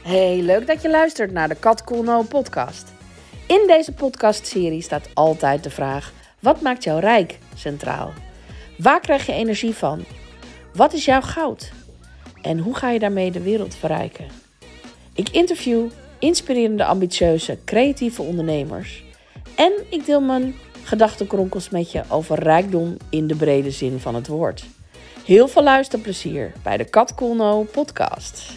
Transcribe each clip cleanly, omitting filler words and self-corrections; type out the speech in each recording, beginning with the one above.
Hey, leuk dat je luistert naar de Kat Cool No podcast. In deze podcastserie staat altijd de vraag: wat maakt jou rijk centraal? Waar krijg je energie van? Wat is jouw goud? En hoe ga je daarmee de wereld verrijken? Ik interview inspirerende, ambitieuze, creatieve ondernemers. En ik deel mijn gedachtenkronkels met je over rijkdom in de brede zin van het woord. Heel veel luisterplezier bij de Kat Cool No podcast.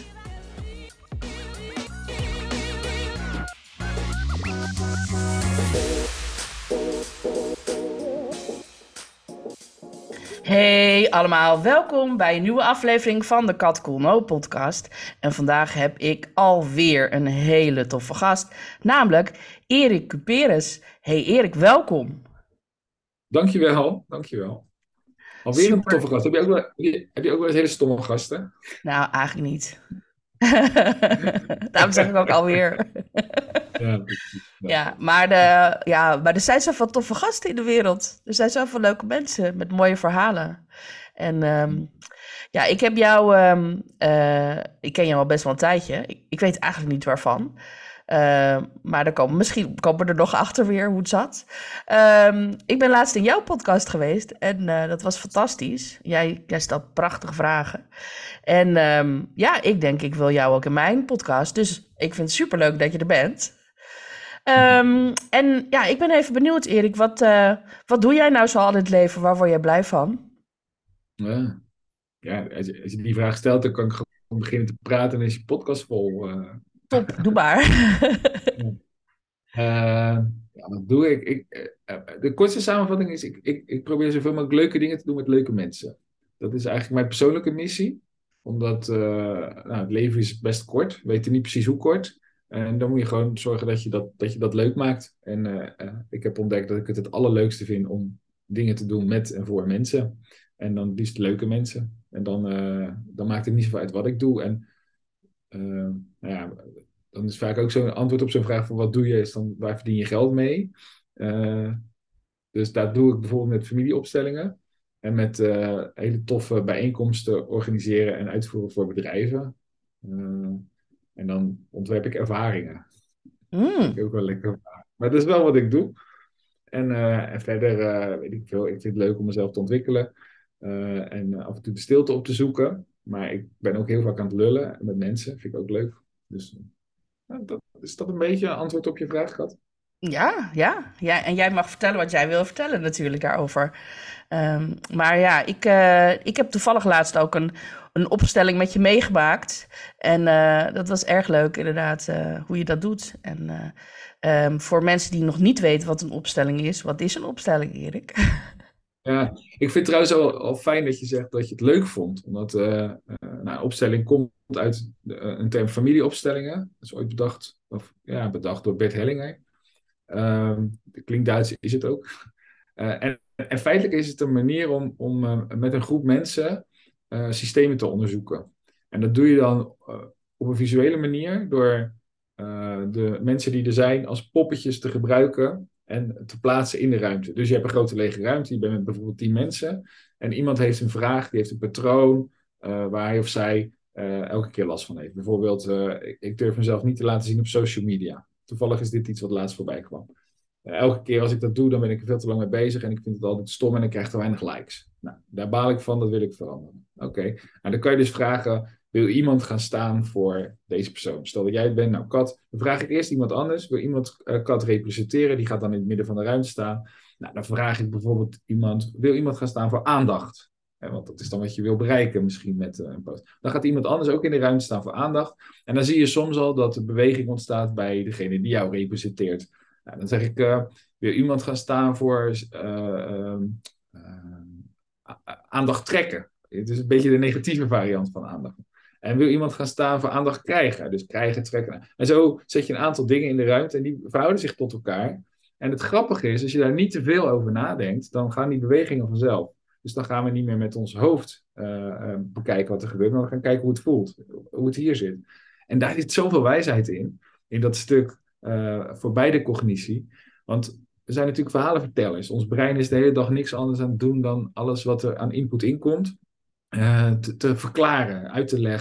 Hey allemaal, welkom bij een nieuwe aflevering van de Kat Cool No podcast. En vandaag heb ik alweer een hele toffe gast, namelijk Erik Cuperus. Hey Erik, welkom. Dankjewel. Alweer Super. een toffe gast. Heb je ook wel eens hele stomme gasten? Nou, eigenlijk niet. Daarom zeg ik ook alweer. Ja. Ja, maar er zijn zoveel toffe gasten in de wereld. Er zijn zoveel leuke mensen met mooie verhalen. En ik heb jou, ik ken jou al best wel een tijdje. Ik weet eigenlijk niet waarvan. Maar misschien komen we er nog achter weer hoe het zat. Ik ben laatst in jouw podcast geweest en dat was fantastisch. Jij stelt prachtige vragen. En ik wil jou ook in mijn podcast. Dus ik vind het superleuk dat je er bent. Ik ben even benieuwd, Erik. Wat doe jij nou zo al in het leven? Waar word jij blij van? Ja, als je die vraag stelt, dan kan ik gewoon beginnen te praten en is je podcast vol. Top, doe maar. Wat doe ik? De kortste samenvatting is, ik probeer zoveel mogelijk leuke dingen te doen met leuke mensen. Dat is eigenlijk mijn persoonlijke missie. Omdat het leven is best kort. We weten niet precies hoe kort. En dan moet je gewoon zorgen dat je dat leuk maakt. En ik heb ontdekt dat ik het allerleukste vind om dingen te doen met en voor mensen. En dan liefst leuke mensen. En dan maakt het niet zoveel uit wat ik doe. En dan is vaak ook zo'n antwoord op zo'n vraag van wat doe je, is dan waar verdien je geld mee? Dus daar doe ik bijvoorbeeld met familieopstellingen. En met hele toffe bijeenkomsten organiseren en uitvoeren voor bedrijven. En dan ontwerp ik ervaringen. Dat vind ik ook wel lekker. Maar dat is wel wat ik doe. En verder weet ik veel. Ik vind het leuk om mezelf te ontwikkelen. En af en toe de stilte op te zoeken. Maar ik ben ook heel vaak aan het lullen met mensen. Vind ik ook leuk. Dus is dat een beetje een antwoord op je vraag, Kat? Ja. En jij mag vertellen wat jij wil vertellen natuurlijk daarover. Ik heb toevallig laatst ook een opstelling met je meegemaakt. En dat was erg leuk inderdaad, hoe je dat doet. En voor mensen die nog niet weten wat een opstelling is, wat is een opstelling, Erik? Ja, ik vind het trouwens al fijn dat je zegt dat je het leuk vond. Omdat opstelling komt uit een term familieopstellingen. Dat is ooit bedacht door Bert Hellinger. Klinkt Duits, is het ook. En feitelijk is het een manier om met een groep mensen systemen te onderzoeken. En dat doe je dan op een visuele manier door de mensen die er zijn als poppetjes te gebruiken en te plaatsen in de ruimte. Dus je hebt een grote lege ruimte, je bent met bijvoorbeeld 10 mensen en iemand heeft een vraag, die heeft een patroon waar hij of zij elke keer last van heeft. Bijvoorbeeld, ik durf mezelf niet te laten zien op social media. Toevallig is dit iets wat laatst voorbij kwam. Elke keer als ik dat doe, dan ben ik er veel te lang mee bezig en ik vind het altijd stom en ik krijg te weinig likes. Nou, daar baal ik van, dat wil ik veranderen. Oké, nou dan kan je dus vragen, wil iemand gaan staan voor deze persoon? Stel dat jij het bent, nou Kat, dan vraag ik eerst iemand anders. Wil iemand Kat representeren? Die gaat dan in het midden van de ruimte staan. Nou, dan vraag ik bijvoorbeeld wil iemand gaan staan voor aandacht? Want dat is dan wat je wil bereiken misschien met een post. Dan gaat iemand anders ook in de ruimte staan voor aandacht. En dan zie je soms al dat er beweging ontstaat bij degene die jou representeert. Nou, dan zeg ik, wil iemand gaan staan voor aandacht trekken? Het is een beetje de negatieve variant van aandacht. En wil iemand gaan staan voor aandacht krijgen? Dus krijgen, trekken. En zo zet je een aantal dingen in de ruimte en die verhouden zich tot elkaar. En het grappige is, als je daar niet te veel over nadenkt, dan gaan die bewegingen vanzelf. Dus dan gaan we niet meer met ons hoofd bekijken wat er gebeurt, maar we gaan kijken hoe het voelt, hoe het hier zit. En daar zit zoveel wijsheid in dat stuk voorbij de cognitie. Want we zijn natuurlijk verhalenvertellers. Ons brein is de hele dag niks anders aan het doen dan alles wat er aan input inkomt te verklaren, uit te leggen.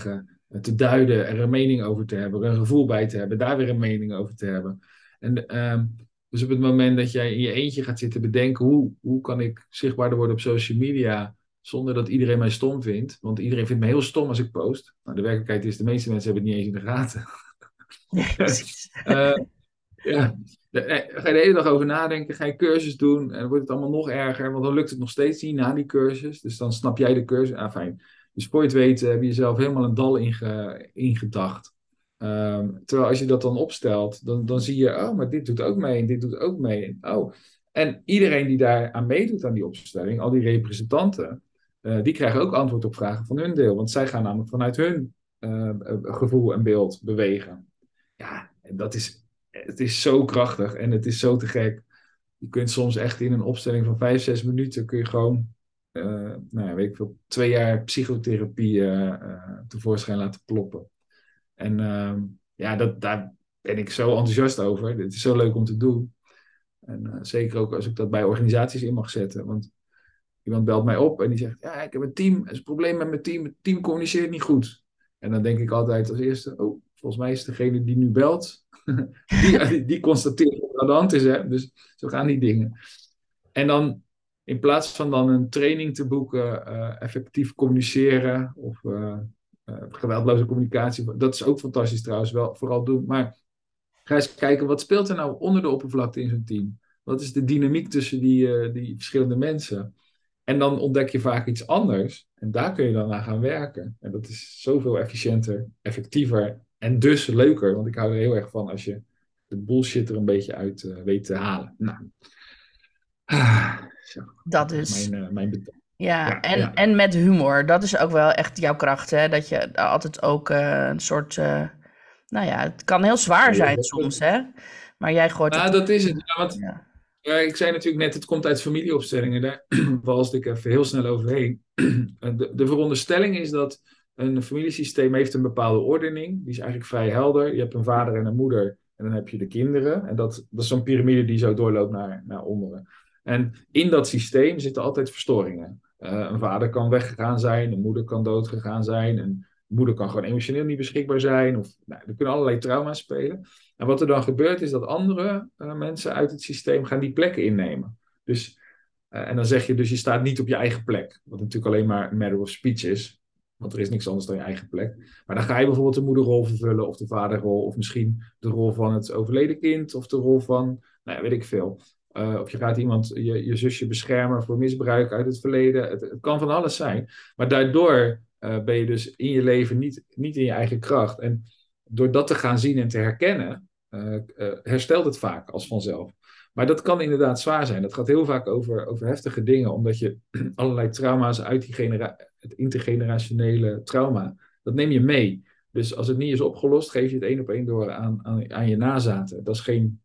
te duiden, er een mening over te hebben, er een gevoel bij te hebben, daar weer een mening over te hebben. En dus op het moment dat jij in je eentje gaat zitten bedenken, hoe kan ik zichtbaarder worden op social media zonder dat iedereen mij stom vindt? Want iedereen vindt me heel stom als ik post. Nou, de werkelijkheid is, de meeste mensen hebben het niet eens in de gaten. Nee, precies. Eh, ja, ga je de hele dag over nadenken, ga je cursus doen en dan wordt het allemaal nog erger, want dan lukt het nog steeds niet na die cursus. Dus dan snap jij de cursus. Ah, fijn. Dus voor je het weet heb je jezelf helemaal een dal ingedacht. Terwijl als je dat dan opstelt, dan zie je, oh, maar dit doet ook mee en dit doet ook mee. Oh. En iedereen die daar aan meedoet aan die opstelling, al die representanten, die krijgen ook antwoord op vragen van hun deel. Want zij gaan namelijk vanuit hun gevoel en beeld bewegen. Ja, en het is zo krachtig en het is zo te gek. Je kunt soms echt in een opstelling van 5, 6 minuten kun je gewoon, nou ja, weet ik veel, 2 jaar psychotherapie tevoorschijn laten kloppen. En ja, daar ben ik zo enthousiast over. Het is zo leuk om te doen. En zeker ook als ik dat bij organisaties in mag zetten. Want iemand belt mij op en die zegt, ja, ik heb een team. Er is een probleem met mijn team. Het team communiceert niet goed. En dan denk ik altijd als eerste, oh, volgens mij is degene die nu belt, die constateert wat er aan de hand is. Hè? Dus zo gaan die dingen. En dan in plaats van dan een training te boeken, effectief communiceren of geweldloze communicatie, dat is ook fantastisch trouwens, wel vooral doen. Maar ga eens kijken, wat speelt er nou onder de oppervlakte in zo'n team? Wat is de dynamiek tussen die verschillende mensen? En dan ontdek je vaak iets anders. En daar kun je dan aan gaan werken. En dat is zoveel efficiënter, effectiever en dus leuker. Want ik hou er heel erg van als je de bullshit er een beetje uit weet te halen. Nou, zo. Dat Dat is dus. mijn betoog. Ja, Ja, ja. en met humor. Dat is ook wel echt jouw kracht, hè? Dat je altijd ook een soort... nou ja, het kan heel zwaar zijn soms, hè? Maar jij gooit het... Nou, dat is het. Ja, want Ja. ik zei natuurlijk net, het komt uit familieopstellingen. Daar walste ik even heel snel overheen. De veronderstelling is dat een familiesysteem heeft een bepaalde ordening. Die is eigenlijk vrij helder. Je hebt een vader en een moeder en dan heb je de kinderen. En dat is zo'n piramide die zo doorloopt naar onderen. En in dat systeem zitten altijd verstoringen. Een vader kan weggegaan zijn, een moeder kan doodgegaan zijn. Een moeder kan gewoon emotioneel niet beschikbaar zijn. Of, nou, er kunnen allerlei trauma's spelen. En wat er dan gebeurt is dat andere mensen uit het systeem gaan die plekken innemen. Dus, en dan zeg je dus je staat niet op je eigen plek. Wat natuurlijk alleen maar een matter of speech is. Want er is niks anders dan je eigen plek. Maar dan ga je bijvoorbeeld de moederrol vervullen of de vaderrol. Of misschien de rol van het overleden kind. Of de rol van, nou ja, weet ik veel. Of je gaat iemand, je zusje beschermen voor misbruik uit het verleden. Het kan van alles zijn. Maar daardoor ben je dus in je leven niet in je eigen kracht. En door dat te gaan zien en te herkennen, herstelt het vaak als vanzelf. Maar dat kan inderdaad zwaar zijn. Dat gaat heel vaak over heftige dingen, omdat je allerlei trauma's uit het intergenerationele trauma, dat neem je mee. Dus als het niet is opgelost, geef je het één op één door aan je nazaten. Dat is geen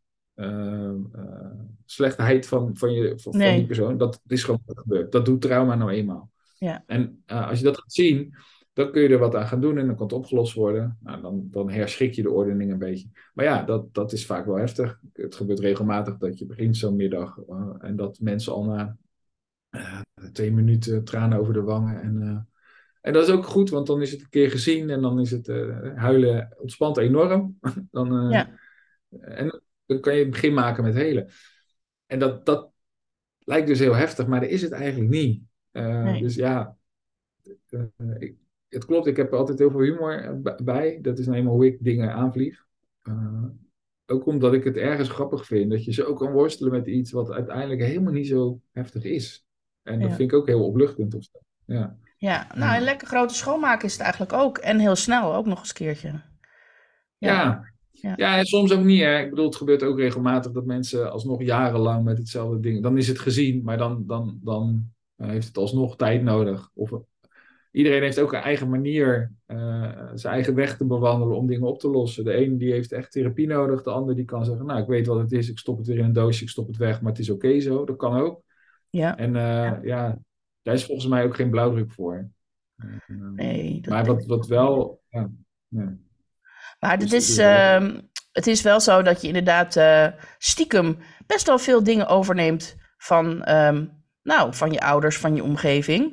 slechtheid van die Nee, persoon. Dat is gewoon wat gebeurt. Dat doet trauma nou eenmaal. ja. En als je dat gaat zien, dan kun je er wat aan gaan doen en dan kan het opgelost worden. Nou, dan herschik je de ordening een beetje. Maar ja, dat is vaak wel heftig. Het gebeurt regelmatig dat je begint zo'n middag en dat mensen al na 2 minuten tranen over de wangen. En dat is ook goed, want dan is het een keer gezien en dan is het huilen ontspant enorm. Ja, En dan kan je het begin maken met helen. En dat lijkt dus heel heftig, maar dat is het eigenlijk niet. nee. Dus ja, uh, het klopt, ik heb er altijd heel veel humor bij. Dat is nou eenmaal hoe ik dingen aanvlieg. Uh, Ook omdat ik het ergens grappig vind dat je zo kan worstelen met iets wat uiteindelijk helemaal niet zo heftig is. En dat Ja. vind ik ook heel opluchtend of zo. Ja, Ja, nou, ja. een lekker grote schoonmaak is het eigenlijk ook. En heel snel ook nog eens een keertje. Ja, Ja. ja, Ja, en soms ook niet. Hè. Ik bedoel, het gebeurt ook regelmatig dat mensen alsnog jarenlang met hetzelfde ding. Dan is het gezien, maar dan heeft het alsnog tijd nodig. Of iedereen heeft ook een eigen manier, zijn eigen weg te bewandelen om dingen op te lossen. De ene die heeft echt therapie nodig, de ander die kan zeggen, nou, ik weet wat het is, ik stop het weer in een doosje, ik stop het weg, maar het is oké zo. Dat kan ook. ja. En Ja. ja, daar is volgens mij ook geen blauwdruk voor. Nee, dat Maar denk ik wat ook niet. wel, ja, Maar dus, het is wel zo dat je inderdaad stiekem best wel veel dingen overneemt van, nou, van je ouders, van je omgeving.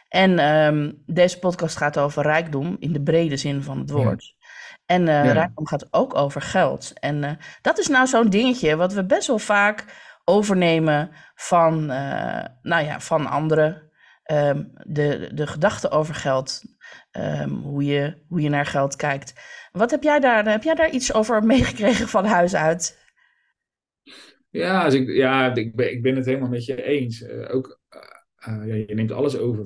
En deze podcast gaat over rijkdom in de brede zin van het Ja, woord. En ja, rijkdom gaat ook over geld. En dat is nou zo'n dingetje wat we best wel vaak overnemen van, nou ja, van anderen. De gedachte over geld, hoe je naar geld kijkt. Wat heb jij daar iets over meegekregen van huis uit? ja, ik ben het helemaal met je eens. Ja, je neemt alles over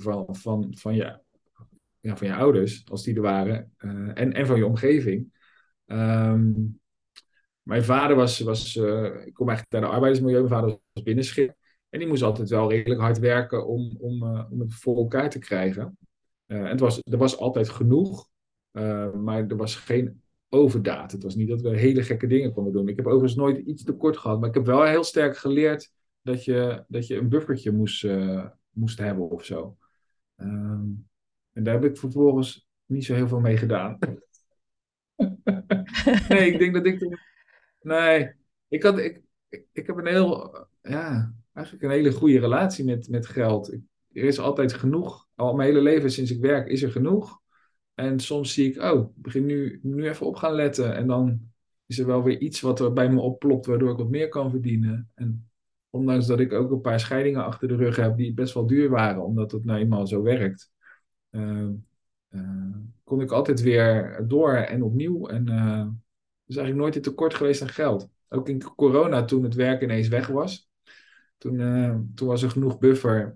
van je ouders, als die er waren, en van je omgeving. Ehm, Mijn vader ik kom eigenlijk uit de arbeidersmilieu, mijn vader was binnenschip. En die moest altijd wel redelijk hard werken om het voor elkaar te krijgen. En er was altijd genoeg, maar er was geen overdaad. Het was niet dat we hele gekke dingen konden doen. Ik heb overigens nooit iets tekort gehad, maar ik heb wel heel sterk geleerd dat je een buffertje moest hebben of zo. Ehm, en daar heb ik vervolgens niet zo heel veel mee gedaan. Nee, ik denk dat ik Nee, ik heb een eigenlijk een hele goede relatie met geld. Er is altijd genoeg. Al mijn hele leven sinds ik werk is er genoeg. En soms zie ik, oh, ik begin nu even op gaan letten. En dan is er wel weer iets wat er bij me opplopt, waardoor ik wat meer kan verdienen. En ondanks dat ik ook een paar scheidingen achter de rug heb die best wel duur waren, omdat het nou eenmaal zo werkt, eh, eh, kon ik altijd weer door en opnieuw. En is eigenlijk nooit een tekort geweest aan geld. Ook in corona, toen het werk ineens weg was. Toen was er genoeg buffer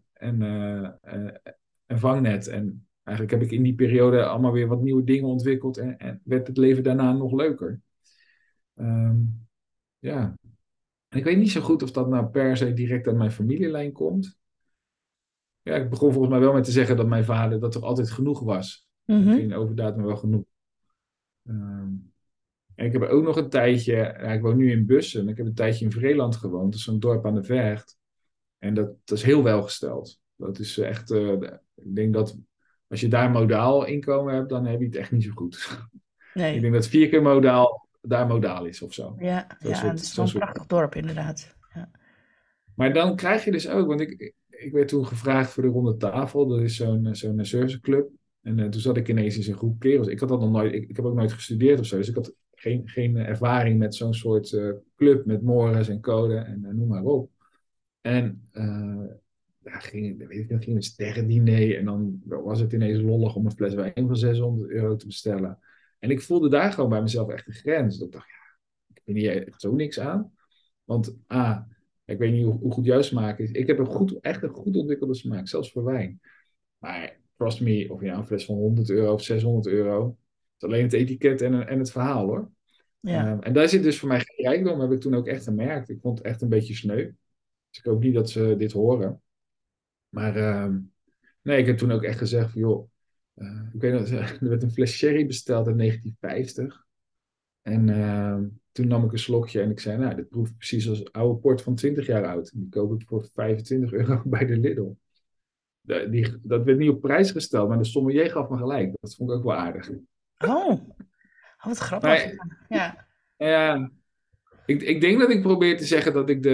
en vangnet. En eigenlijk heb ik in die periode allemaal weer wat nieuwe dingen ontwikkeld. En werd het leven daarna nog leuker. Ehm, ja. En ik weet niet zo goed of dat nou per se direct uit mijn familielijn komt. Ja, ik begon volgens mij wel met te zeggen dat mijn vader dat er altijd genoeg was. Mhm. Geen overdaad, maar wel genoeg. Ehm, En ik heb ook nog een tijdje, ja, ik woon nu in Bussen, ik heb een tijdje in Vreeland gewoond, dat is zo'n dorp aan de Vecht. En dat is heel welgesteld. Dat is echt, ik denk dat als je daar modaal inkomen hebt, dan heb je het echt niet zo goed. Ik Nee, denk dat 4 keer modaal daar modaal is of zo. ja, het is wel Zo'n een soort. prachtig dorp inderdaad. Ja. Maar dan krijg je dus ook, want ik werd toen gevraagd voor de ronde tafel, dat is zo'n serviceclub. En toen zat ik ineens in zo'n groep kerels. Ik had dat nog nooit, ik heb ook nooit gestudeerd of zo, dus ik had geen ervaring met zo'n soort club met mores en code en noem maar op. En daar weet ik nog, ging een sterrendiner en dan was het ineens lollig om een fles wijn van 600 euro te bestellen. En ik voelde daar gewoon bij mezelf echt een grens. Dat ik dacht, ja, ik heb hier echt zo niks aan. Want ik weet niet hoe goed jouw smaak is. Ik heb echt een goed ontwikkelde smaak, zelfs voor wijn. Maar trust me, of je nou een fles van 100 euro of 600 euro. Het is alleen het etiket en het verhaal hoor. Ja. En daar zit dus voor mij geen rijkdom, heb ik toen ook echt gemerkt. Ik vond het echt een beetje sneu. Dus ik hoop niet dat ze dit horen. Maar nee, ik heb toen ook echt gezegd van joh, ik weet nog, er werd een fles sherry besteld in 1950. En toen nam ik een slokje en ik zei, nou, dit proeft precies als oude port van 20 jaar oud. Die koop ik voor 25 euro bij de Lidl. Dat werd niet op prijs gesteld, maar de sommelier gaf me gelijk. Dat vond ik ook wel aardig. Oh, oh, wat grappig. Maar Ja. ja, ik denk dat ik probeer te zeggen dat ik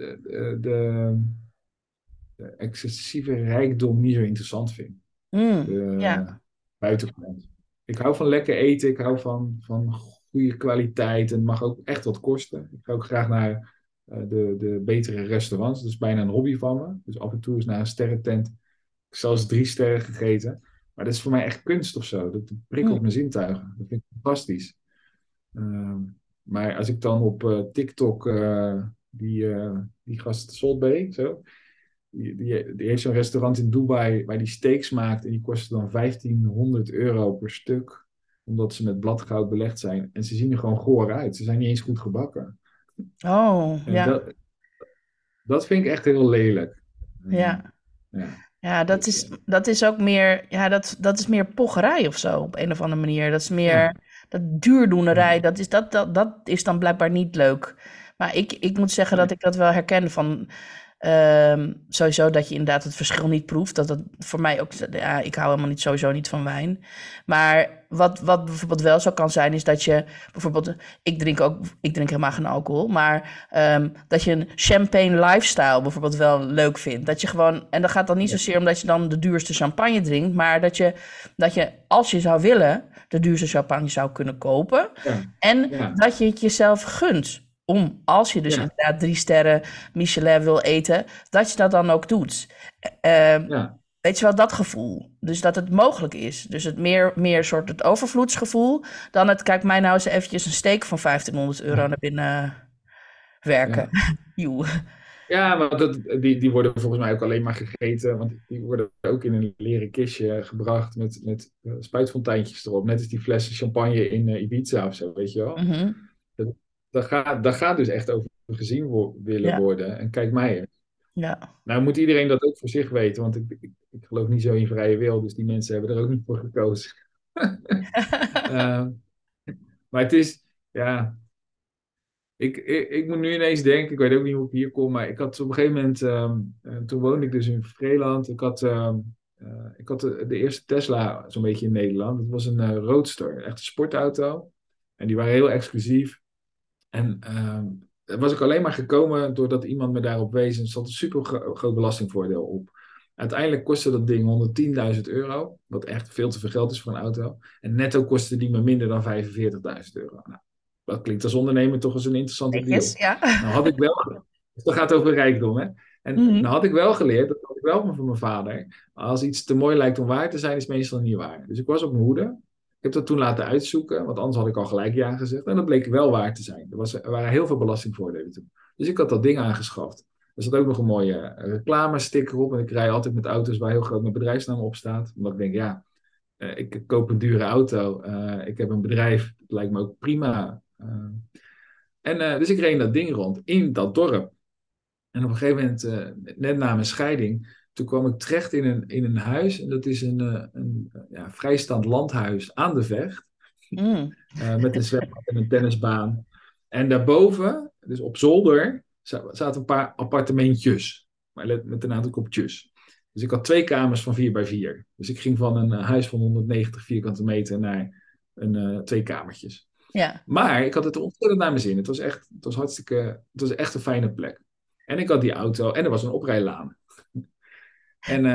de excessieve rijkdom niet zo interessant vind. Ja. De buitenkant. Ik hou van lekker eten, ik hou van goede kwaliteit en het mag ook echt wat kosten. Ik ga ook graag naar de betere restaurants. Dat is bijna een hobby van me. Dus af en toe is naar een sterrentent zelfs 3 sterren gegeten. Maar dat is voor mij echt kunst of zo. Dat prikkelt mijn zintuigen. Dat vind ik fantastisch. Ehm, maar als ik dan op TikTok die gast Solbay, zo, die heeft zo'n restaurant in Dubai waar die steaks maakt en die kosten dan 1500 euro per stuk, omdat ze met bladgoud belegd zijn. En ze zien er gewoon goor uit. Ze zijn niet eens goed gebakken. Oh, En ja. dat vind ik echt heel lelijk. Ehm, Ja. ja, Ja, dus, dat is ook meer, ja, dat is meer pocherij of zo, op een of andere manier. Dat is ja, meer, dat duurdoenerij, ja, dat is dan blijkbaar niet leuk. Maar ik moet zeggen dat nee, ik dat wel herken van, Sowieso dat je inderdaad het verschil niet proeft. Dat voor mij ook... Ja, ik hou helemaal niet, sowieso niet van wijn. Maar wat bijvoorbeeld wel zo kan zijn, is dat je bijvoorbeeld... Ik drink helemaal geen alcohol. Maar dat je een champagne lifestyle bijvoorbeeld wel leuk vindt. Dat je gewoon... En dat gaat dan niet Ja, zozeer omdat je dan de duurste champagne drinkt. Maar dat je als je zou willen, de duurste champagne zou kunnen kopen. ja, En ja, dat je het jezelf gunt. Om, als je dus ja, inderdaad 3 sterren Michelin wil eten, dat je dat dan ook doet. Ehm, ja, Weet je wel, dat gevoel. Dus dat het mogelijk is. Dus het meer soort het overvloedsgevoel dan het, kijk mij nou eens eventjes een steek van 1500 € naar binnen werken. ja. Joe. Ja, maar die worden volgens mij ook alleen maar gegeten, want die worden ook in een leren kistje gebracht met spuitfonteintjes erop. Net als die flessen champagne in Ibiza of zo, weet je wel. Mhm. Dat, daar gaat dus echt over gezien willen Ja, worden. En kijk mij eens. ja. Nou moet iedereen dat ook voor zich weten, want ik geloof niet zo in vrije wil, dus die mensen hebben er ook niet voor gekozen. Eh, maar het is, ja, ik moet nu ineens denken, ik weet ook niet hoe ik hier kom, maar ik had op een gegeven moment, toen woonde ik dus in Vreeland, ik had de eerste Tesla zo'n beetje in Nederland. Dat was een Roadster, echt een sportauto. En die waren heel exclusief. En daar was ik alleen maar gekomen doordat iemand me daarop wees. En er zat een super groot belastingvoordeel op. Uiteindelijk kostte dat ding 110.000 euro. Wat echt veel te veel geld is voor een auto. En netto kostte die me minder dan 45.000 euro. Nou, dat klinkt als ondernemer toch als een interessante Netjes, deal. ja. Nou had ik wel... Dat gaat over rijkdom, hè? En Mhm. nou had ik wel geleerd, dat had ik wel van mijn vader. Als iets te mooi lijkt om waar te zijn, is het meestal niet waar. Dus ik was op mijn hoede. Ik heb dat toen laten uitzoeken, want anders had ik al gelijk ja gezegd. En dat bleek wel waar te zijn. Er waren heel veel belastingvoordelen toen. Dus ik had dat ding aangeschaft. Er zat ook nog een mooie reclamesticker op. En ik rij altijd met auto's waar heel groot mijn bedrijfsnaam op staat. Omdat ik denk, ja, ik koop een dure auto. Ik heb een bedrijf. Dat lijkt me ook prima. Dus ik reed dat ding rond in dat dorp. En op een gegeven moment, net na mijn scheiding, toen kwam ik terecht in een huis. En dat is een vrijstaand landhuis aan de Vecht. Mm. Met een zwembad en een tennisbaan. En daarboven, dus op zolder, zaten een paar appartementjes. Maar met een aantal kopjes. Dus ik had 2 kamers van 4x4. Dus ik ging van een huis van 190 vierkante meter naar 2 kamertjes. Ja. Maar ik had het ontzettend naar mijn zin. Het was echt een fijne plek. En ik had die auto en er was een oprijlaan. En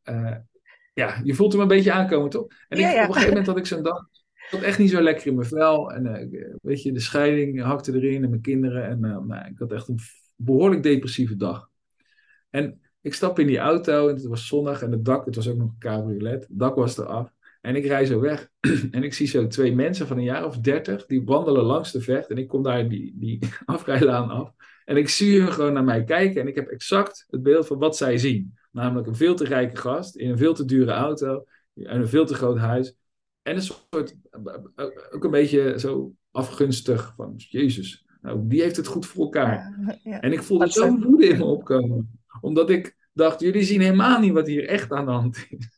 ja, je voelt hem een beetje aankomen, toch? En Ja, op ja. een gegeven moment had ik zo'n dag. Ik zat echt niet zo lekker in mijn vel. En weet je, de scheiding hakte erin en mijn kinderen. En nou, ik had echt een behoorlijk depressieve dag. En ik stap in die auto en het was zonnig en het was ook nog een cabriolet. Het dak was eraf. En ik rij zo weg. En ik zie zo 2 mensen van een jaar of 30, die wandelen langs de Vecht. En ik kom daar die afrijlaan af. En ik zie hun gewoon naar mij kijken. En ik heb exact het beeld van wat zij zien. Namelijk een veel te rijke gast in een veel te dure auto. En een veel te groot huis. En een soort, ook een beetje zo afgunstig van, Jezus, nou, die heeft het goed voor elkaar. Ja, ja. En ik voelde Dat ze... zo'n woede in me opkomen. Omdat ik dacht, jullie zien helemaal niet wat hier echt aan de hand is.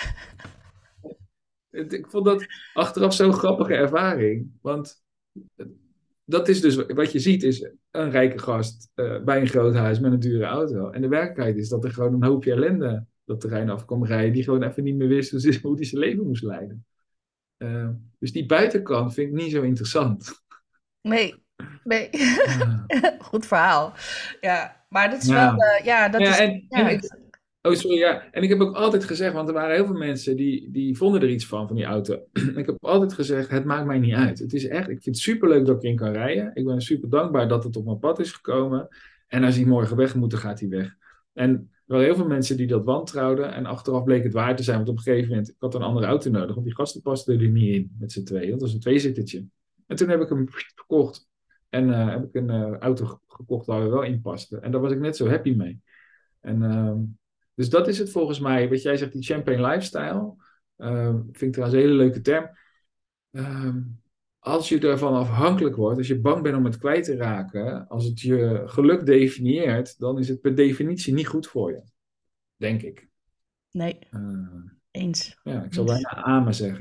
Ik vond dat achteraf zo'n grappige ervaring. Want dat is dus, wat je ziet is een rijke gast bij een groot huis met een dure auto. En de werkelijkheid is dat er gewoon een hoopje ellende dat terrein af kwam rijden. Die gewoon even niet meer wist hoe hij zijn leven moest leiden. Dus die buitenkant vind ik niet zo interessant. Nee, nee. Uh, Goed verhaal. Ja, maar dat is wel, ja. ja, dat Ja, is, en ja. ik, oh, sorry, ja. En ik heb ook altijd gezegd, want er waren heel veel mensen die vonden er iets van die auto. Ik heb altijd gezegd, het maakt mij niet uit. Het is echt, ik vind het superleuk dat ik erin kan rijden. Ik ben super dankbaar dat het op mijn pad is gekomen. En als hij morgen weg moet, dan gaat hij weg. En er waren heel veel mensen die dat wantrouwden. En achteraf bleek het waar te zijn. Want op een gegeven moment, ik had een andere auto nodig. Want die gasten pasten er niet in met z'n tweeën. Dat was een tweezittertje. En toen heb ik hem verkocht. En heb ik een auto gekocht waar we wel in pasten. En daar was ik net zo happy mee. En dus dat is het volgens mij. Wat jij zegt, die champagne lifestyle. Vind ik trouwens een hele leuke term. Ehm, als je ervan afhankelijk wordt, als je bang bent om het kwijt te raken, als het je geluk definieert, dan is het per definitie niet goed voor je. Denk ik. Nee, Eh, eens. ja, ik zal Eens. bijna amen zeggen.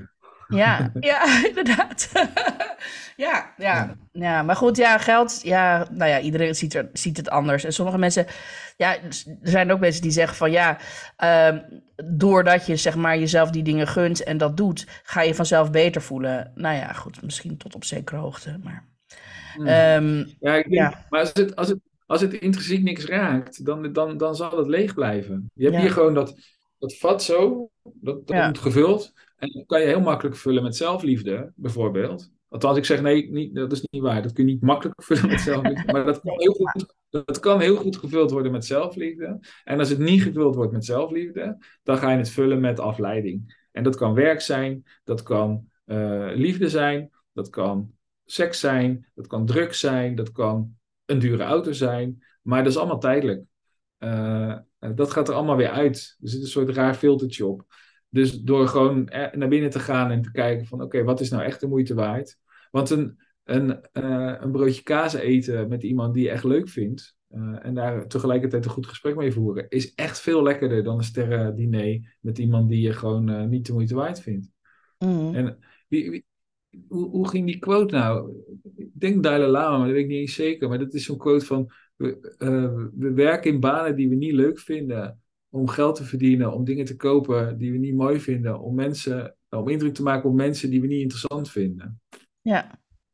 Ja, ja, inderdaad. Ja, Ja. ja, ja. Maar goed, ja, geld, ja, nou ja, iedereen ziet het anders. En sommige mensen, ja, er zijn ook mensen die zeggen van ja, ehm, doordat je zeg maar jezelf die dingen gunt en dat doet, ga je vanzelf beter voelen. Nou ja, goed, misschien tot op zekere hoogte, maar Hmm. ehm, Ja, ik denk, ja, maar als het intrinsiek niks raakt, dan zal het leeg blijven. Je hebt hier ja, gewoon dat vat zo, dat ja, moet gevuld. En dat kan je heel makkelijk vullen met zelfliefde, bijvoorbeeld. Althans, ik zeg nee, niet, dat is niet waar. Dat kun je niet makkelijk vullen met zelfliefde. Maar nee, maar, dat kan heel goed gevuld worden met zelfliefde. En als het niet gevuld wordt met zelfliefde, dan ga je het vullen met afleiding. En dat kan werk zijn, dat kan liefde zijn, dat kan seks zijn, dat kan drugs zijn, dat kan een dure auto zijn. Maar dat is allemaal tijdelijk. Dat gaat er allemaal weer uit. Er zit een soort raar filtertje op. Dus door gewoon naar binnen te gaan en te kijken van oké, wat is nou echt de moeite waard? Want een broodje kaas eten met iemand die je echt leuk vindt en daar tegelijkertijd een goed gesprek mee voeren, is echt veel lekkerder dan een sterrendiner met iemand die je gewoon niet de moeite waard vindt. mm, En hoe ging die quote nou? Ik denk Dalai Lama, maar dat weet ik niet eens zeker. Maar dat is zo'n quote van: we werken in banen die we niet leuk vinden. Om geld te verdienen, om dingen te kopen die we niet mooi vinden. Om indruk te maken op mensen die we niet interessant vinden. ja,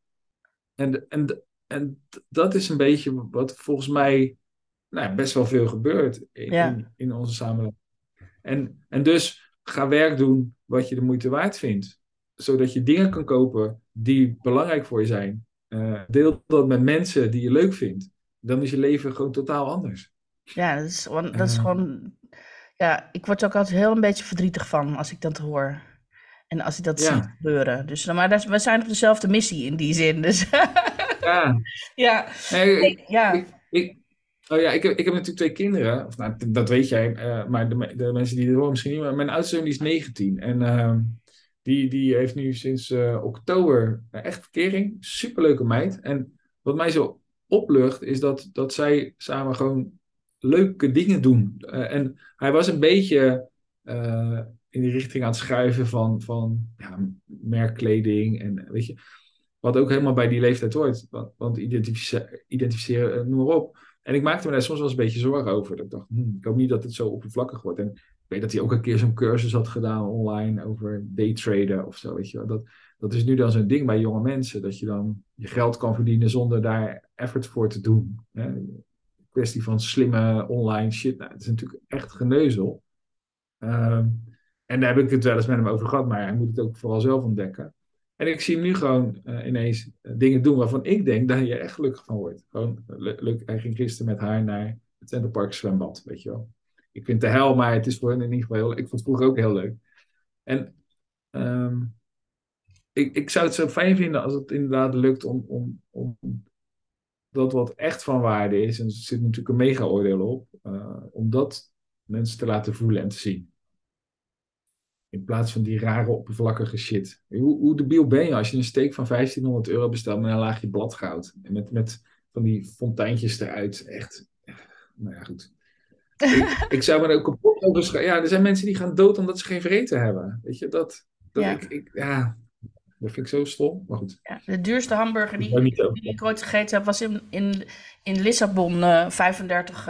En dat is een beetje wat volgens mij nou, best wel veel gebeurt ja, in onze samenleving. En dus ga werk doen wat je de moeite waard vindt. Zodat je dingen kan kopen die belangrijk voor je zijn. Deel dat met mensen die je leuk vindt. Dan is je leven gewoon totaal anders. ja, dat is Uh, gewoon, ja, ik word er ook altijd heel een beetje verdrietig van als ik dat hoor. En als ik dat zie ja, gebeuren. Dus, maar we zijn op dezelfde missie in die zin. Dus ja. ja, Nee, nee, ja, oh ja, ik heb natuurlijk twee kinderen. Of, nou, dat weet jij. Maar de mensen die dit horen misschien niet. Maar mijn oudste zoon die is 19. En die heeft nu sinds oktober echt verkering. Superleuke meid. En wat mij zo oplucht is dat zij samen gewoon leuke dingen doen. En hij was een beetje in die richting aan het schuiven van ja, merkkleding. En weet je, wat ook helemaal bij die leeftijd hoort. Want identificeren, noem maar op. En ik maakte me daar soms wel eens een beetje zorgen over. Dat ik dacht, ik hoop niet dat het zo oppervlakkig wordt. En ik weet dat hij ook een keer zo'n cursus had gedaan online over daytraden of zo. Weet je wel. Dat is nu dan zo'n ding bij jonge mensen. Dat je dan je geld kan verdienen zonder daar effort voor te doen. Hè? Kwestie van slimme online shit. Nou, het is natuurlijk echt geneuzel. Ehm, en daar heb ik het wel eens met hem over gehad, maar hij moet het ook vooral zelf ontdekken. En ik zie hem nu gewoon ineens dingen doen waarvan ik denk dat je er echt gelukkig van wordt. Gewoon leuk. Hij ging gisteren met haar naar het Centerpark zwembad, weet je wel. Ik vind het de hel, maar het is voor hen in ieder geval heel. Ik vond het vroeger ook heel leuk. En ehm, ik zou het zo fijn vinden als het inderdaad lukt om dat wat echt van waarde is. En er zit natuurlijk een mega-oordeel op. Om dat mensen te laten voelen en te zien. In plaats van die rare oppervlakkige shit. Hoe debiel ben je als je een steak van 1500 € bestelt met een laagje bladgoud? En met van die fonteintjes eruit. Echt. Nou ja, goed. Ik zou me er ook kapot over schamen. Ja, er zijn mensen die gaan dood omdat ze geen vreten hebben. Weet je, ja. ja, dat vind ik zo stom. Maar goed. Ja, de duurste hamburger Ik wou niet over. die ik ooit gegeten heb, was in Lissabon. 35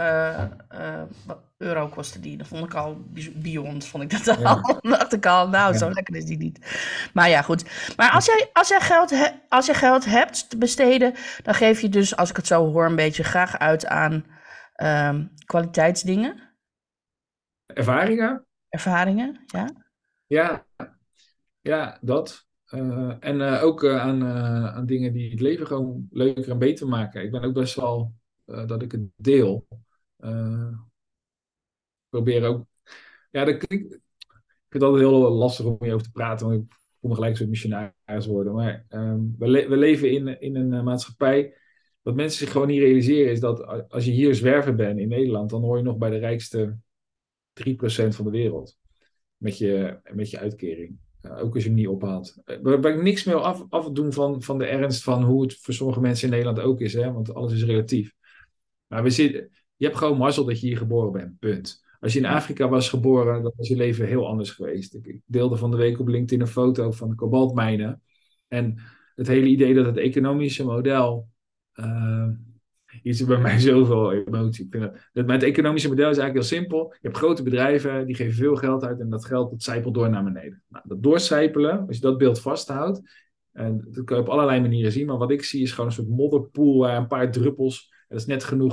euro kostte die. Dat vond ik al beyond, vond ik dat al. Ja, Dan dacht ik al, nou, ja. zo lekker is die niet. Maar ja, goed. Maar als jij geld hebt te besteden, dan geef je dus, als ik het zo hoor, een beetje graag uit aan kwaliteitsdingen, Ervaringen? ervaringen. Ja, Ja, ja, dat. En ook aan dingen die het leven gewoon leuker en beter maken. Ik ben ook best wel dat ik het deel. Uh, probeer ook. Ja, ik vind het altijd heel lastig om hierover te praten, want ik voel me gelijk een soort missionaris worden. Maar we leven in een maatschappij. Wat mensen zich gewoon niet realiseren is dat als je hier zwerver bent in Nederland, dan hoor je nog bij de rijkste 3% van de wereld. Met je uitkering. Ook als je hem niet ophaalt. Waar ik niks meer afdoen van de ernst van hoe het voor sommige mensen in Nederland ook is. Hè? Want alles is relatief. Maar je hebt gewoon mazzel dat je hier geboren bent. Punt. Als je in Ja. Afrika was geboren, dan was je leven heel anders geweest. Ik deelde van de week op LinkedIn een foto van de kobaltmijnen. En het hele idee dat het economische model. eh Iets bij mij zoveel emotie. Ik vind maar het economische model is eigenlijk heel simpel. Je hebt grote bedrijven, die geven veel geld uit en dat geld dat zijpelt door naar beneden. Nou, dat doorcijpelen, als je dat beeld vasthoudt, en dat kan je op allerlei manieren zien, maar wat ik zie is gewoon een soort modderpoel waar een paar druppels, en dat is net genoeg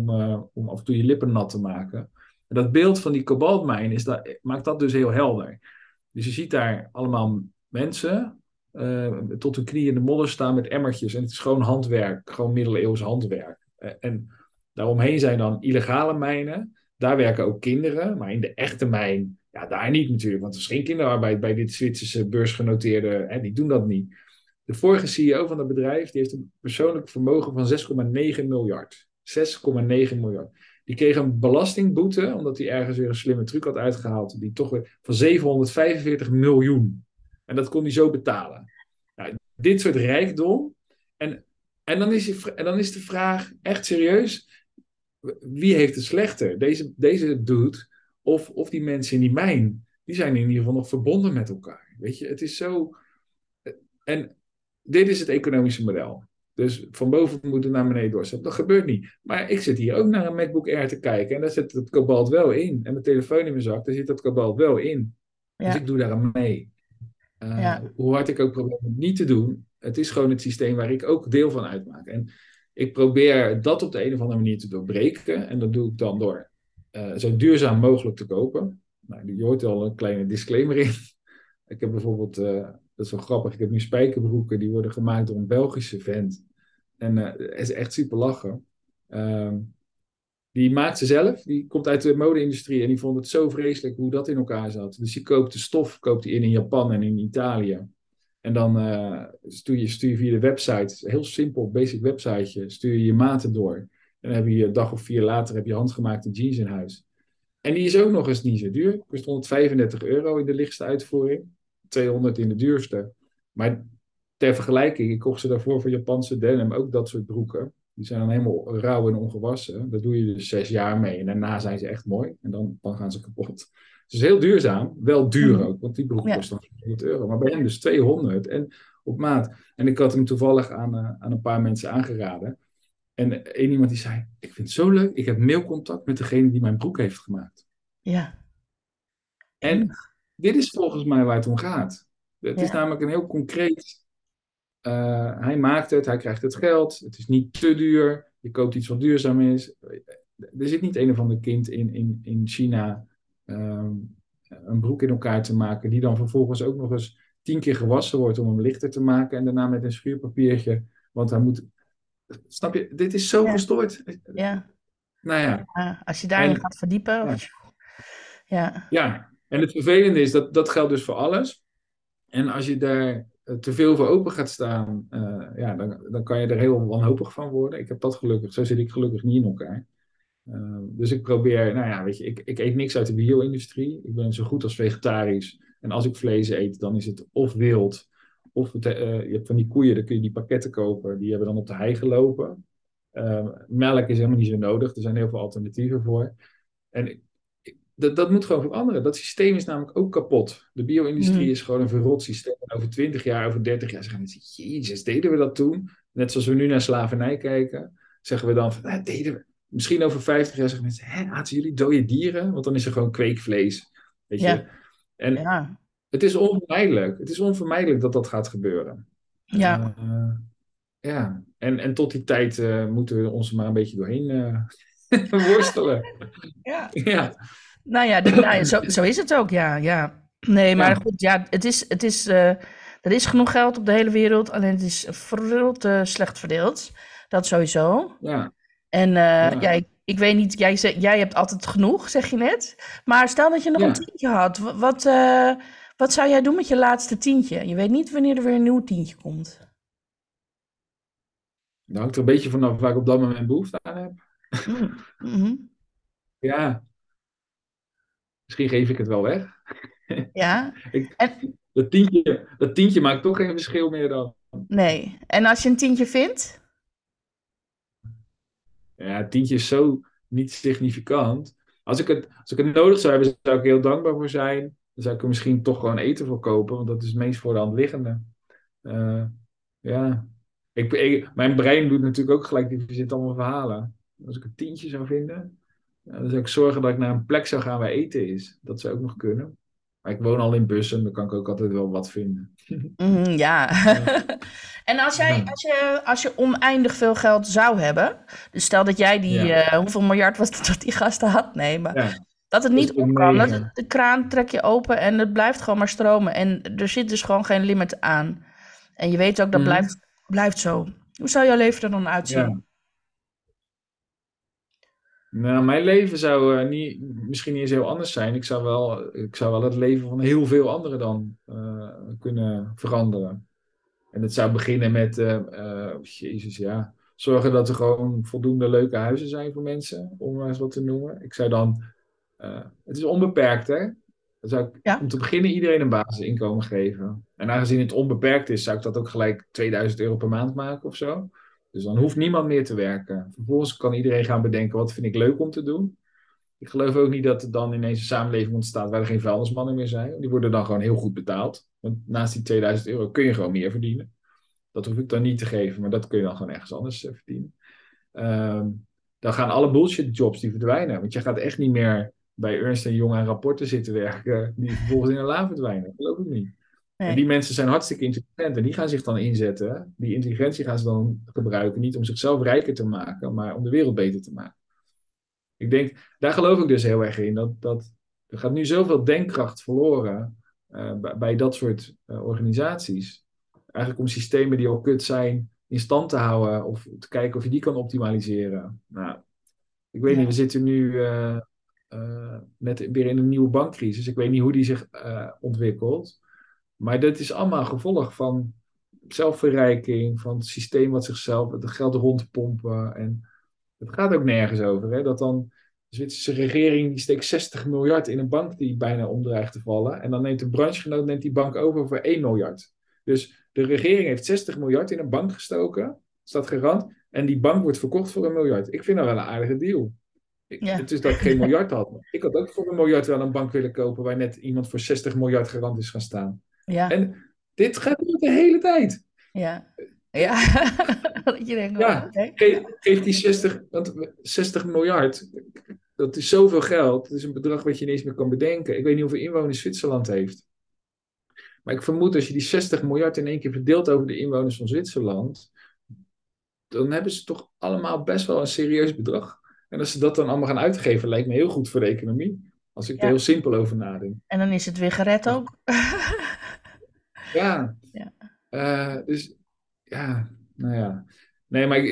om af en toe je lippen nat te maken. En dat beeld van die kobaltmijn maakt dat dus heel helder. Dus je ziet daar allemaal mensen tot hun knieën in de modder staan met emmertjes. En het is gewoon handwerk, gewoon middeleeuws handwerk. En daaromheen zijn dan illegale mijnen. Daar werken ook kinderen, maar in de echte mijn, ja, daar niet natuurlijk. Want er is geen kinderarbeid bij dit Zwitserse beursgenoteerde, die doen dat niet. De vorige CEO van dat bedrijf, die heeft een persoonlijk vermogen van 6,9 miljard. 6,9 miljard. Die kreeg een belastingboete, omdat hij ergens weer een slimme truc had uitgehaald, die toch weer van 745 miljoen. En dat kon hij zo betalen. Nou, dit soort rijkdom. En, en dan is de vraag echt serieus, wie heeft het slechter? Deze dude of die mensen in die mijn? Die zijn in ieder geval nog verbonden met elkaar. Weet je, het is zo. En dit is het economische model. Dus van boven moeten naar beneden doorzetten. Dat gebeurt niet. Maar ik zit hier ook naar een MacBook Air te kijken. En daar zit het kobalt wel in. En mijn telefoon in mijn zak, daar zit dat kobalt wel in. Dus ik Ja. doe daar aan mee. Ja. Hoe hard ik ook probeer het niet te doen. Het is gewoon het systeem waar ik ook deel van uitmaak. En ik probeer dat op de een of andere manier te doorbreken. En dat doe ik dan door zo duurzaam mogelijk te kopen. Nou, je hoort al een kleine disclaimer in. Ik heb bijvoorbeeld, dat is wel grappig, ik heb nu spijkerbroeken die worden gemaakt door een Belgische vent. En het is echt super lachen. Ehm, die maakt ze zelf, die komt uit de mode-industrie en die vond het zo vreselijk hoe dat in elkaar zat. Dus die koopt de stof koopt die in Japan en in Italië. En dan stuur je via de website, een heel simpel, basic websiteje, stuur je je maten door. En dan heb je een dag of 4 later heb je handgemaakte jeans in huis. En die is ook nog eens niet zo duur. Kost 135 euro in de lichtste uitvoering. 200 in de duurste. Maar ter vergelijking, ik kocht ze daarvoor voor Japanse denim ook dat soort broeken. Die zijn dan helemaal rauw en ongewassen. Daar doe je dus 6 jaar mee. En daarna zijn ze echt mooi. En dan gaan ze kapot. Het is heel duurzaam. Wel duur Mhm. ook. Want die broek Ja. kost dan 400 euro. Maar bij hem dus 200. En op maat. En ik had hem toevallig aan een paar mensen aangeraden. En één iemand die zei, ik vind het zo leuk. Ik heb mailcontact met degene die mijn broek heeft gemaakt. Ja. En Enig. dit is volgens mij waar het om gaat. Het is Ja. namelijk een heel concreet. Hij maakt het, hij krijgt het geld. Het is niet te duur. Je koopt iets wat duurzaam is. Er zit niet een of ander kind in China ehm, een broek in elkaar te maken, die dan vervolgens ook nog eens 10 keer gewassen wordt om hem lichter te maken en daarna met een schuurpapiertje. Want hij moet. Snap je? Dit is zo Ja. gestoord. Ja. Nou ja. Ja. Als je daarin En gaat verdiepen. ja, Ja. ja. En het vervelende is dat dat geldt dus voor alles. En als je daar te veel voor open gaat staan, ja, dan kan je er heel wanhopig van worden. Ik heb dat gelukkig, zo zit ik gelukkig niet in elkaar. Dus ik probeer, nou ja, weet je, ik eet niks uit de bio-industrie. Ik ben zo goed als vegetarisch. En als ik vlees eet, dan is het of wild, of je hebt van die koeien, dan kun je die pakketten kopen. Die hebben dan op de hei gelopen. Melk is helemaal niet zo nodig. Er zijn heel veel alternatieven voor. En dat moet gewoon veranderen. Dat systeem is namelijk ook kapot. De bio-industrie Mhm. is gewoon een verrot systeem. En over 20 jaar, over 30 jaar zeggen mensen, jezus, deden we dat toen? Net zoals we nu naar slavernij kijken, zeggen we dan, van, deden we. Misschien over 50 jaar zeggen mensen, aten jullie dode dieren? Want dan is er gewoon kweekvlees. Weet je? Ja. En Ja. het is onvermijdelijk. Het is onvermijdelijk dat dat gaat gebeuren. Ja. Ja, en tot die tijd moeten we ons er maar een beetje doorheen worstelen. Ja. Ja, Nou ja, nou ja, zo is het ook, ja. Ja. Nee, maar ja, goed, ja, er is genoeg geld op de hele wereld, alleen het is verrot slecht verdeeld. Dat sowieso. ja, En ja, ja, ik weet niet, jij hebt altijd genoeg, zeg je net. Maar stel dat je nog een ja. tientje had. Wat zou jij doen met je laatste tientje? Je weet niet wanneer er weer een nieuw tientje komt. Dat hangt er een beetje vanaf waar ik op dat moment behoefte aan heb. Mm, mhm. Ja, misschien geef ik het wel weg. Ja, Ik, en dat tientje maakt toch geen verschil meer dan. nee. En als je een tientje vindt? Ja, het tientje is zo niet significant. Als ik het nodig zou hebben, zou ik er heel dankbaar voor zijn. Dan zou ik er misschien toch gewoon eten voor kopen, want dat is het meest voor de hand liggende. Eh, ja. Mijn brein doet natuurlijk ook gelijk, die verzint allemaal verhalen. Als ik een tientje zou vinden, dan zou ik zorgen dat ik naar een plek zou gaan waar eten is. Dat zou ook nog kunnen. Maar ik woon al in Bussen, dan kan ik ook altijd wel wat vinden. Ja. Ja. En Ja. als je oneindig veel geld zou hebben, dus stel dat jij die, Ja. hoeveel miljard was het dat die gasten had? Nee, maar Ja. dat het Dat is niet punt op kan. Dat negen. de kraan trek je open en het blijft gewoon maar stromen. En er zit dus gewoon geen limit aan. En je weet ook dat Mhm. blijft zo. Hoe zou jouw leven er dan Ja. uitzien? Nou, mijn leven zou misschien niet eens heel anders zijn. Ik zou wel het leven van heel veel anderen dan kunnen veranderen. En het zou beginnen met, Jezus, ja, zorgen dat er gewoon voldoende leuke huizen zijn voor mensen, om maar eens wat te noemen. Ik zou dan, het is onbeperkt, hè? Dan zou ik om Ja? te beginnen iedereen een basisinkomen geven. En aangezien het onbeperkt is, zou ik dat ook gelijk 2000 euro per maand maken of zo. Dus dan hoeft niemand meer te werken. Vervolgens kan iedereen gaan bedenken, wat vind ik leuk om te doen? Ik geloof ook niet dat er dan ineens een samenleving ontstaat waar er geen vuilnismannen meer zijn. Die worden dan gewoon heel goed betaald. Want naast die 2000 euro kun je gewoon meer verdienen. Dat hoef ik dan niet te geven, maar dat kun je dan gewoon ergens anders verdienen. Ehm, Dan gaan alle bullshit jobs die verdwijnen. Want je gaat echt niet meer bij Ernst Young aan rapporten zitten werken die vervolgens in een la verdwijnen. Dat geloof ik niet. En die Nee. mensen zijn hartstikke intelligent en die gaan zich dan inzetten. Die intelligentie gaan ze dan gebruiken, niet om zichzelf rijker te maken, maar om de wereld beter te maken. Ik denk, daar geloof ik dus heel erg in. Er gaat nu zoveel denkkracht verloren bij dat soort organisaties. Eigenlijk om systemen die al kut zijn in stand te houden of te kijken of je die kan optimaliseren. Nou, ik weet niet, we Ja. zitten nu net weer in een nieuwe bankcrisis. Ik weet niet hoe die zich ontwikkelt. Maar dat is allemaal gevolg van zelfverrijking, van het systeem wat zichzelf het geld rondpompen. En het gaat ook nergens over. Hè? Dat dan de Zwitserse regering die steekt 60 miljard in een bank die bijna omdreigt te vallen. En dan neemt de branchegenoot die bank over voor 1 miljard. Dus de regering heeft 60 miljard in een bank gestoken, staat garant. En die bank wordt verkocht voor 1 miljard. Ik vind dat wel een aardige deal. Ja. Het is dat ik geen miljard had. Ik had ook voor 1 miljard wel een bank willen kopen waar net iemand voor 60 miljard garant is gaan staan. Ja. En dit gaat de hele tijd. Ja. Ja. Dat je denkt, oh, Ja, oké. geef die 60, want 60 miljard, dat is zoveel geld. Dat is een bedrag wat je niet eens meer kan bedenken. Ik weet niet hoeveel inwoners Zwitserland heeft. Maar ik vermoed als je die 60 miljard in één keer verdeelt over de inwoners van Zwitserland, dan hebben ze toch allemaal best wel een serieus bedrag. En als ze dat dan allemaal gaan uitgeven, lijkt me heel goed voor de economie. Als ik er heel Ja. simpel over nadenk. En dan is het weer gered ook. Ja, Ja. dus ja, nou ja. Nee, maar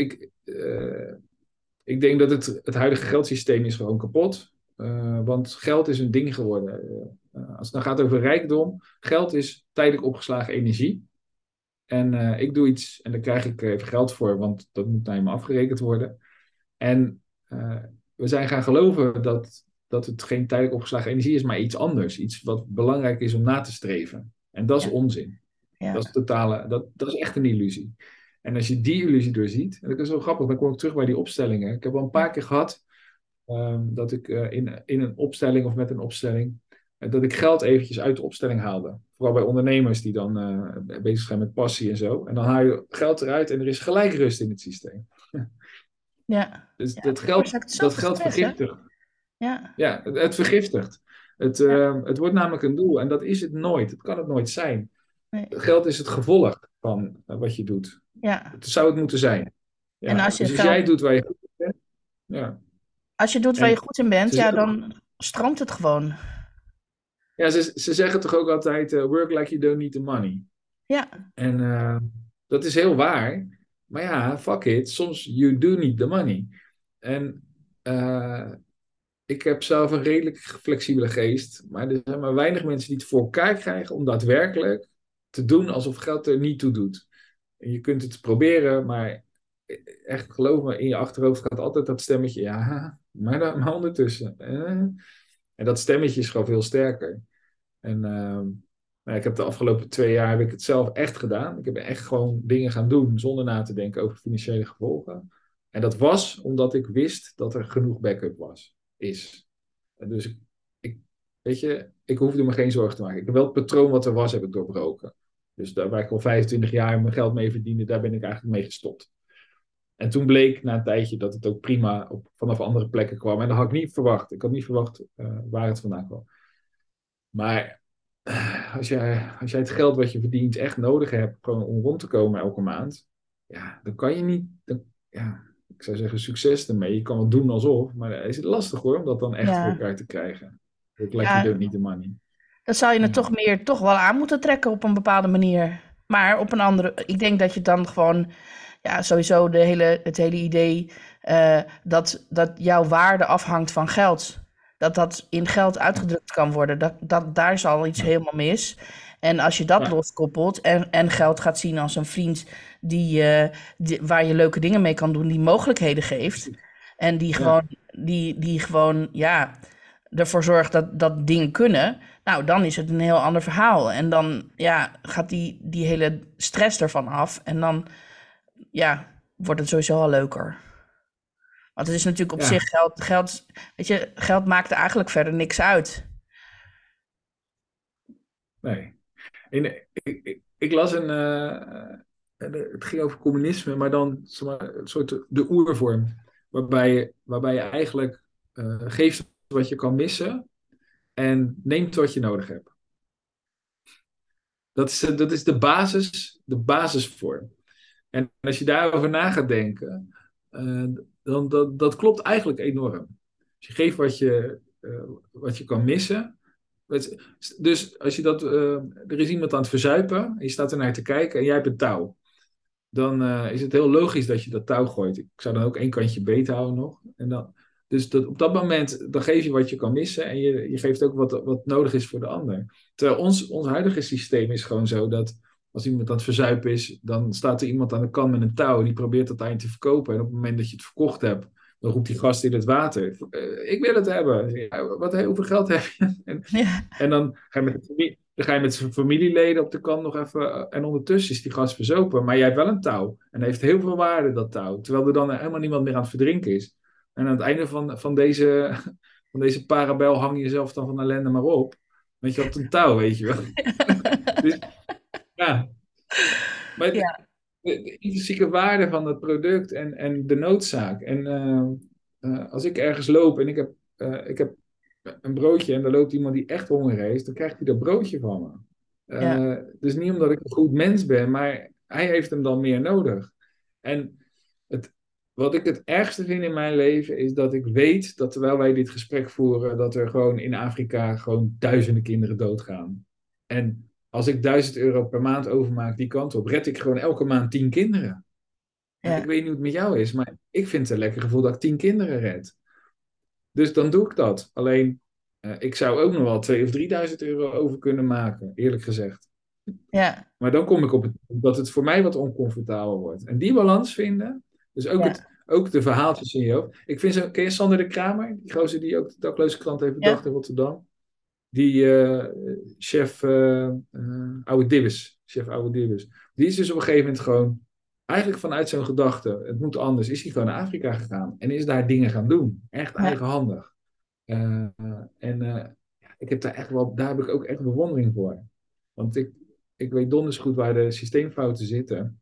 ik denk dat het huidige geldsysteem is gewoon kapot. Want geld is een ding geworden. Als het dan gaat over rijkdom, geld is tijdelijk opgeslagen energie. En ik doe iets en daar krijg ik even geld voor, want dat moet naar me afgerekend worden. En we zijn gaan geloven dat het geen tijdelijk opgeslagen energie is, maar iets anders. Iets wat belangrijk is om na te streven. En dat is Ja. onzin. Ja. Dat is echt een illusie. En als je die illusie doorziet, en dat is zo grappig, dan kom ik terug bij die opstellingen. Ik heb al een paar keer gehad dat ik in een opstelling of met een opstelling, dat ik geld eventjes uit de opstelling haalde. Vooral bij ondernemers die dan bezig zijn met passie en zo. En dan haal je geld eruit en er is gelijk rust in het systeem. Ja. Dus Ja, het veroorzaakt dat zoveel geld stress, hè? vergiftigt. Ja. Ja, het vergiftigt. Ja. Het wordt namelijk een doel en dat is het nooit. Het kan het nooit zijn. Nee. Geld is het gevolg van wat je doet. Ja. Het zou het moeten zijn. En Ja, dus als jij doet waar je goed in bent, ja. als je doet waar je En goed in bent, ze ja, zeggen, dan stroomt het gewoon. ja, ze zeggen toch ook altijd, work like you don't need the money. Ja. En dat is heel waar. Maar ja, fuck it, soms you do need the money. En eh, ik heb zelf een redelijk flexibele geest, maar er zijn maar weinig mensen die het voor elkaar krijgen om daadwerkelijk te doen alsof geld er niet toe doet. En je kunt het proberen, maar echt geloof me, in je achterhoofd gaat altijd dat stemmetje, ja, maar ondertussen. En dat stemmetje is gewoon veel sterker. En nou, ik heb de afgelopen 2 jaar heb ik het zelf echt gedaan. Ik heb echt gewoon dingen gaan doen zonder na te denken over financiële gevolgen. En dat was omdat ik wist dat er genoeg backup is. Dus ik, weet je, ik hoefde me geen zorgen te maken. Ik heb wel het patroon wat er was, heb ik doorbroken. Dus daar waar ik al 25 jaar mijn geld mee verdiende, daar ben ik eigenlijk mee gestopt. En toen bleek na een tijdje dat het ook prima vanaf andere plekken kwam. En dat had ik niet verwacht. Ik had niet verwacht waar het vandaan kwam. Maar als jij het geld wat je verdient echt nodig hebt gewoon om rond te komen elke maand, ja, dan kan je niet. Ja, ik zou zeggen, succes ermee. Je kan het doen alsof, maar dan is het lastig hoor, om dat dan echt voor Ja, elkaar te krijgen. Ook like you ja, don't need the money. dan zou je het Ja, toch wel aan moeten trekken op een bepaalde manier. Maar op een andere, ik denk dat je dan gewoon, ja, sowieso het hele idee dat jouw waarde afhangt van geld. Dat dat in geld ja, uitgedrukt kan worden. Daar is al iets ja, helemaal mis. En als je dat ja, loskoppelt en geld gaat zien als een vriend waar je leuke dingen mee kan doen, die mogelijkheden geeft. precies. En Ja, die gewoon, ja, ervoor zorgt dat dingen kunnen. Nou, dan is het een heel ander verhaal. En dan, ja, gaat die hele stress ervan af. En dan, ja, wordt het sowieso al leuker. Want het is natuurlijk op zich ja, weet je, geld maakt er eigenlijk verder niks uit. nee. Ik las het ging over communisme, maar dan zeg maar, een soort de oervorm. Waarbij je eigenlijk geeft wat je kan missen en neemt wat je nodig hebt. Dat is de basisvorm. En als je daarover na gaat denken, dan dat klopt eigenlijk enorm. Dus je geeft wat je kan missen. Dus als je er is iemand aan het verzuipen, en je staat ernaar te kijken en jij hebt een touw. Dan is het heel logisch dat je dat touw gooit. Ik zou dan ook één kantje beet houden nog. Dus op dat moment, dan geef je wat je kan missen en je geeft ook wat nodig is voor de ander. Terwijl ons huidige systeem is gewoon zo dat als iemand aan het verzuipen is, dan staat er iemand aan de kant met een touw en die probeert dat eind te verkopen. En op het moment dat je het verkocht hebt, dan roept die gast in het water. Ik wil het hebben. Ja, hoeveel geld heb je? Ja, En dan ga je met zijn familieleden op de kant nog even. En ondertussen is die gast verzopen. Maar jij hebt wel een touw. En heeft heel veel waarde, dat touw. Terwijl er dan helemaal niemand meer aan het verdrinken is. En aan het einde van deze parabel hang je jezelf dan van ellende maar op. Want je had een touw, weet je wel. Dus ja, maar ja, de intrinsieke waarde van het product en de noodzaak. En als ik ergens loop en ik heb een broodje en er loopt iemand die echt honger heeft, dan krijgt hij dat broodje van me. ja, Dus niet omdat ik een goed mens ben, maar hij heeft hem dan meer nodig. En het, wat ik het ergste vind in mijn leven is dat ik weet dat terwijl wij dit gesprek voeren, dat er gewoon in Afrika gewoon duizenden kinderen doodgaan. En als ik 1.000 euro per maand overmaak die kant op, red ik gewoon elke maand 10 kinderen. Ja, ik ja, weet niet hoe het met jou is, maar ik vind het een lekker gevoel dat ik 10 kinderen red. Dus dan doe ik dat. Alleen, ik zou ook nog wel 2.000 of 3.000 euro over kunnen maken, eerlijk gezegd. ja, Maar dan kom ik op het punt dat het voor mij wat oncomfortabel wordt. En die balans vinden, dus ook de verhaaltjes in je hoofd. Ken je Sander de Kramer? Die gozer die ook de dakloze krant heeft ja, bedacht in Rotterdam. Die chef Oude Dibbes. Chef Oude Dibbes. Die is dus op een gegeven moment gewoon, eigenlijk vanuit zo'n gedachte, het moet anders, is hij gewoon naar Afrika gegaan. En is daar dingen gaan doen. Echt ja, eigenhandig. Uh, en ja, daar heb ik ook echt bewondering voor. Want ik weet donders goed waar de systeemfouten zitten.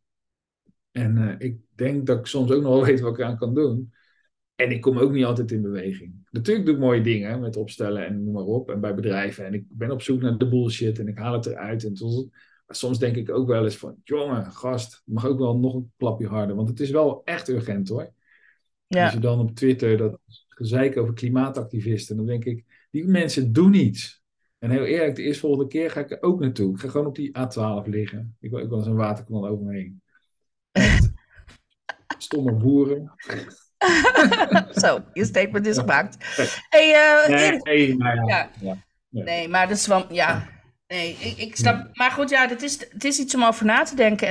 En ik denk dat ik soms ook nog wel weet wat ik eraan kan doen. En ik kom ook niet altijd in beweging. Natuurlijk doe ik mooie dingen met opstellen en noem maar op. En bij bedrijven. En ik ben op zoek naar de bullshit en ik haal het eruit. Maar soms denk ik ook wel eens van, jongen, gast, mag ook wel nog een klapje harder. Want het is wel echt urgent hoor. En als je ja, dan op Twitter dat gezeik over klimaatactivisten, dan denk ik, die mensen doen niets. En heel eerlijk, de eerstvolgende keer ga ik er ook naartoe. Ik ga gewoon op die A12 liggen. Ik wil eens een waterkanon over me heen. Echt stomme boeren. Zo, je statement is Ja. gemaakt. Nee, Hey, nee, Erik, nee, nou ja. ja, Ja, ja, nee, maar dat is wel, ja, ja, nee, ik ja. snap, maar goed, ja, het is iets om over na te denken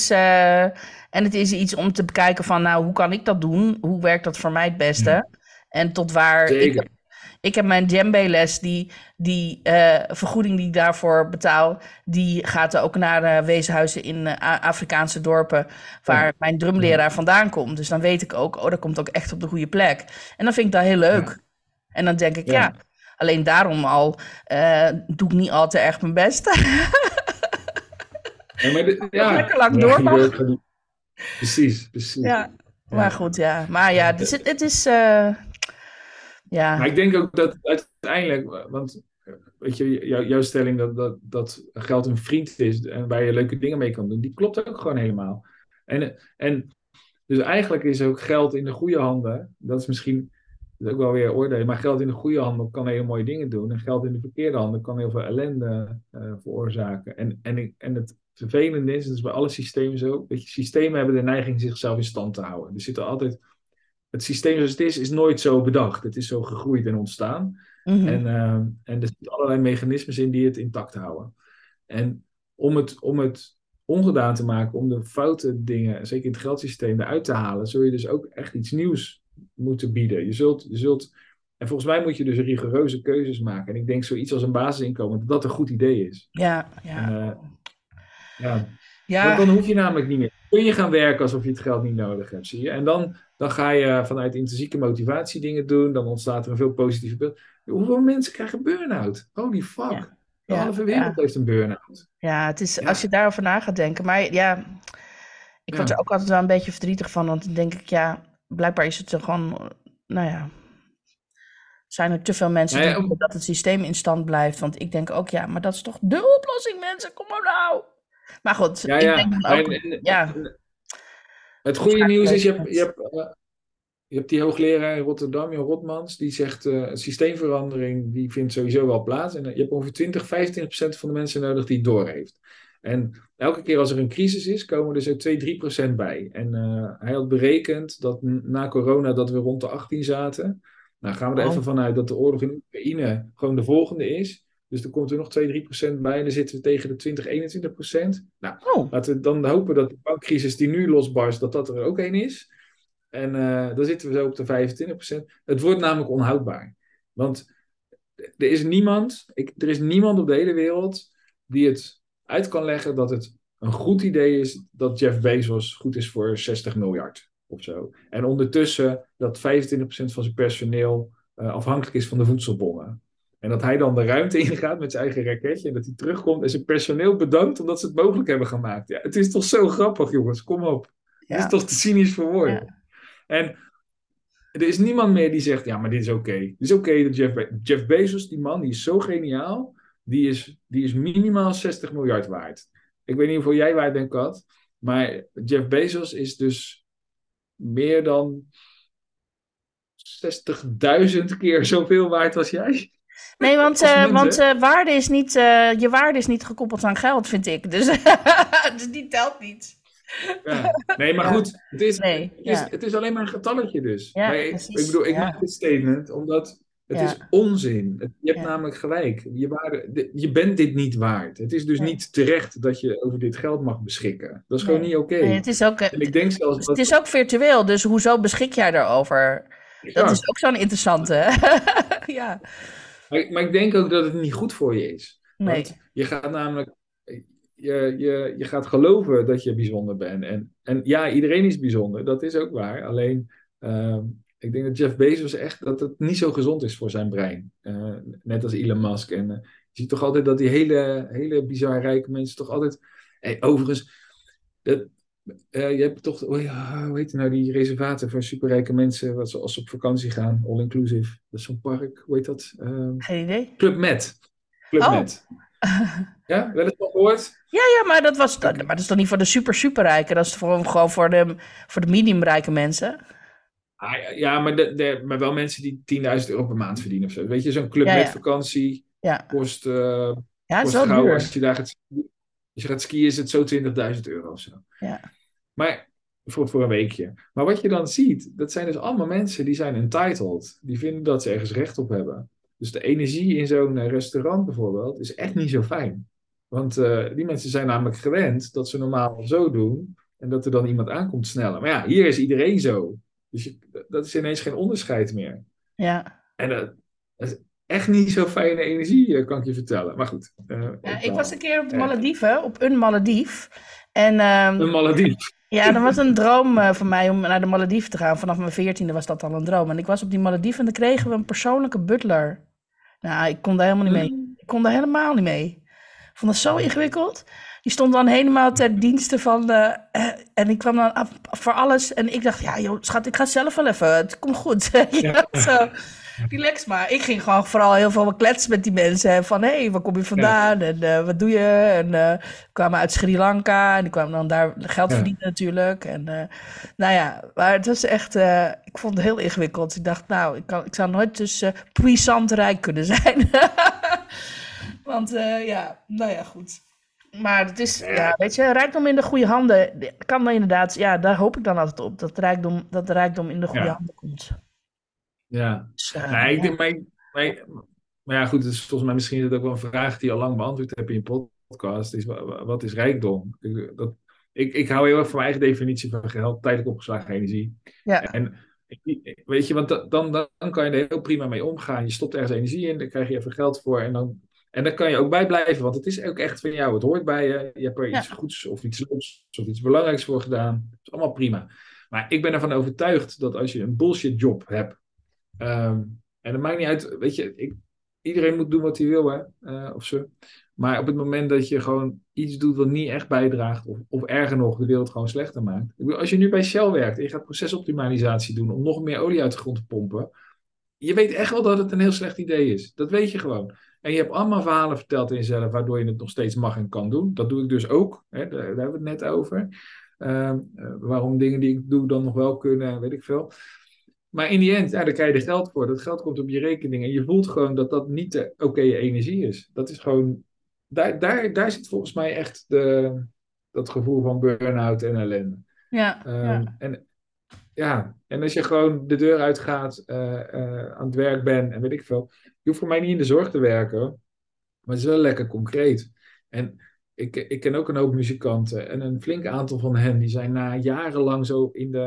en het is iets om te bekijken van, nou, hoe kan ik dat doen? Hoe werkt dat voor mij het Ja. beste? En tot waar, Zeker. ik heb mijn djembe-les, die vergoeding die ik daarvoor betaal, die gaat ook naar weeshuizen in Afrikaanse dorpen Ja, waar mijn ja, drumleraar vandaan komt. Dus dan weet ik ook, oh, dat komt ook echt op de goede plek. En dan vind ik dat heel ja, leuk. En dan denk ik, ja, ja. Alleen daarom al doe ik niet al te erg mijn best. Ja, maar Nog lekker lang ja, door je wil mag. ook precies, precies. Ja, maar Ja. goed, ja. Maar ja, het is Maar ja. ik denk ook dat uiteindelijk, want weet je, jouw stelling dat geld een vriend is en waar je leuke dingen mee kan doen, die klopt ook gewoon helemaal. En dus eigenlijk is ook geld in de goede handen, dat is misschien dat is ook wel weer oordeel, maar geld in de goede handen kan hele mooie dingen doen en geld in de verkeerde handen kan heel veel ellende veroorzaken. En het vervelende is, dat is bij alle systemen zo, dat je, systemen hebben de neiging zichzelf in stand te houden. Er zitten altijd het systeem zoals het is nooit zo bedacht. Het is zo gegroeid en ontstaan. Mhm. En er zitten allerlei mechanismes in die het intact houden. En om het ongedaan te maken, om de foute dingen, zeker in het geldsysteem, eruit te halen, zul je dus ook echt iets nieuws moeten bieden. En volgens mij moet je dus rigoureuze keuzes maken. En ik denk zoiets als een basisinkomen, dat dat een goed idee is. Ja, En ja. ja, want Ja, dan hoef je namelijk niet meer. Kun je gaan werken alsof je het geld niet nodig hebt, zie je. En dan ga je vanuit intrinsieke motivatie dingen doen. Dan ontstaat er een veel positieve beeld. Hoeveel mensen krijgen burn-out? Holy fuck. ja, De ja, halve wereld ja. heeft een burn-out. Ja, het is als je Ja, daarover na gaat denken. Maar ja, ik word er ja. ook altijd wel een beetje verdrietig van. Want dan denk ik, ja, blijkbaar is het er gewoon, nou ja, zijn er te veel mensen Nou die ja, willen dat het systeem in stand blijft. Want ik denk ook, ja, maar dat is toch de oplossing, mensen, kom maar nou. Maar goed, ja, ik denk ja. dan Maar ook, ja, het goede nieuws is, waarschijnlijk leuk. je hebt die hoogleraar in Rotterdam, Jan Rotmans, die zegt systeemverandering, die vindt sowieso wel plaats. En je hebt ongeveer 20-25% van de mensen nodig die het doorheeft. En elke keer als er een crisis is, komen er zo 2-3% bij. En hij had berekend dat na corona dat we rond de 18 zaten. Nou gaan we er even Oh, vanuit dat de oorlog in Oekraïne gewoon de volgende is. Dus er komt er nog 2-3% bij en dan zitten we tegen de 20-21%. Nou, oh, laten we dan hopen dat de bankcrisis die nu losbarst, dat dat er ook één is. En dan zitten we zo op de 25%. Het wordt namelijk onhoudbaar. Want er is niemand op de hele wereld die het uit kan leggen dat het een goed idee is dat Jeff Bezos goed is voor 60 miljard of zo. En ondertussen dat 25% van zijn personeel afhankelijk is van de voedselbonnen. En dat hij dan de ruimte ingaat met zijn eigen raketje en dat hij terugkomt en zijn personeel bedankt omdat ze het mogelijk hebben gemaakt. Ja, het is toch zo grappig, jongens. Kom op. Het is ja, toch te cynisch voor woorden. ja. En er is niemand meer die zegt, ja, maar dit is oké. Het is oké dat Jeff Bezos, die man, die is zo geniaal. Die is minimaal 60 miljard waard. Ik weet niet hoeveel jij waard bent, Kat. Maar Jeff Bezos is dus meer dan 60.000 keer zoveel waard als jij. Nee, want, Als mens, hè? waarde is niet, je waarde is niet gekoppeld aan geld, vind ik. Dus, dus die telt niet. Ja. Nee, maar Ja, goed, het is, nee, het is, ja, het is alleen maar een getalletje dus. ja, Maar ik precies. bedoel, ik maak Ja, dit statement omdat het is ja, onzin. Je hebt ja. namelijk gelijk. Je bent dit niet waard. Het is dus Nee, niet terecht dat je over dit geld mag beschikken. Dat is gewoon niet nee. oké. Nee, het is ook, En ik denk zelfs het dat... is ook virtueel, dus hoezo beschik jij daarover? Dat is Exact. ook zo'n interessante. Hè? Ja, Maar ik denk ook dat het niet goed voor je is. nee. Want je gaat namelijk... Je gaat geloven dat je bijzonder bent. En ja, iedereen is bijzonder. Dat is ook waar. Alleen... ik denk dat Jeff Bezos echt dat het niet zo gezond is voor zijn brein. Net als Elon Musk. En je ziet toch altijd dat die hele, hele bizar rijke mensen toch altijd. Hey, overigens, dat, je hebt toch, hoe heet het nou, die reservaten voor superrijke mensen, als ze op vakantie gaan, all inclusive. Dat is zo'n park, hoe heet dat? Geen idee. Club Med. Club Oh. Med. Ja, wel eens van gehoord? Ja, ja, maar maar dat is toch niet voor de super rijken? Dat is gewoon voor de mediumrijke mensen? Ja, maar wel mensen die 10.000 euro per maand verdienen of zo. Weet je, zo'n Club Ja, Med ja, vakantie ja. kost, Ja, het is kost wel gauw, als duur. je daar gaat skiën, is het zo 20.000 euro of zo. Ja, Maar voor een weekje. Maar wat je dan ziet, dat zijn dus allemaal mensen die zijn entitled. Die vinden dat ze ergens recht op hebben. Dus de energie in zo'n restaurant bijvoorbeeld is echt niet zo fijn. Want die mensen zijn namelijk gewend dat ze normaal zo doen. En dat er dan iemand aankomt sneller. Maar ja, hier is iedereen zo. Dus dat is ineens geen onderscheid meer. ja. En dat is echt niet zo fijne energie, kan ik je vertellen. Maar goed, Ja, ook ik was wel een keer op de erg. Malediven, op een Maledief. En Een Maledief. ja, dat was een droom van mij om naar de Malediven te gaan. Vanaf mijn 14e was dat al een droom. En ik was op die Malediven en dan kregen we een persoonlijke butler. Nou, ik kon daar helemaal niet mee. Hm? Ik kon daar helemaal niet mee. Ik vond dat zo ingewikkeld. Die stond dan helemaal ter dienste van de... en ik kwam dan af voor alles. En ik dacht, ja joh, schat, ik ga zelf wel even. Het komt goed. Ja. Ja, zo. Relax maar. Ik ging gewoon vooral heel veel kletsen met die mensen. Van, hé, hey, waar kom je Ja. vandaan? En wat doe je? En we kwamen uit Sri Lanka. En die kwamen dan daar geld Ja. verdienen natuurlijk. En nou ja, maar het was echt... ik vond het heel ingewikkeld. Ik dacht, nou, ik zou nooit dus puissant rijk kunnen zijn. Want ja, nou ja, goed. Maar het is, ja, Ja. weet je, rijkdom in de goede handen kan dan inderdaad, ja, daar hoop ik dan altijd op. Dat de rijkdom in de goede Ja. handen komt. Ja. Dus, Nee, ik ja. denk, maar, maar ja, goed, dus volgens mij misschien is het ook wel een vraag die je al lang beantwoord hebt in je podcast. Is, wat is rijkdom? Ik hou heel erg van mijn eigen definitie van geld, tijdelijk opgeslagen energie. Ja, En weet je, want dan kan je er heel prima mee omgaan. Je stopt ergens energie in, daar krijg je even geld voor en dan kan je ook bij blijven, want het is ook echt van jou. Het hoort bij je. Je hebt er iets ja, goeds of iets leuks of iets belangrijks voor gedaan. Het is allemaal prima. Maar ik ben ervan overtuigd dat als je een bullshit job hebt, en het maakt niet uit, weet je, iedereen moet doen wat hij wil, hè, of zo. Maar op het moment dat je gewoon iets doet wat niet echt bijdraagt, of erger nog, de wereld gewoon slechter maakt. Ik bedoel, als je nu bij Shell werkt en je gaat procesoptimalisatie doen om nog meer olie uit de grond te pompen, je weet echt wel dat het een heel slecht idee is. Dat weet je gewoon. En je hebt allemaal verhalen verteld in jezelf, waardoor je het nog steeds mag en kan doen. Dat doe ik dus ook, hè, daar hebben we het net over. Waarom dingen die ik doe dan nog wel kunnen, weet ik veel. Maar in die end, ja, daar krijg je er geld voor. Dat geld komt op je rekening. En je voelt gewoon dat dat niet de oké energie is. Dat is gewoon. Daar zit volgens mij echt dat gevoel van burn-out en ellende. ja, ja, En ja, en als je gewoon de deur uitgaat, aan het werk bent en weet ik veel. Je hoeft voor mij niet in de zorg te werken, maar het is wel lekker concreet. En ik ken ook een hoop muzikanten. En een flink aantal van hen die zijn na jarenlang zo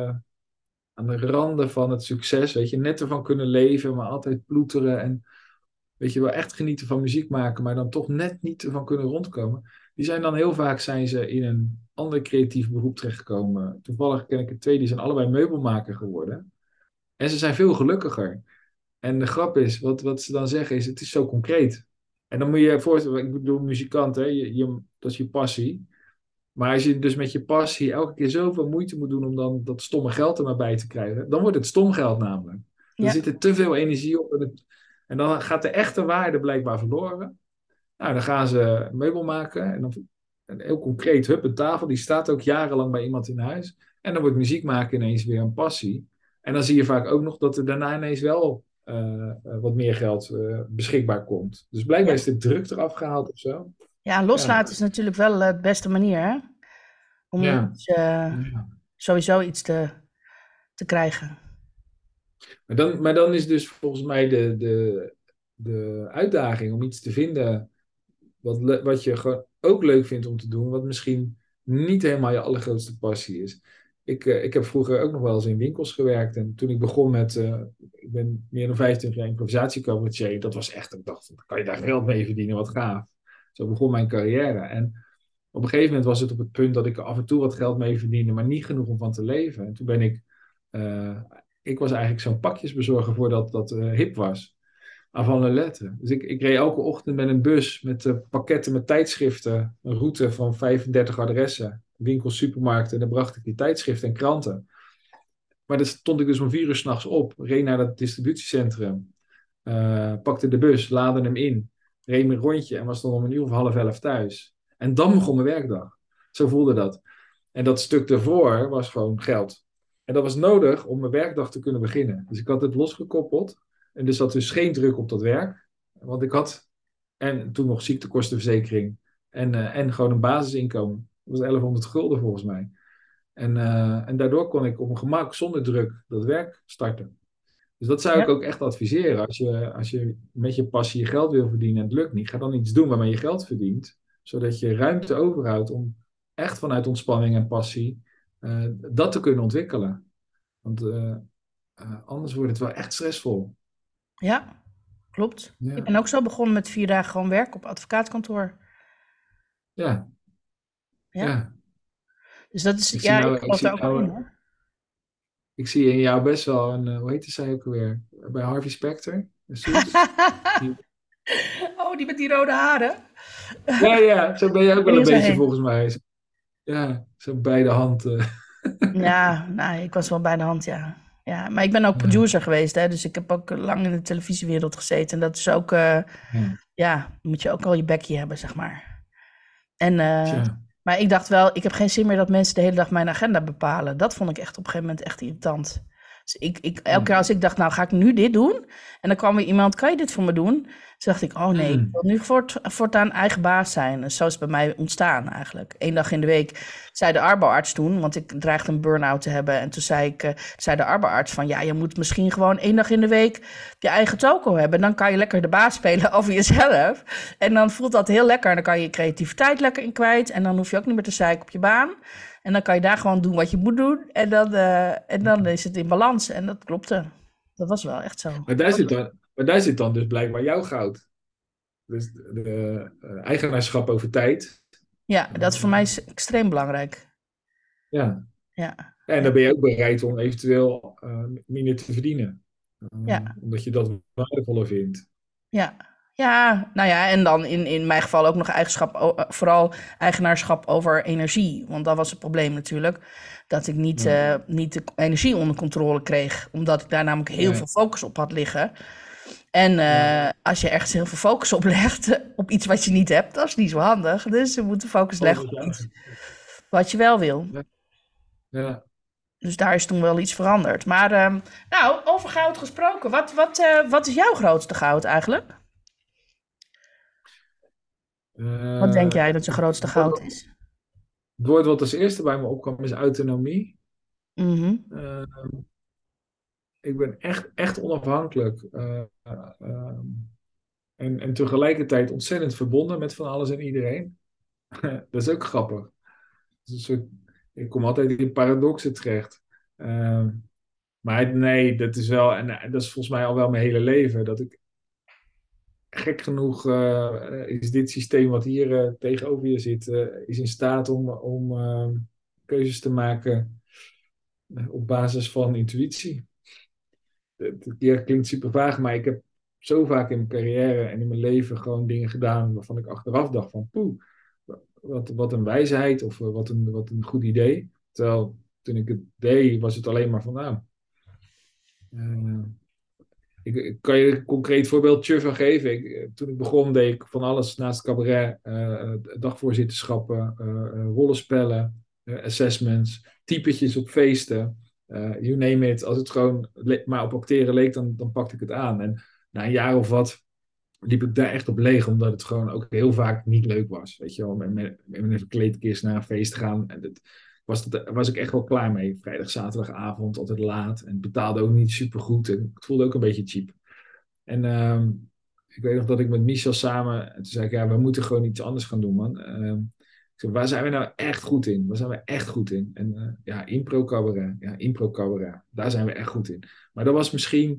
aan de randen van het succes, weet je, net ervan kunnen leven, maar altijd ploeteren en weet je wel, echt genieten van muziek maken, maar dan toch net niet ervan kunnen rondkomen. Die zijn dan heel vaak zijn ze in een ander creatief beroep terechtgekomen. Toevallig ken ik er twee, die zijn allebei meubelmaker geworden. En ze zijn veel gelukkiger. En de grap is, wat ze dan zeggen is, het is zo concreet. En dan moet je je voorstellen, ik bedoel muzikant, hè, dat is je passie. Maar als je dus met je passie elke keer zoveel moeite moet doen om dan dat stomme geld er maar bij te krijgen, dan wordt het stom geld namelijk. Dan ja, zit er te veel energie op en dan gaat de echte waarde blijkbaar verloren. Nou, dan gaan ze meubel maken en dan een heel concreet, hup, een tafel, die staat ook jarenlang bij iemand in huis. En dan wordt muziek maken ineens weer een passie. En dan zie je vaak ook nog dat er daarna ineens wel wat meer geld beschikbaar komt. Dus blijkbaar ja. is de druk eraf gehaald of zo. Ja, Ja, loslaten is natuurlijk wel de beste manier, hè? Om ja. iets, Ja. sowieso iets te krijgen. Maar dan is dus volgens mij de uitdaging om iets te vinden wat je gewoon ook leuk vindt om te doen, wat misschien niet helemaal je allergrootste passie is. Ik heb vroeger ook nog wel eens in winkels gewerkt en toen ik begon met, ik ben meer dan 25 jaar improvisatiecabaretier, dat was echt, ik dacht, kan je daar geld mee verdienen, wat gaaf. Zo begon mijn carrière en op een gegeven moment was het op het punt dat ik er af en toe wat geld mee verdiende, maar niet genoeg om van te leven. En toen ben eh, ik was eigenlijk zo'n pakjesbezorger voordat dat hip was. Avant la lettre. Dus ik reed elke ochtend met een bus met pakketten met tijdschriften. Een route van 35 adressen. Winkels, supermarkten. En dan bracht ik die tijdschriften en kranten. Maar dan stond ik dus om 4 uur s'nachts op. Reed naar dat distributiecentrum. Pakte de bus, laadde hem in. Reed mijn rondje en was dan om 1 uur of half 11 thuis. En dan begon mijn werkdag. Zo voelde dat. En dat stuk ervoor was gewoon geld. En dat was nodig om mijn werkdag te kunnen beginnen. Dus ik had het losgekoppeld. En dus had dus geen druk op dat werk. Want ik had, en toen nog ziektekostenverzekering. En gewoon een basisinkomen. Dat was 1100 gulden volgens mij. En daardoor kon ik op een gemak, zonder druk, dat werk starten. Dus dat zou ik Ja, ook echt adviseren. Als je met je passie je geld wil verdienen en het lukt niet, ga dan iets doen waarmee je geld verdient. Zodat je ruimte overhoudt om echt vanuit ontspanning en passie dat te kunnen ontwikkelen. Want anders wordt het wel echt stressvol. ja, klopt. Ik Ja, ben ook zo begonnen met 4 dagen gewoon werken op advocaatkantoor. ja, Ja, ja. dus dat is, Ik zie ja, ik jou, ik geloof daar zie ook wel in, jou, hoor. ik zie in jou best wel een, hoe heet zij ook alweer? Bij Harvey Specter, Suits. Oh, die met die rode haren. Ja, ja, zo ben je ook En wel die een is beetje erheen. volgens mij. Ja, zo bij de hand. Ja, nou, ik was wel bij de hand, ja. Ja, maar ik ben ook Ja, producer geweest, hè, dus ik heb ook lang in de televisiewereld gezeten. En dat is ook, ja, ja, moet je ook wel je bekje hebben, zeg maar. En, tja. maar ik dacht wel, ik heb geen zin meer dat mensen de hele dag mijn agenda bepalen. Dat vond ik echt op een gegeven moment echt irritant. Dus elke keer als ik dacht, nou ga ik nu dit doen? En dan kwam weer iemand, kan je dit voor me doen? Toen dacht ik, oh nee, ik Mm. wil nu voortaan eigen baas zijn. En zo is het bij mij ontstaan eigenlijk. Eén dag in de week zei de arboarts toen, want ik dreigde een burn-out te hebben. En toen zei de arboarts van, ja, je moet misschien gewoon 1 dag in de week je eigen toko hebben. Dan kan je lekker de baas spelen over jezelf. En dan voelt dat heel lekker. En dan kan je je creativiteit lekker in kwijt. En dan hoef je ook niet meer te zeiken op je baan. En dan kan je daar gewoon doen wat je moet doen. En dan is het in balans. En dat klopte. Dat was wel echt zo. Maar daar zit dan dus blijkbaar jouw goud. Dus eigenaarschap over tijd. Ja, dat is voor mij Eh, extreem belangrijk. ja. Ja, En ja, dan ben je ook bereid om eventueel minder te verdienen. ja, Omdat je dat waardevoller vindt. ja. Ja, nou ja, en dan in mijn geval ook nog vooral eigenaarschap over energie. Want dat was het probleem natuurlijk. Dat ik Ja. niet de energie onder controle kreeg. Omdat ik daar namelijk heel Ja. veel focus op had liggen. En Ja. als je ergens heel veel focus op legt, op iets wat je niet hebt, dat is niet zo handig. Dus je moet de focus Oh, leggen dat is op iets aardig. wat je wel wil. Ja. Ja. Dus daar is toen wel iets veranderd. Maar nou, over goud gesproken. Wat is jouw grootste goud eigenlijk? Wat denk Eh, jij dat je grootste het woord goud wat is? het woord wat als eerste bij me opkwam is autonomie. Mhm. Eh, ik ben echt, echt onafhankelijk. En tegelijkertijd ontzettend verbonden met van alles en iedereen. Dat is ook grappig. Het is een soort, ik kom altijd in paradoxen terecht. Uh, maar nee, dat is wel, en dat is volgens mij al wel mijn hele leven. Dat ik gek genoeg is dit systeem wat hier tegenover je zit, is in staat om keuzes te maken op basis van intuïtie. Ja, klinkt super vaag, maar ik heb zo vaak in mijn carrière en in mijn leven gewoon dingen gedaan waarvan ik achteraf dacht van poeh, wat een wijsheid of wat een goed idee. Terwijl toen ik het deed, was het alleen maar van nou, uh, ik kan je een concreet voorbeeldje van geven. Toen ik begon deed ik van alles naast cabaret, dagvoorzitterschappen, rollenspellen, assessments, typetjes op feesten, you name it. Als het gewoon maar op acteren leek, dan pakte ik het aan. En na een jaar of wat liep ik daar echt op leeg, omdat het gewoon ook heel vaak niet leuk was. Weet je wel, met een verkleedkist naar een feest gaan. En was ik echt wel klaar mee. Vrijdag, zaterdagavond, altijd laat. En betaalde ook niet super goed. En het voelde ook een beetje cheap. En ik weet nog dat ik met Michel samen. En toen zei ik, ja, we moeten gewoon iets anders gaan doen, man. Ik zei, waar zijn we nou echt goed in? Waar zijn we echt goed in? En ja, impro-cabaret. Ja, impro-cabaret. Daar zijn we echt goed in. Maar dat was misschien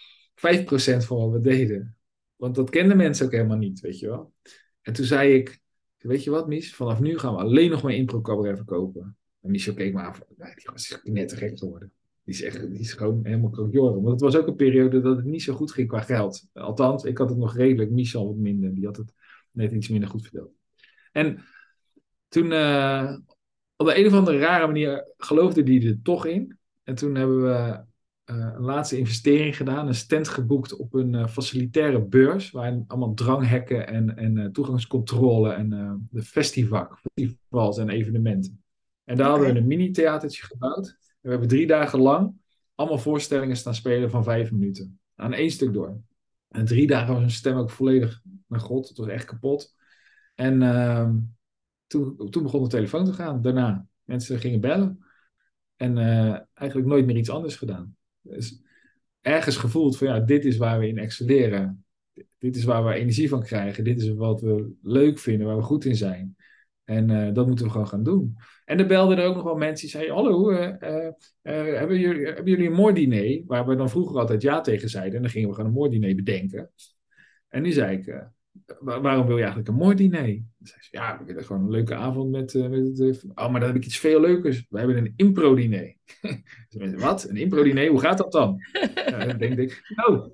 5% van wat we deden. Want dat kenden mensen ook helemaal niet, weet je wel. En toen zei ik, weet je wat, Mies? Vanaf nu gaan we alleen nog maar impro-cabaret verkopen. En Michel keek me aan van, nee, die was net te gek geworden. Die is gewoon helemaal krankjoren. Want het was ook een periode dat het niet zo goed ging qua geld. Althans, ik had het nog redelijk. Michel wat minder. Die had het net iets minder goed verdeeld. En toen, op de een of andere rare manier, geloofde die er toch in. En toen hebben we een laatste investering gedaan. Een stand geboekt op een facilitaire beurs. Waar allemaal dranghekken en toegangscontrole en de festivals en evenementen. En daar hadden Oké. we een mini-theatertje gebouwd. En we hebben 3 dagen lang allemaal voorstellingen staan spelen van 5 minuten. Aan één stuk door. En 3 dagen was mijn stem ook volledig naar God. Het was echt kapot. En toen begon de telefoon te gaan. Daarna. Mensen gingen bellen. En eigenlijk nooit meer iets anders gedaan. Dus ergens gevoeld van ja, dit is waar we in excelleren. Dit is waar we energie van krijgen. Dit is wat we leuk vinden, waar we goed in zijn. En dat moeten we gewoon gaan doen. En er belden er ook nog wel mensen die zeiden: hallo, hebben jullie een moorddiner? Waar we dan vroeger altijd ja tegen zeiden. En dan gingen we gewoon een moorddiner bedenken. En nu zei ik: waarom wil je eigenlijk een mooi diner? Dan zei ze, ja, we willen gewoon een leuke avond oh, maar dan heb ik iets veel leukers. We hebben een impro-diner. Dus mensen, wat? Een impro-diner? Hoe gaat dat dan? Ja, dan denk ik, nou,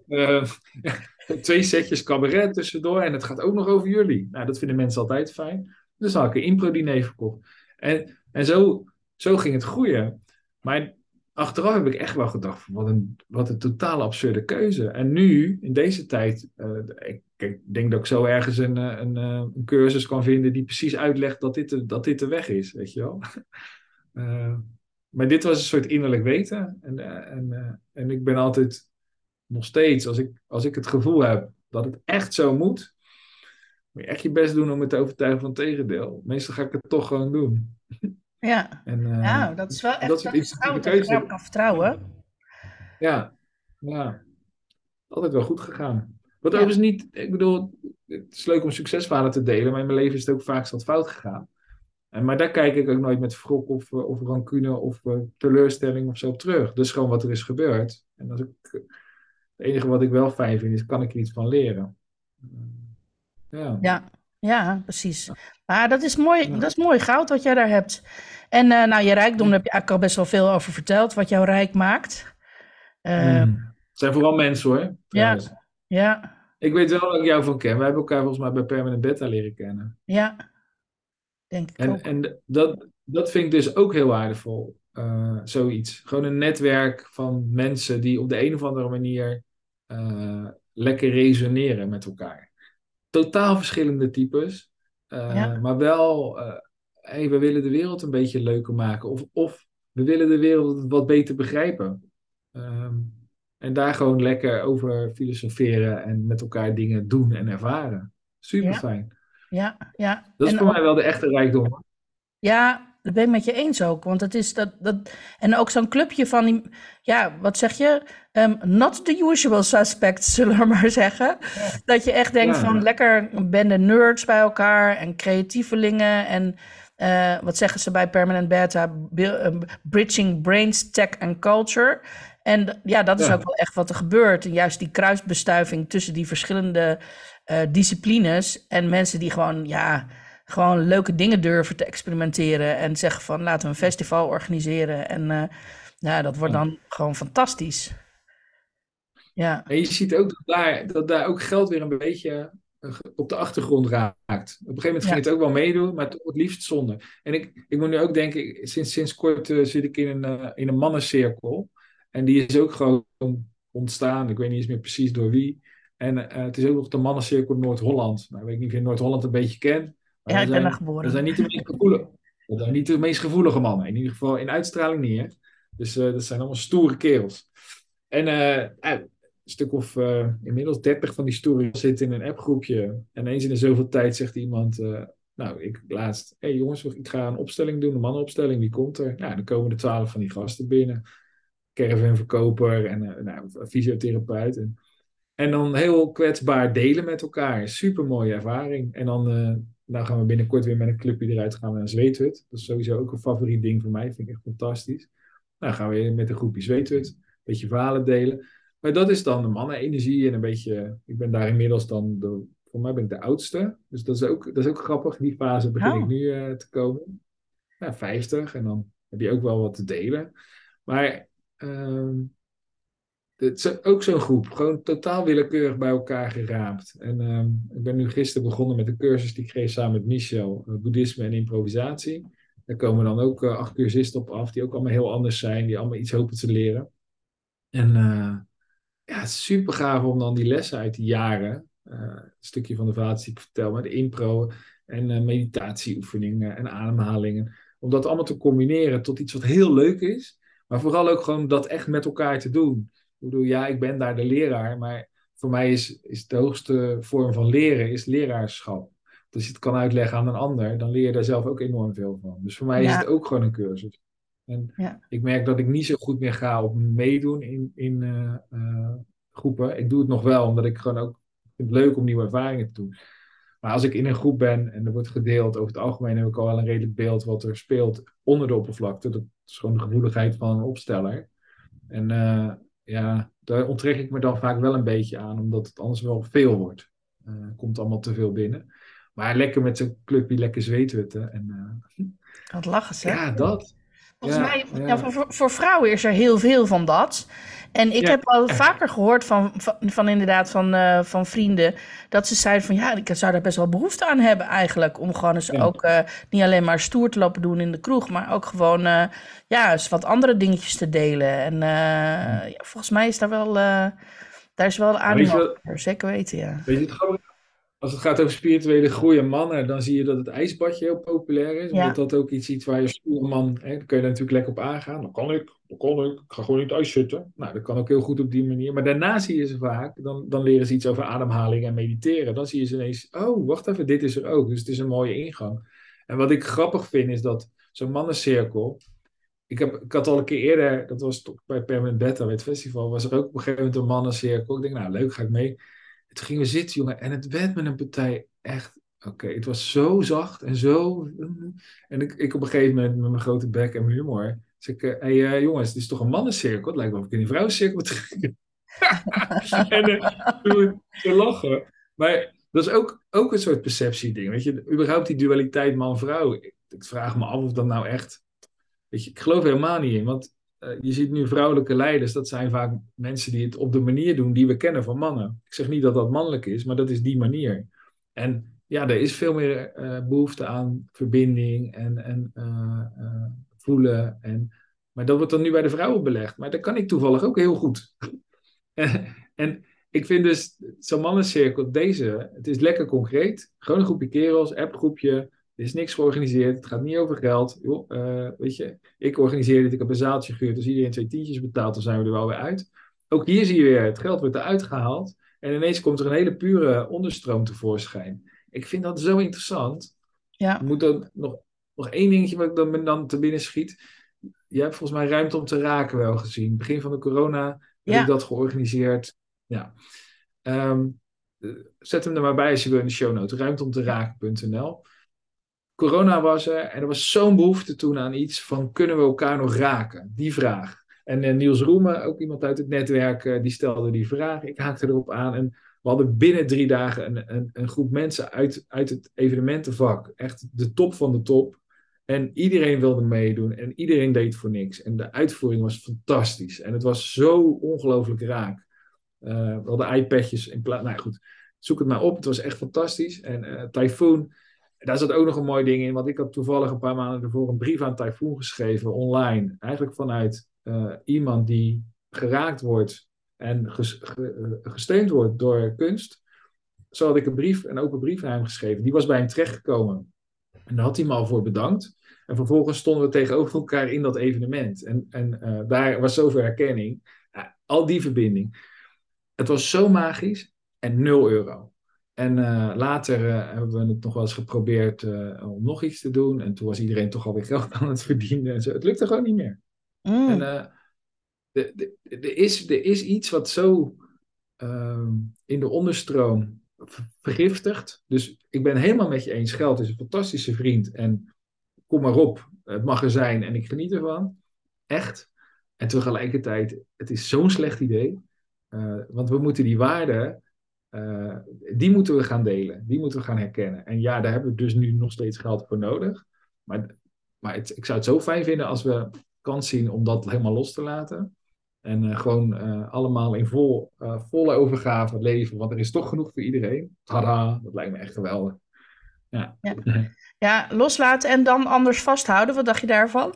2 setjes cabaret tussendoor en het gaat ook nog over jullie. Nou, dat vinden mensen altijd fijn. Dus had ik een impro-diner verkocht. En zo ging het groeien. Maar achteraf heb ik echt wel gedacht, van, wat een totale absurde keuze. En nu, in deze tijd, ik denk dat ik zo ergens een cursus kan vinden die precies uitlegt dat dit de weg is, weet je wel. Eh, maar dit was een soort innerlijk weten. En ik ben altijd nog steeds, als ik het gevoel heb dat het echt zo moet je echt je best doen om me te overtuigen van het tegendeel. Meestal ga ik het toch gewoon doen. Ja. En Ja, dat is wel dat echt, soort dat is intuïtieve goud dat je daarop keuzes, kan vertrouwen. ja, ja, altijd wel goed gegaan. Wat Ja. overigens niet, ik bedoel, het is leuk om succesverhalen te delen, maar in mijn leven is het ook vaak wat fout gegaan. Maar daar kijk ik ook nooit met wrok of rancune of teleurstelling of zo op terug. Dus gewoon wat er is gebeurd. En het enige wat ik wel fijn vind is, kan ik er iets van leren? Ja, Ja, ja, precies. Maar dat is mooi, ja. dat is mooi goud wat jij daar hebt. En nou, je rijkdom, daar heb je eigenlijk al best wel veel over verteld, wat jou rijk maakt. Eh, Het zijn vooral mensen hoor, ja, trouwens. ja, Ik weet wel dat ik jou van ken. Wij hebben elkaar volgens mij bij Permanent Beta leren kennen. ja, denk ik ook. En dat vind ik dus ook heel waardevol. Zoiets. Gewoon een netwerk van mensen die op de een of andere manier lekker resoneren met elkaar. Totaal verschillende types. Ja, Maar wel, hey, we willen de wereld een beetje leuker maken. Of we willen de wereld wat beter begrijpen. Ehm, en daar gewoon lekker over filosoferen en met elkaar dingen doen en ervaren. Super ja, fijn. ja, ja. Dat is En voor mij ook, wel de echte rijkdom. ja, dat ben ik met je eens ook. Want het is en ook zo'n clubje van die, ja, wat zeg je? Not the usual suspects, zullen we maar zeggen. Dat je echt denkt Ja, van lekker een bende nerds bij elkaar en creatievelingen. En wat zeggen ze bij Permanent Beta? Bridging brains, tech en culture. En ja, dat is ook ja. wel echt wat er gebeurt. En juist die kruisbestuiving tussen die verschillende disciplines. En mensen die gewoon, ja, gewoon leuke dingen durven te experimenteren. En zeggen van laten we een festival organiseren. En ja, dat wordt Ja. dan gewoon fantastisch. Ja, En je ziet ook dat daar ook geld weer een beetje op de achtergrond raakt. Op een gegeven moment ging ja, het ook wel meedoen, maar toch het liefst zonder. En ik moet nu ook denken, sinds kort zit ik in een mannencirkel. En die is ook gewoon ontstaan. Ik weet niet eens meer precies door wie. En het is ook nog de mannencirkel Noord-Holland. Nou, ik weet niet of je Noord-Holland een beetje kent. Maar ja, dat ik ben daar zijn, dat geboren. zijn niet de meest gevoelige. Dat zijn niet de meest gevoelige mannen. In ieder geval in uitstraling niet, hè. Dus dat zijn allemaal stoere kerels. En een stuk of inmiddels 30 van die stoere zitten in een appgroepje. En eens in de zoveel tijd zegt iemand... nou, ik laatst... Hé jongens, ik ga een opstelling doen, een mannenopstelling. Wie komt er? Nou, dan komen er 12 van die gasten binnen. Caravanverkoper en nou, een fysiotherapeut. En dan heel kwetsbaar delen met elkaar. Super mooie ervaring. En dan nou gaan we binnenkort weer met een clubje eruit gaan naar een zweethut. Dat is sowieso ook een favoriet ding voor mij. Vind ik echt fantastisch. Nou gaan we weer met een groepje zweethut. Een beetje verhalen delen. Maar dat is dan de mannenenergie en een beetje... Ik ben daar inmiddels dan... Voor mij ben ik de oudste. Dus dat is ook grappig. In die fase begin ik Oh, nu te komen. Ja, 50. En dan heb je ook wel wat te delen. Maar... ehm, het is ook zo'n groep, gewoon totaal willekeurig bij elkaar geraapt. En ik ben nu gisteren begonnen met een cursus die ik kreeg samen met Michel, boeddhisme en improvisatie. Daar komen dan ook 8 cursisten op af, die ook allemaal heel anders zijn, die allemaal iets hopen te leren. En ja, het is super gaaf om dan die lessen uit die jaren, een stukje van de vaart die ik vertel, maar de impro en meditatieoefeningen en ademhalingen, om dat allemaal te combineren tot iets wat heel leuk is, maar vooral ook gewoon dat echt met elkaar te doen. Ik bedoel, ja, ik ben daar de leraar, maar voor mij is de hoogste vorm van leren is leraarschap. Dus als je het kan uitleggen aan een ander, dan leer je daar zelf ook enorm veel van. Dus voor mij is het ja, ook gewoon een cursus. En ja, ik merk dat ik niet zo goed meer ga op meedoen in groepen. Ik doe het nog wel, omdat ik gewoon ook vind het leuk om nieuwe ervaringen te doen. Maar als ik in een groep ben en er wordt gedeeld, over het algemeen heb ik al wel een redelijk beeld wat er speelt onder de oppervlakte. Dat is gewoon de gevoeligheid van een opsteller. En ja, daar onttrek ik me dan vaak wel een beetje aan, omdat het anders wel veel wordt. Komt allemaal te veel binnen. Maar lekker met zijn clubje, lekker zweethutten. En Wat lachen ze. ja, dat. Volgens Ja, mij, ja, ja, voor vrouwen is er heel veel van dat. En ik ja. heb al vaker gehoord van inderdaad van vrienden dat ze zeiden van ja, ik zou daar best wel behoefte aan hebben eigenlijk. Om gewoon eens Ja. ook niet alleen maar stoer te lopen doen in de kroeg, maar ook gewoon ja, eens wat andere dingetjes te delen. En ja, volgens mij is daar is wel Maar aandacht voor, zeker weten, ja. weet je het grappige? Als het gaat over spirituele groei en mannen, dan zie je dat het ijsbadje heel populair is. Omdat Ja, dat ook iets waar je als stoere man, hè, dan kun je daar natuurlijk lekker op aangaan. Dat kan ik. Ik ga gewoon in het ijs zitten. Nou, dat kan ook heel goed op die manier. Maar daarna zie je ze vaak, dan leren ze iets over ademhaling en mediteren. Dan zie je ze ineens, oh, wacht even, dit is er ook. Dus het is een mooie ingang. En wat ik grappig vind, is dat zo'n mannencirkel. Ik had al een keer eerder, dat was toch bij Permanent Beta, bij het festival, was er ook op een gegeven moment een mannencirkel. Ik denk, nou leuk, ga ik mee. En toen gingen we zitten, jongen, en het werd met een partij echt, oké, het was zo zacht en zo. En ik op een gegeven moment met mijn grote bek en mijn humor, zeg ik, hey, jongens, het is toch een mannencirkel? Het lijkt wel of ik in een vrouwencirkel ben. En ze lachen. Maar dat is ook een soort perceptieding, weet je, überhaupt die dualiteit man-vrouw. Ik vraag me af of dat nou echt. Weet je, ik geloof er helemaal niet in, want je ziet nu vrouwelijke leiders, dat zijn vaak mensen die het op de manier doen die we kennen van mannen. Ik zeg niet dat dat mannelijk is, maar dat is die manier. En ja, er is veel meer behoefte aan verbinding en voelen. Maar dat wordt dan nu bij de vrouwen belegd. Maar dat kan ik toevallig ook heel goed. En ik vind dus zo'n mannencirkel, deze, het is lekker concreet. Gewoon een groepje kerels, appgroepje. Er is niks georganiseerd. Het gaat niet over geld. Joh, weet je, ik organiseer dit. Ik heb een zaaltje gehuurd. Als iedereen 2 tientjes betaalt, dan zijn we er wel weer uit. Ook hier zie je weer, het geld wordt eruit gehaald. En ineens komt er een hele pure onderstroom tevoorschijn. Ik vind dat zo interessant. ja, Er moet dan nog één dingetje wat ik dan te binnen schiet. Je hebt volgens mij Ruimte om te raken wel gezien. Begin van de corona heb ik ja, dat georganiseerd. Ja. Ehm, Zet hem er maar bij als je wil in de show notes. Ruimteomteraken.nl. Corona was er en er was zo'n behoefte toen aan iets van kunnen we elkaar nog raken? Die vraag. En Niels Roemen, ook iemand uit het netwerk, die stelde die vraag. Ik haakte erop aan en we hadden binnen 3 dagen een groep mensen uit het evenementenvak. Echt de top van de top. En iedereen wilde meedoen en iedereen deed voor niks. En de uitvoering was fantastisch. En het was zo ongelooflijk raak. We hadden iPadjes in plaats. Nou goed, zoek het maar op. Het was echt fantastisch. En Typhoon, daar zat ook nog een mooi ding in. Want ik had toevallig een paar maanden ervoor een brief aan Typhoon geschreven online. Eigenlijk vanuit iemand die geraakt wordt en gesteund wordt door kunst. Zo had ik een open brief naar hem geschreven. Die was bij hem terechtgekomen. En daar had hij me al voor bedankt. En vervolgens stonden we tegenover elkaar in dat evenement. En daar was zoveel herkenning. Ja, al die verbinding. Het was zo magisch en 0 euro. En later hebben we het nog wel eens geprobeerd om nog iets te doen. En toen was iedereen toch alweer geld aan het verdienen. En zo. Het lukte gewoon niet meer. En mm, er is iets wat zo in de onderstroom vergiftigt. Dus ik ben helemaal met je eens. Geld is een fantastische vriend. En kom maar op, het mag er zijn en ik geniet ervan. Echt. En tegelijkertijd, het is zo'n slecht idee. Want we moeten die waarden, die moeten we gaan delen. Die moeten we gaan herkennen. En ja, daar hebben we dus nu nog steeds geld voor nodig. Maar ik zou het zo fijn vinden als we kans zien om dat helemaal los te laten. En gewoon allemaal in volle overgave leven. Want er is toch genoeg voor iedereen. Tada, dat lijkt me echt geweldig. Ja. ja. Ja, loslaten en dan anders vasthouden. Wat dacht je daarvan?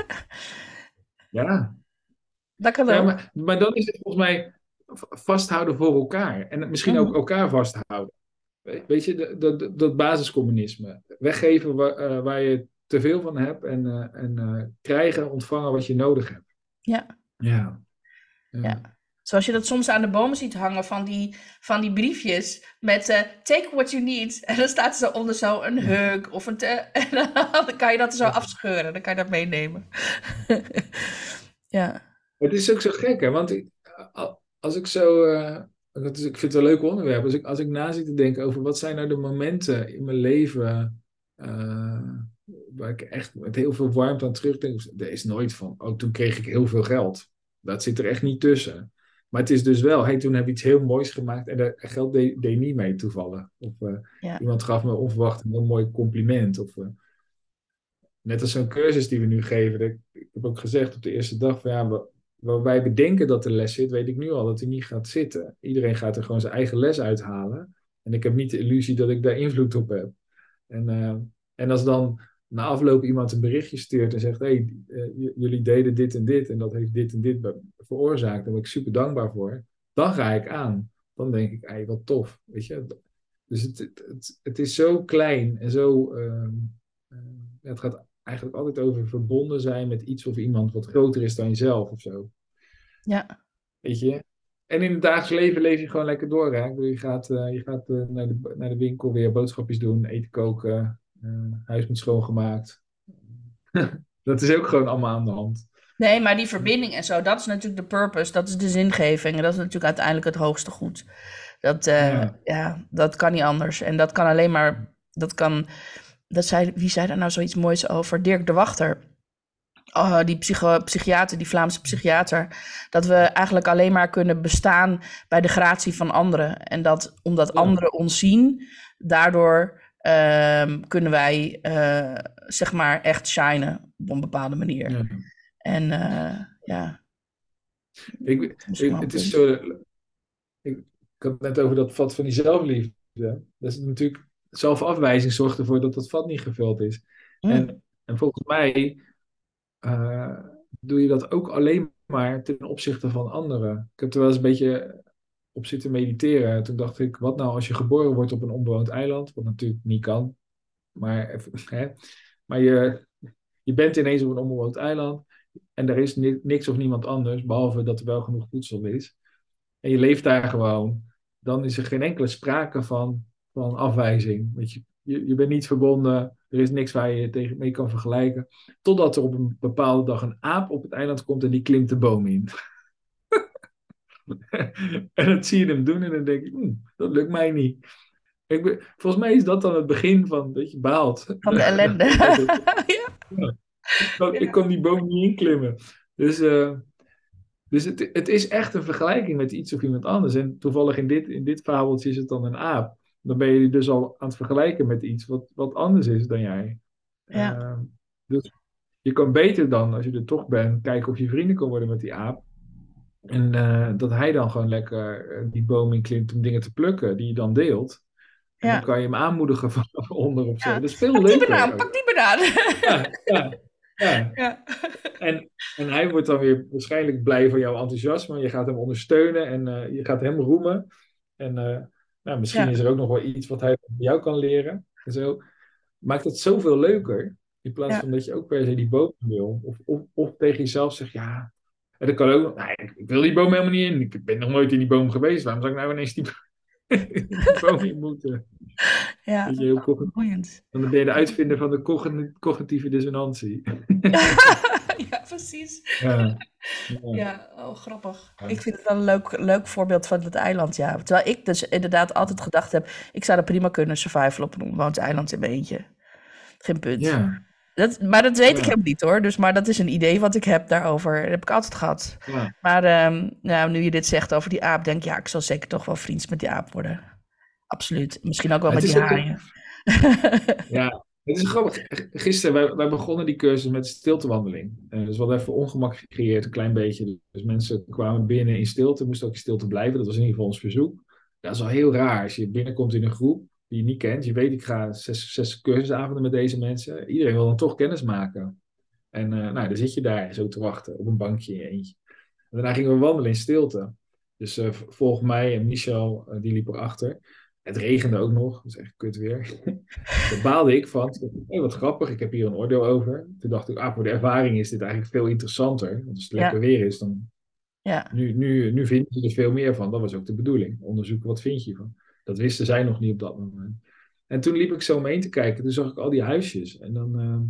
Ja, Dat kan ja, ook. maar dan is het volgens mij vasthouden voor elkaar. En misschien ook Mhm. elkaar vasthouden. Weet je, dat basiscommunisme. Weggeven waar je te veel van hebt en krijgen, ontvangen wat je nodig hebt. Ja, Ja, ja. ja. Zoals je dat soms aan de bomen ziet hangen van die briefjes met take what you need. En dan staat er zo onder zo een hug of en dan kan je dat er zo afscheuren. Dan kan je dat meenemen. Ja. Het is ook zo gek, hè? Want als ik zo. Ik vind het een leuk onderwerp. Als ik na zit te denken over wat zijn nou de momenten in mijn leven. Waar ik echt met heel veel warmte aan terugdenk. Er is nooit van. Oh, toen kreeg ik heel veel geld. Dat zit er echt niet tussen. Maar het is dus wel, hey, toen heb je iets heel moois gemaakt en daar geld deed niet mee toevallig. Of Ja, iemand gaf me onverwacht een heel mooi compliment. Of net als zo'n cursus die we nu geven. Ik heb ook gezegd op de eerste dag van ja, waar wij bedenken dat de les zit, weet ik nu al dat hij niet gaat zitten. Iedereen gaat er gewoon zijn eigen les uithalen. En ik heb niet de illusie dat ik daar invloed op heb. En, en als dan na afloop iemand een berichtje stuurt en zegt: hey, jullie deden dit en dit en dat heeft dit en dit veroorzaakt, daar ben ik super dankbaar voor. Dan ga ik aan. Dan denk ik: hey, wat tof. Weet je? Dus het is zo klein en zo. Uh, het gaat eigenlijk altijd over verbonden zijn met iets of iemand wat groter is dan jezelf of zo. ja, Weet je? En in het dagelijks leven leef je gewoon lekker door. Hè? Ik bedoel, je gaat naar de winkel weer boodschapjes doen, eten koken, huis moet schoongemaakt. Dat is ook gewoon allemaal aan de hand. nee, maar die verbinding en zo, dat is natuurlijk de purpose, dat is de zingeving. En dat is natuurlijk uiteindelijk het hoogste goed. Dat, Ja, ja, dat kan niet anders. En dat kan alleen maar, wie zei daar nou zoiets moois over? Dirk de Wachter. Oh, die psychiater, die Vlaamse psychiater. Dat we eigenlijk alleen maar kunnen bestaan bij de gratie van anderen. En dat omdat ja, anderen ons zien, daardoor kunnen wij zeg maar echt shinen op een bepaalde manier. ja. En ja, misschien wel een Het is punt. zo. Ik had het net over dat vat van die zelfliefde. Dat is natuurlijk, zelfafwijzing zorgt ervoor dat dat vat niet gevuld is. Mm, En volgens mij eh, doe je dat ook alleen maar ten opzichte van anderen. Ik heb er wel eens een beetje op zitten mediteren. Toen dacht ik, wat nou als je geboren wordt op een onbewoond eiland? Wat natuurlijk niet kan. Maar, hè, maar je bent ineens op een onbewoond eiland. En er is niks of niemand anders, behalve dat er wel genoeg voedsel is. En je leeft daar gewoon. Dan is er geen enkele sprake van afwijzing. Je bent niet verbonden. Er is niks waar je je tegen mee kan vergelijken. Totdat er op een bepaalde dag een aap op het eiland komt en die klimt de boom in. En dat zie je hem doen en dan denk ik, dat lukt mij niet. Volgens mij is dat dan het begin van dat je baalt. van de ellende. Ja, Ja, ik ja, kon die boom niet inklimmen. Dus, dus het is echt een vergelijking met iets of iemand anders. En toevallig in dit fabeltje is het dan een aap. Dan ben je dus al aan het vergelijken met iets wat anders is dan jij. ja, Uh, dus je kan beter dan, als je er toch bent, kijken of je vrienden kan worden met die aap. En dat hij dan gewoon lekker die boom in klimt om dingen te plukken die je dan deelt. En dan ja. kan je hem aanmoedigen van onder of zo. Ja. Dat is veel Pak die leuker banaan, ook. pak die banaan. Ja, ja, ja. Ja, En hij wordt dan weer waarschijnlijk blij van jouw enthousiasme. Je gaat hem ondersteunen en je gaat hem roemen. En nou, misschien is ja, er ook nog wel iets wat hij van jou kan leren. En zo maakt het zoveel leuker. In plaats van ja. dat je ook per se die boom wil. Of tegen jezelf zegt, ja. En dat kan ook. Nee, ik wil die boom helemaal niet in. Ik ben nog nooit in die boom geweest. Waarom zou ik nou ineens die boom in moeten? Ja, Weet je, heel boeiend. dan ben je de uitvinder van de cognitieve dissonantie. Ja, precies. Ja, ja, Ja, oh, grappig. ja. Ik vind het wel een leuk voorbeeld van het eiland, ja. Terwijl ik dus inderdaad altijd gedacht heb, ik zou er prima kunnen survivalen op een onbewoond eiland in mijn eentje. Geen punt. Ja, Maar dat weet ik ja, helemaal niet hoor. Dus, maar dat is een idee wat ik heb daarover. Dat heb ik altijd gehad. ja. Maar nou, nu je dit zegt over die aap, denk ik, ja, ik zal zeker toch wel vriends met die aap worden. Absoluut. Misschien ook wel Het met die is ook haaien. ja, het is grappig. Gisteren, wij begonnen die cursus met stiltewandeling. Dus we hadden even ongemak gecreëerd, een klein beetje. Dus mensen kwamen binnen in stilte, moesten ook in stilte blijven. Dat was in ieder geval ons verzoek. Dat is wel heel raar als je binnenkomt in een groep die je niet kent. Je weet, ik ga zes cursusavonden met deze mensen. Iedereen wil dan toch kennis maken. En nou, dan zit je daar zo te wachten op een bankje in je eentje. En daarna gingen we wandelen in stilte. Dus volgens mij en Michel, die liep erachter. Het regende ook nog, dat is echt kut weer. Daar baalde ik van. Toen dacht ik, hey, wat grappig, ik heb hier een oordeel over. Toen dacht ik, voor de ervaring is dit eigenlijk veel interessanter. Want als het lekker Ja, weer is, dan ja, nu vinden ze er veel meer van. Dat was ook de bedoeling. Onderzoeken, wat vind je van? Dat wisten zij nog niet op dat moment. En toen liep ik zo omheen te kijken. Toen zag ik al die huisjes. En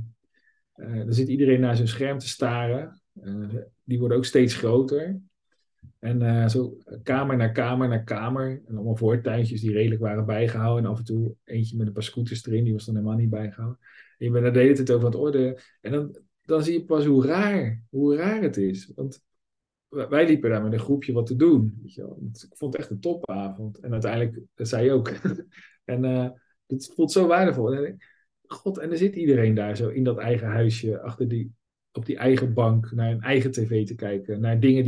dan zit iedereen naar zijn scherm te staren. Die worden ook steeds groter. En zo kamer naar kamer naar kamer. En allemaal voortuintjes die redelijk waren bijgehouden. En af en toe eentje met een paar scooters erin. Die was dan helemaal niet bijgehouden. En je bent er de hele tijd over aan het orde. En dan zie je pas hoe raar het is. Want wij liepen daar met een groepje wat te doen. Weet je wel. Ik vond het echt een topavond. En uiteindelijk, dat zei je ook. En het voelt zo waardevol. En, God, en er zit iedereen daar zo in dat eigen huisje, op die eigen bank, naar een eigen tv te kijken. Naar dingen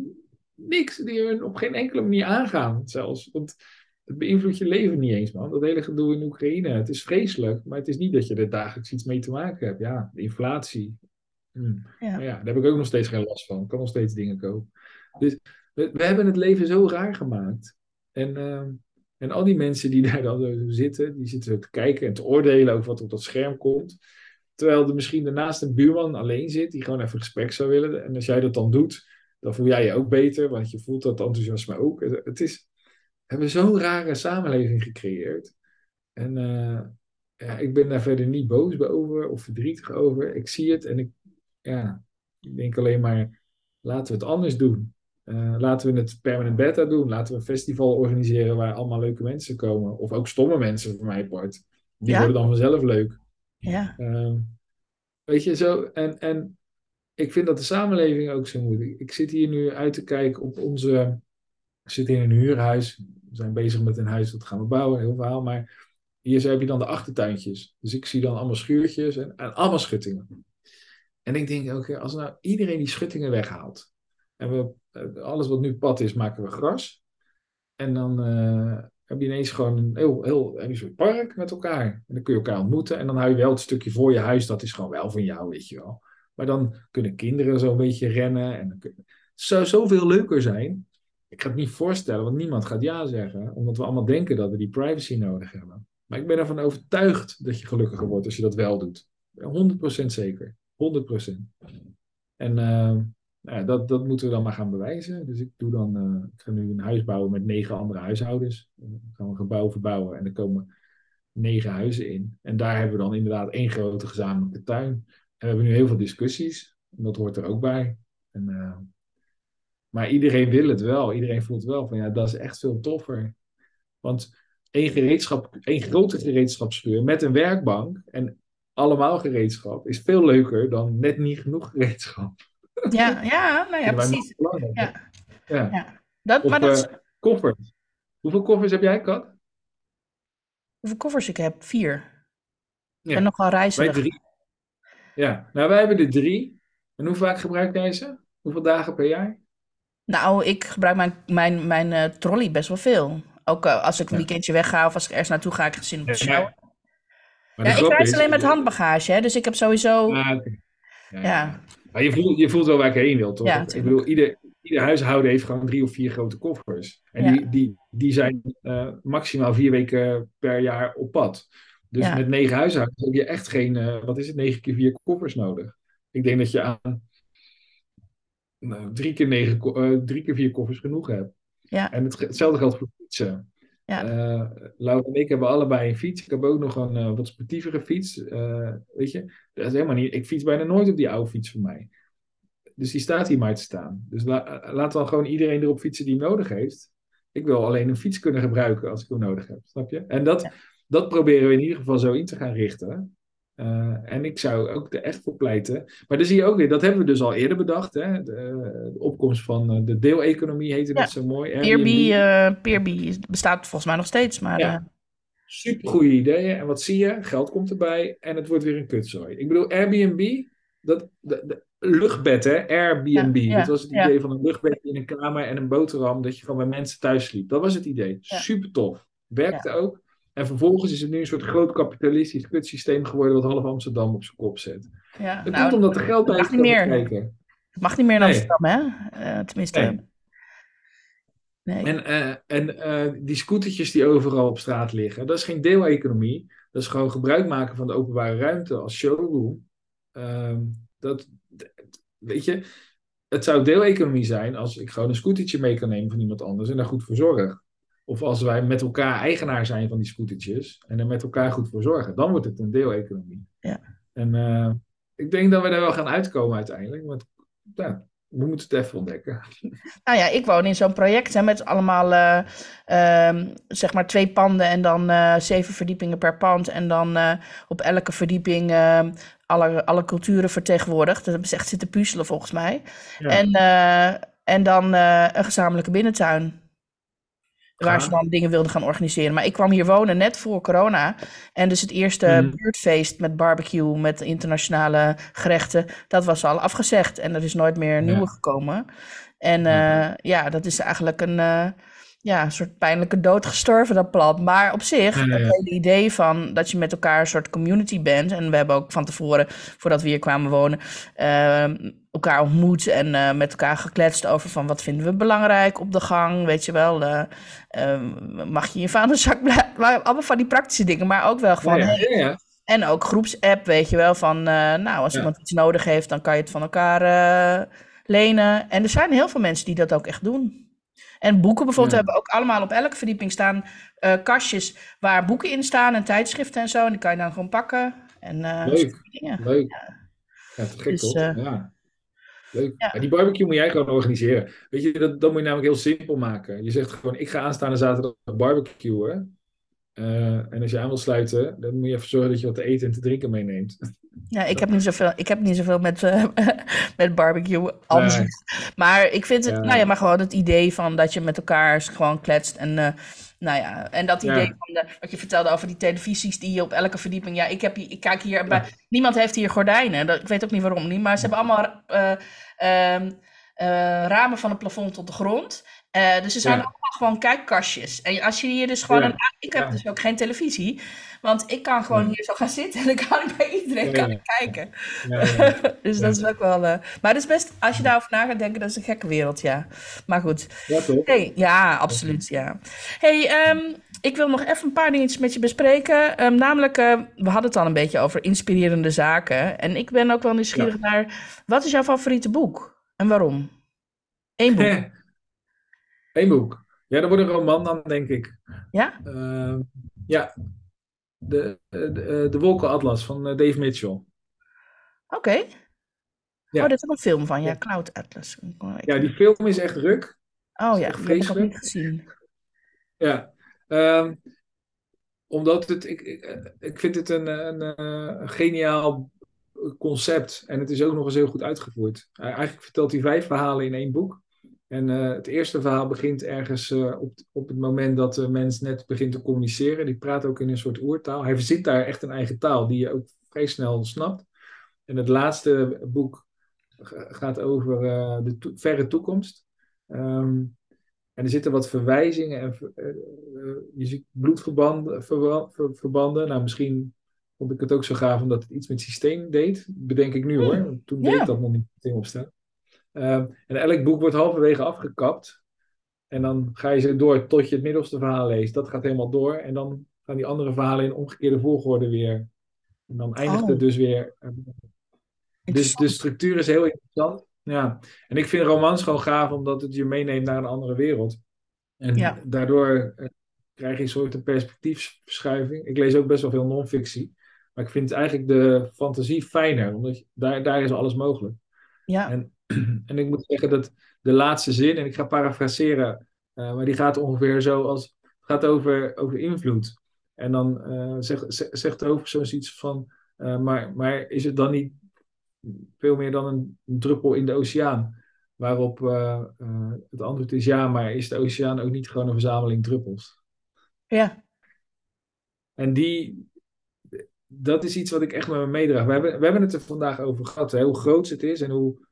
die hun op geen enkele manier aangaan zelfs. Want het beïnvloedt je leven niet eens, man. Dat hele gedoe in Oekraïne. Het is vreselijk, maar het is niet dat je er dagelijks iets mee te maken hebt. Ja, de inflatie. Maar Ja. ja, daar heb ik ook nog steeds geen last van. Ik kan nog steeds dingen kopen. Dus we hebben het leven zo raar gemaakt. En, en al die mensen die daar dan zo zitten, die zitten zo te kijken en te oordelen over wat op dat scherm komt. Terwijl er misschien daarnaast een buurman alleen zit, die gewoon even gesprek zou willen. En als jij dat dan doet, dan voel jij je ook beter, want je voelt dat enthousiasme ook. We hebben zo'n rare samenleving gecreëerd. En ja, ik ben daar verder niet boos over of verdrietig over. Ik zie het en ja, ik denk alleen maar, laten we het anders doen. Laten we het permanent beta doen. Laten we een festival organiseren waar allemaal leuke mensen komen. Of ook stomme mensen, voor mijn part. Die Ja? worden dan vanzelf leuk. Ja. Uh, Weet je, zo. En ik vind dat de samenleving ook zo moet. Ik zit hier nu uit te kijken op onze... We zitten in een huurhuis. We zijn bezig met een huis dat gaan we bouwen. Heel verhaal. Maar hier zo heb je dan de achtertuintjes. Dus ik zie dan allemaal schuurtjes en allemaal schuttingen. En ik denk, oké, als nou iedereen die schuttingen weghaalt. En alles wat nu pad is, maken we gras. En dan heb je ineens gewoon een heb je een soort park met elkaar. En dan kun je elkaar ontmoeten. En dan hou je wel het stukje voor je huis. Dat is gewoon wel van jou, weet je wel. Maar dan kunnen kinderen zo een beetje rennen. En het zou zoveel leuker zijn. Ik ga het niet voorstellen, want niemand gaat ja zeggen. Omdat we allemaal denken dat we die privacy nodig hebben. Maar ik ben ervan overtuigd dat je gelukkiger wordt als je dat wel doet. 100% zeker. 100%. En nou ja, dat moeten we dan maar gaan bewijzen. Dus ik ga nu een huis bouwen met 9 andere huishoudens. Dan gaan we een gebouw verbouwen en er komen 9 huizen in. En daar hebben we dan inderdaad 1 grote gezamenlijke tuin. En we hebben nu heel veel discussies. En dat hoort er ook bij. Maar iedereen wil het wel. Iedereen voelt wel van ja, dat is echt veel toffer. Want één grote gereedschapsschuur met een werkbank en allemaal gereedschap is veel leuker dan net niet genoeg gereedschap. Ja, ja, nou ja, Vinden wij precies. belangrijk. Ja, Ja. ja. Dat, Of maar dat is, koffers. Hoeveel koffers heb jij, Kat? hoeveel koffers ik heb? 4. Ik ben Ja, nogal wij reizerig. 3. Ja, nou wij hebben er 3. En hoe vaak gebruik jij ze? Hoeveel dagen per jaar? Nou, ik gebruik mijn trolley best wel veel. Ook als ik een Ja. weekendje wegga of als ik ergens naartoe ga, ik heb zin om te Ja, sjouwen. maar Ja, de ik grap reis is... alleen met handbagage, hè, dus ik heb sowieso... Oké. Ja, ja, Ja, ja. Maar je voelt wel waar ik heen wil, ja, toch? Ik bedoel, natuurlijk. ieder huishouden heeft gewoon 3 of 4 grote koffers. En Ja, die zijn maximaal 4 weken per jaar op pad. Dus ja, met 9 huishoudens heb je echt geen, wat is het, 9 keer 4 koffers nodig. Ik denk dat je aan 3 keer 4 koffers genoeg hebt. ja, En hetzelfde geldt voor fietsen. ja, Laura en ik hebben allebei een fiets. Ik heb ook nog een wat sportievere fiets. Weet je, dat is helemaal niet. Ik fiets bijna nooit op die oude fiets van mij. Dus die staat hier maar te staan. Dus laat dan gewoon iedereen erop fietsen die hem nodig heeft. Ik wil alleen een fiets kunnen gebruiken als ik hem nodig heb. Snap je? En ja. dat proberen we in ieder geval zo in te gaan richten. En ik zou ook er echt voor pleiten. Maar dan zie je ook weer, dat hebben we dus al eerder bedacht. Hè? De opkomst van de deeleconomie heette Ja. dat zo mooi. Peerby, Airbnb. bestaat volgens mij nog steeds, maar Ja, supergoeie ideeën. En wat zie je? Geld komt erbij en het wordt weer een kutzooi. Ik bedoel, Airbnb, de luchtbed, hè? ja, Airbnb. Dat ja, was het idee ja, van een luchtbed in een kamer en een boterham, dat je gewoon bij mensen thuis sliep. Dat was het idee. ja, Super tof. ja. Werkte ook. En vervolgens is het nu een soort groot kapitalistisch kutsysteem geworden wat half Amsterdam op zijn kop zet. Ja, Dat komt nou, omdat er geld dat bij mag is niet komen meer. kijken. Dat mag niet meer in Nee, Amsterdam, hè? Tenminste, nee. nee. En die scootertjes die overal op straat liggen, dat is geen deeleconomie. Dat is gewoon gebruik maken van de openbare ruimte als showroom. Ehm, dat, weet je, het zou deeleconomie zijn als ik gewoon een scootertje mee kan nemen van iemand anders en daar goed voor zorg. Of als wij met elkaar eigenaar zijn van die scootertjes en er met elkaar goed voor zorgen. Dan wordt het een deeleconomie. Ja. En ik denk dat we er wel gaan uitkomen uiteindelijk. Want ja, we moeten het even ontdekken. Nou ja, ik woon in zo'n project hè, met allemaal, zeg maar 2 panden en dan 7 verdiepingen per pand. En dan op elke verdieping alle culturen vertegenwoordigd. Dat hebben ze echt zitten puzzelen volgens mij. En Ja. En dan een gezamenlijke binnentuin. Waar ze Gaaf. dan dingen wilden gaan organiseren. Maar ik kwam hier wonen net voor corona. En dus het eerste Mhm. buurtfeest met barbecue, met internationale gerechten, dat was al afgezegd. En er is nooit meer een nieuwe Ja. gekomen. En Ja. ja, dat is eigenlijk ja, een soort pijnlijke dood gestorven, dat plan. Maar op zich, Ja, het ja, hele idee van dat je met elkaar een soort community bent. En we hebben ook van tevoren, voordat we hier kwamen wonen, elkaar ontmoet en met elkaar gekletst over van wat vinden we belangrijk op de gang, weet je wel. Mag je je vaderszak blijven? Maar allemaal van die praktische dingen, maar ook wel ja, gewoon, ja, hey, ja, ja. en ook groepsapp, weet je wel, van nou, als Ja. iemand iets nodig heeft, dan kan je het van elkaar lenen. En er zijn heel veel mensen die dat ook echt doen. En boeken bijvoorbeeld Ja. hebben ook allemaal op elke verdieping staan kastjes waar boeken in staan en tijdschriften en zo. En die kan je dan gewoon pakken en Leuk. zulke dingen. Leuk. Ja, te gek Dus toch? Ja. Leuk. ja. Ja, die barbecue moet jij gewoon organiseren. Weet je, dat moet je namelijk heel simpel maken. Je zegt gewoon, ik ga aanstaande zaterdag barbecuen. En als je aan wil sluiten, dan moet je even zorgen dat je wat te eten en te drinken meeneemt. Ja, ik heb niet zoveel met, met barbecue aan Nee, zich. Maar ik vind het, nou ja, ja, maar gewoon het idee van dat je met elkaar gewoon kletst. En nou ja, en dat idee ja, van wat je vertelde over die televisies die je op elke verdieping. Ja, ik kijk hier bij. Niemand heeft hier gordijnen. Ik weet ook niet waarom niet. Maar ze hebben allemaal ehm, ramen van het plafond tot de grond. Dus er zijn ja, allemaal gewoon kijkkastjes. En als je hier dus gewoon ja, ik heb ja, dus ook geen televisie. Want ik kan gewoon nee, hier zo gaan zitten en dan kan ik bij iedereen ja, kan ik ja, kijken. ja, ja, Dus dat ja, is ook wel. Maar het is best, als je daarover na gaat denken, dat is een gekke wereld, ja. Maar goed. ja, toch? Hey, ja, absoluut, ja. Hey, ik wil nog even een paar dingetjes met je bespreken. Namelijk, we hadden het al een beetje over inspirerende zaken. En ik ben ook wel nieuwsgierig Ja. naar, wat is jouw favoriete boek? En waarom? Eén boek, Eén boek. Ja, dat wordt een roman dan, denk ik. ja? Ehm, ja, de Wolkenatlas van Dave Mitchell. Oké. Oh, Ja, dit is ook een film van, ja, ja. Cloud Atlas. Ja, die film is echt ruk. Oh Is ja, echt die heb ik nog niet vreselijk. gezien. Ja. Ehm, Omdat ik vind het een geniaal concept. En het is ook nog eens heel goed uitgevoerd. Eigenlijk vertelt hij 5 verhalen in één boek. En het eerste verhaal begint ergens op het moment dat de mens net begint te communiceren. Die praat ook in een soort oertaal. Hij verzint daar echt een eigen taal die je ook vrij snel snapt. En het laatste boek gaat over verre toekomst. Ehm, en er zitten wat verwijzingen en je ziet bloedverbanden. Verbanden. Nou, misschien vond ik het ook zo gaaf omdat het iets met het systeem deed. Bedenk ik nu hoor. Want toen deed Ja. dat nog niet meteen opstaan. En elk boek wordt halverwege afgekapt. En dan ga je ze door tot je het middelste verhaal leest. Dat gaat helemaal door. En dan gaan die andere verhalen in omgekeerde volgorde weer. En dan eindigt het Oh, dus weer. Dus de interessant. structuur is heel interessant. Ja. En ik vind romans gewoon gaaf omdat het je meeneemt naar een andere wereld. En Ja. daardoor krijg je een soort een perspectiefverschuiving. Ik lees ook best wel veel non-fictie. Maar ik vind eigenlijk de fantasie fijner, omdat daar is alles mogelijk. Ja. En, en ik moet zeggen dat de laatste zin, en ik ga parafraseren, maar die gaat ongeveer zo als, het gaat over invloed. En dan zegt de hoofdpersoon zoiets van, maar is het dan niet veel meer dan een druppel in de oceaan? Waarop het antwoord is ja, maar is de oceaan ook niet gewoon een verzameling druppels? Ja. En dat is iets wat ik echt met me meedraag. We hebben het er vandaag over gehad, hè, hoe groot het is en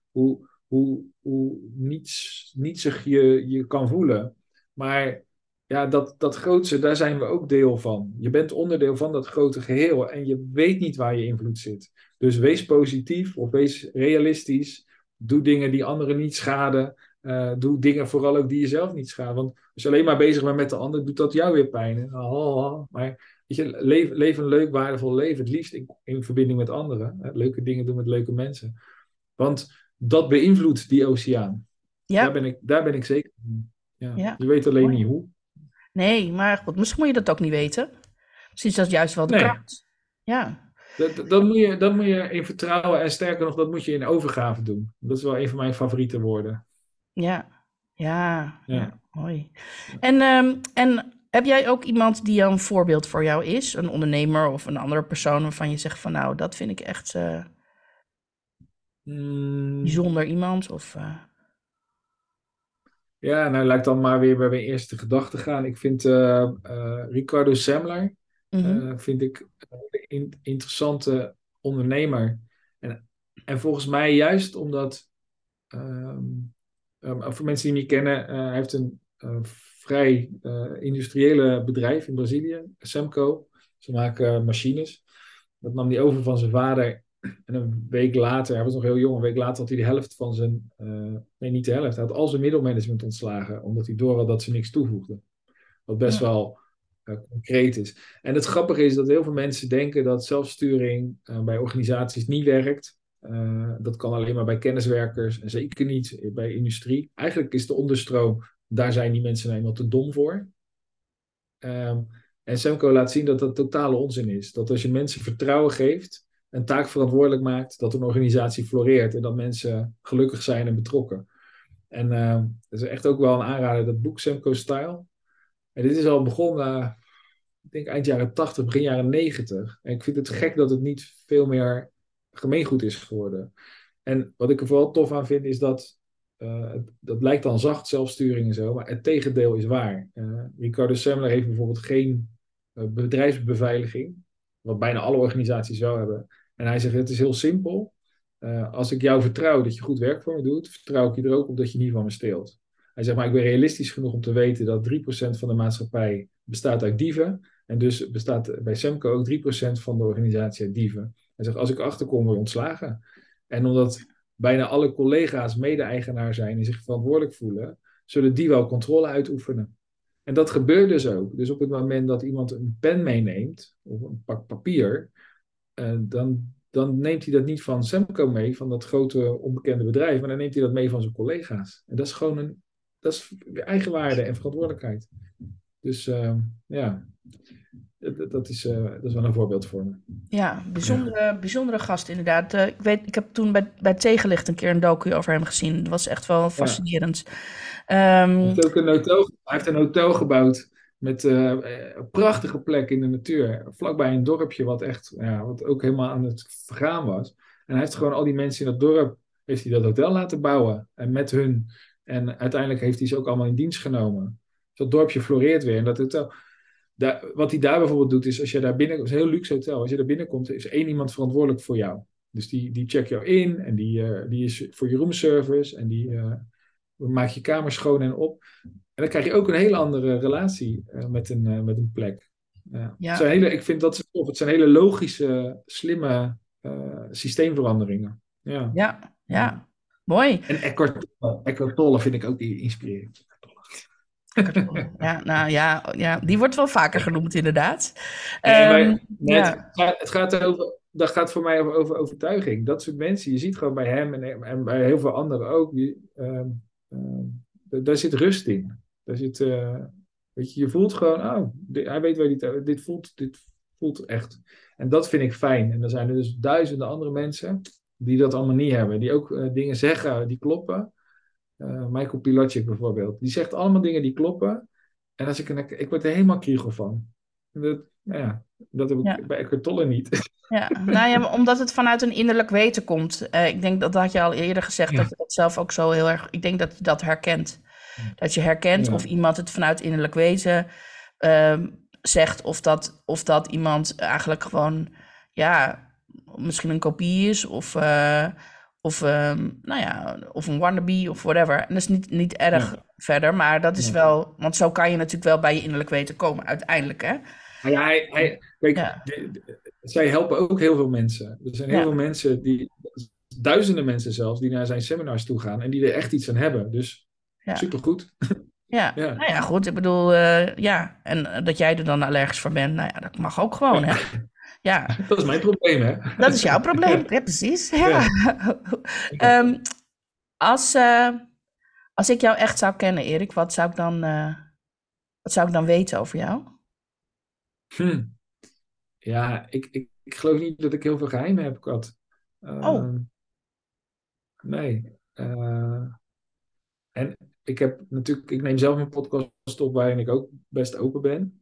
hoe nietsig je kan voelen. Maar ja, dat grootste, daar zijn we ook deel van. Je bent onderdeel van dat grote geheel en je weet niet waar je invloed zit. Dus wees positief of wees realistisch. Doe dingen die anderen niet schaden. Doe dingen vooral ook die jezelf niet schaden. Want als je alleen maar bezig bent met de ander, doet dat jou weer pijn. Maar weet je, leef een leuk, waardevol leven. Het liefst in verbinding met anderen. Hè? Leuke dingen doen met leuke mensen. Want dat beïnvloedt die oceaan. Daar Ja. ben daar ben ik zeker van. Ja. Ja. Je weet alleen Mooi. niet hoe. Nee, maar goed, misschien moet je dat ook niet weten. Misschien is dat juist wel de Nee, kracht. Ja. dat moet je in vertrouwen en sterker nog, dat moet je in overgave doen. Dat is wel een van mijn favoriete woorden. Ja. Ja. Ja. Ja. Mooi. En heb jij ook iemand die een voorbeeld voor jou is? Een ondernemer of een andere persoon waarvan je zegt van nou, dat vind ik echt Mm, bijzonder iemand? Of, Ja, nou laat ik dan maar weer bij mijn eerste gedachte gaan. Ik vind Ricardo Semler Mhm. vind ik een hele interessante ondernemer. En, en volgens mij juist omdat, ehm, voor mensen die hem niet kennen, hij heeft een vrij industriële bedrijf in Brazilië, Semco. Ze maken machines. Dat nam hij over van zijn vader. En een week later, hij was nog heel jong, een week later had hij de helft van zijn, nee niet de helft, hij had al zijn middelmanagement ontslagen, omdat hij door had dat ze niks toevoegden. Wat best Ja. wel concreet is. En het grappige is dat heel veel mensen denken dat zelfsturing bij organisaties niet werkt. Dat kan alleen maar bij kenniswerkers en zeker niet bij industrie. Eigenlijk is de onderstroom, daar zijn die mensen nou eenmaal te dom voor. Ehm, en Semco laat zien dat dat totale onzin is. Dat als je mensen vertrouwen geeft, een taak verantwoordelijk maakt, dat een organisatie floreert en dat mensen gelukkig zijn en betrokken. En dat is echt ook wel een aanrader, dat boek Semco Style. En dit is al begonnen, ik denk eind jaren 80, begin jaren 90. En ik vind het gek dat het niet veel meer gemeengoed is geworden. En wat ik er vooral tof aan vind, is dat dat lijkt dan zacht zelfsturing en zo, maar het tegendeel is waar. Ricardo Semler heeft bijvoorbeeld geen bedrijfsbeveiliging, wat bijna alle organisaties wel hebben. En hij zegt: het is heel simpel. Als ik jou vertrouw dat je goed werk voor me doet, vertrouw ik je er ook op dat je niet van me steelt. Hij zegt: maar ik ben realistisch genoeg om te weten dat 3% van de maatschappij bestaat uit dieven. En dus bestaat bij Semco ook 3% van de organisatie uit dieven. Hij zegt: als ik achterkom, word je ontslagen. En omdat bijna alle collega's mede-eigenaar zijn en zich verantwoordelijk voelen, zullen die wel controle uitoefenen. En dat gebeurt dus ook. Dus op het moment dat iemand een pen meeneemt, of een pak papier, dan neemt hij dat niet van Semco mee, van dat grote onbekende bedrijf, maar dan neemt hij dat mee van zijn collega's. En dat is gewoon dat is eigenwaarde en verantwoordelijkheid. Dus ja, dat is wel een voorbeeld voor me. Ja, Ja. bijzondere gast inderdaad. Ik weet, ik heb toen bij Tegenlicht een keer een docu over hem gezien. Dat was echt wel Ja. fascinerend. Hij Ehm, heeft ook hij heeft een hotel gebouwd met een prachtige plek in de natuur. Vlakbij een dorpje wat echt, ja, wat ook helemaal aan het vergaan was. En hij heeft gewoon al die mensen in dat dorp, heeft hij dat hotel laten bouwen. En met hun. En uiteindelijk heeft hij ze ook allemaal in dienst genomen. Dus dat dorpje floreert weer. En dat hotel, wat hij daar bijvoorbeeld doet, is als je daar binnen, het is een heel luxe hotel. Als je daar binnenkomt, is één iemand verantwoordelijk voor jou. Dus die check jou in en die is voor je roomservice en die maak je kamer schoon en op. En dan krijg je ook een hele andere relatie met een plek. Ja. ja, Ik vind dat ze tof. Het zijn hele logische, slimme systeemveranderingen. Ja. ja. Mooi. En Eckhart Tolle vind ik ook inspirerend. Eckhart Tolle. Ja, nou ja, die wordt wel vaker genoemd inderdaad. Nee, maar Ja, het gaat dat gaat voor mij over overtuiging. Dat soort mensen, je ziet gewoon bij hem en bij heel veel anderen ook, daar zit rust in. Daar zit, weet je voelt gewoon, oh, hij weet waar dit voelt echt. En dat vind ik fijn. En er zijn er dus duizenden andere mensen die dat allemaal niet hebben. Die ook dingen zeggen die kloppen. Michael Pilatschik bijvoorbeeld. Die zegt allemaal dingen die kloppen. En als ik word er helemaal kriegel van. Nou ja, dat heb ja. ik bij Eckhart Tolle niet. Ja, nou ja, maar omdat het vanuit een innerlijk weten komt. Ik denk dat had je al eerder gezegd, dat Ja, je dat zelf ook zo heel erg. Ik denk dat je dat herkent. Dat je herkent of ja, iemand het vanuit innerlijk weten zegt, of dat iemand eigenlijk gewoon, ja, misschien een kopie is, nou ja, of een wannabe of whatever. En dat is niet erg ja, verder, maar dat is ja. wel, want zo kan je natuurlijk wel bij je innerlijk weten komen, uiteindelijk, hè? Maar ja, kijk, Ja, zij helpen ook heel veel mensen. Er zijn heel veel ja, mensen, duizenden mensen zelfs, die naar zijn seminars toe gaan en die er echt iets aan hebben. Dus ja. supergoed. Ja, Ja, nou ja, goed. Ik bedoel, ja. En dat jij er dan allergisch voor bent, nou ja, dat mag ook gewoon, hè? ja. Ja, Dat is mijn probleem, hè? dat is jouw probleem. Ja, precies. Ja. Ja. Ehm, als, eh, als ik jou echt zou kennen, Erik, wat zou ik dan weten over jou? Hm. Ja, ik geloof niet dat ik heel veel geheimen heb gehad. Oh, Nee. En ik neem zelf een podcast op waarin ik ook best open ben.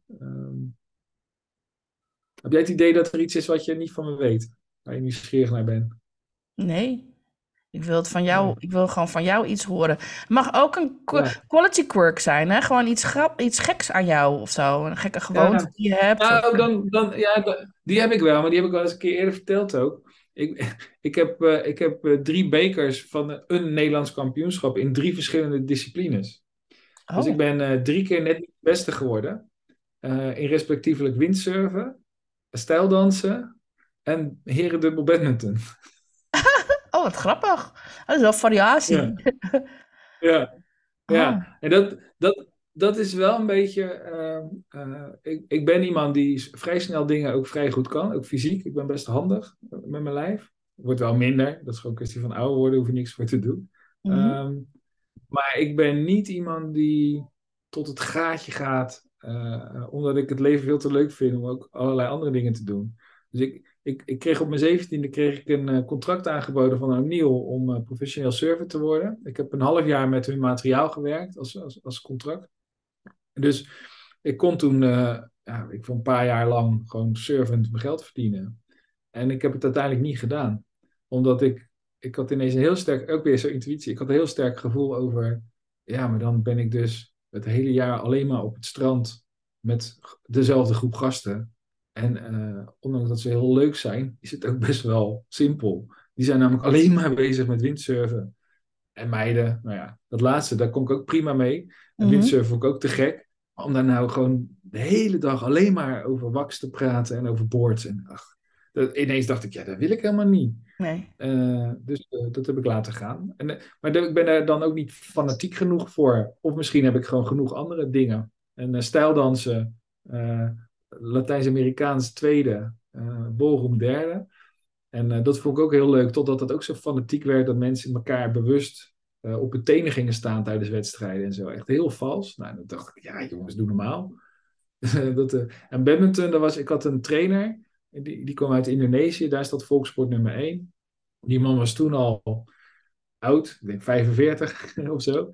Heb jij het idee dat er iets is wat je niet van me weet? Waar je nieuwsgierig naar bent? nee. Ik wil het van jou, Ja. ik wil gewoon van jou iets horen. Het mag ook een Ja. quality quirk zijn, hè? Gewoon iets geks aan jou of zo. Een gekke gewoonte Ja. die je hebt. Of... Nou, ja, die heb ik wel, maar die heb ik wel eens een keer eerder verteld ook. Ik, ik heb 3 bekers van een Nederlands kampioenschap in 3 verschillende disciplines. Dus ik Oh, ben 3 keer net niet de beste geworden. In respectievelijk windsurfen, stijldansen en herendubbel badminton. oh, wat grappig. Dat is wel variatie. Ja, ja. Oh. Ja, en dat is wel een beetje. Ik ben iemand die vrij snel dingen ook vrij goed kan, ook fysiek. Ik ben best handig met mijn lijf. Wordt wel minder, dat is gewoon een kwestie van ouder worden, hoef je niks voor te doen. Mhm. Ehm, maar ik ben niet iemand die tot het gaatje gaat, omdat ik het leven veel te leuk vind om ook allerlei andere dingen te doen. Dus ik kreeg op mijn 17e kreeg ik een contract aangeboden van O'Neill om professioneel surfer te worden. Ik heb een half jaar met hun materiaal gewerkt als contract. Dus ik kon toen, ik voor een paar jaar lang gewoon surfend mijn geld verdienen. En ik heb het uiteindelijk niet gedaan. Omdat ik had ineens een heel sterk, ook weer zo'n intuïtie. Ik had een heel sterk gevoel over, ja, maar dan ben ik dus het hele jaar alleen maar op het strand met dezelfde groep gasten. En ondanks dat ze heel leuk zijn, is het ook best wel simpel. Die zijn namelijk alleen maar bezig met windsurfen. En meiden, nou ja, dat laatste, daar kom ik ook prima mee. En Mhm. windsurfen vond ik ook te gek. Maar om daar nou gewoon de hele dag alleen maar over wax te praten en over boards. En ach, ineens dacht ik, ja, dat wil ik helemaal niet. Nee. Dus dat heb ik laten gaan. Maar ik ben er dan ook niet fanatiek genoeg voor. Of misschien heb ik gewoon genoeg andere dingen. En stijldansen, Latijns-Amerikaans tweede, ballroom derde. En dat vond ik ook heel leuk, totdat het ook zo fanatiek werd dat mensen elkaar bewust op hun tenen gingen staan tijdens wedstrijden en zo. Echt heel vals. Nou, dan dacht ik, ja jongens, doe normaal. En badminton, ik had een trainer, die kwam uit Indonesië, daar is dat volkssport nummer 1. Die man was toen al oud, ik denk 45 of zo.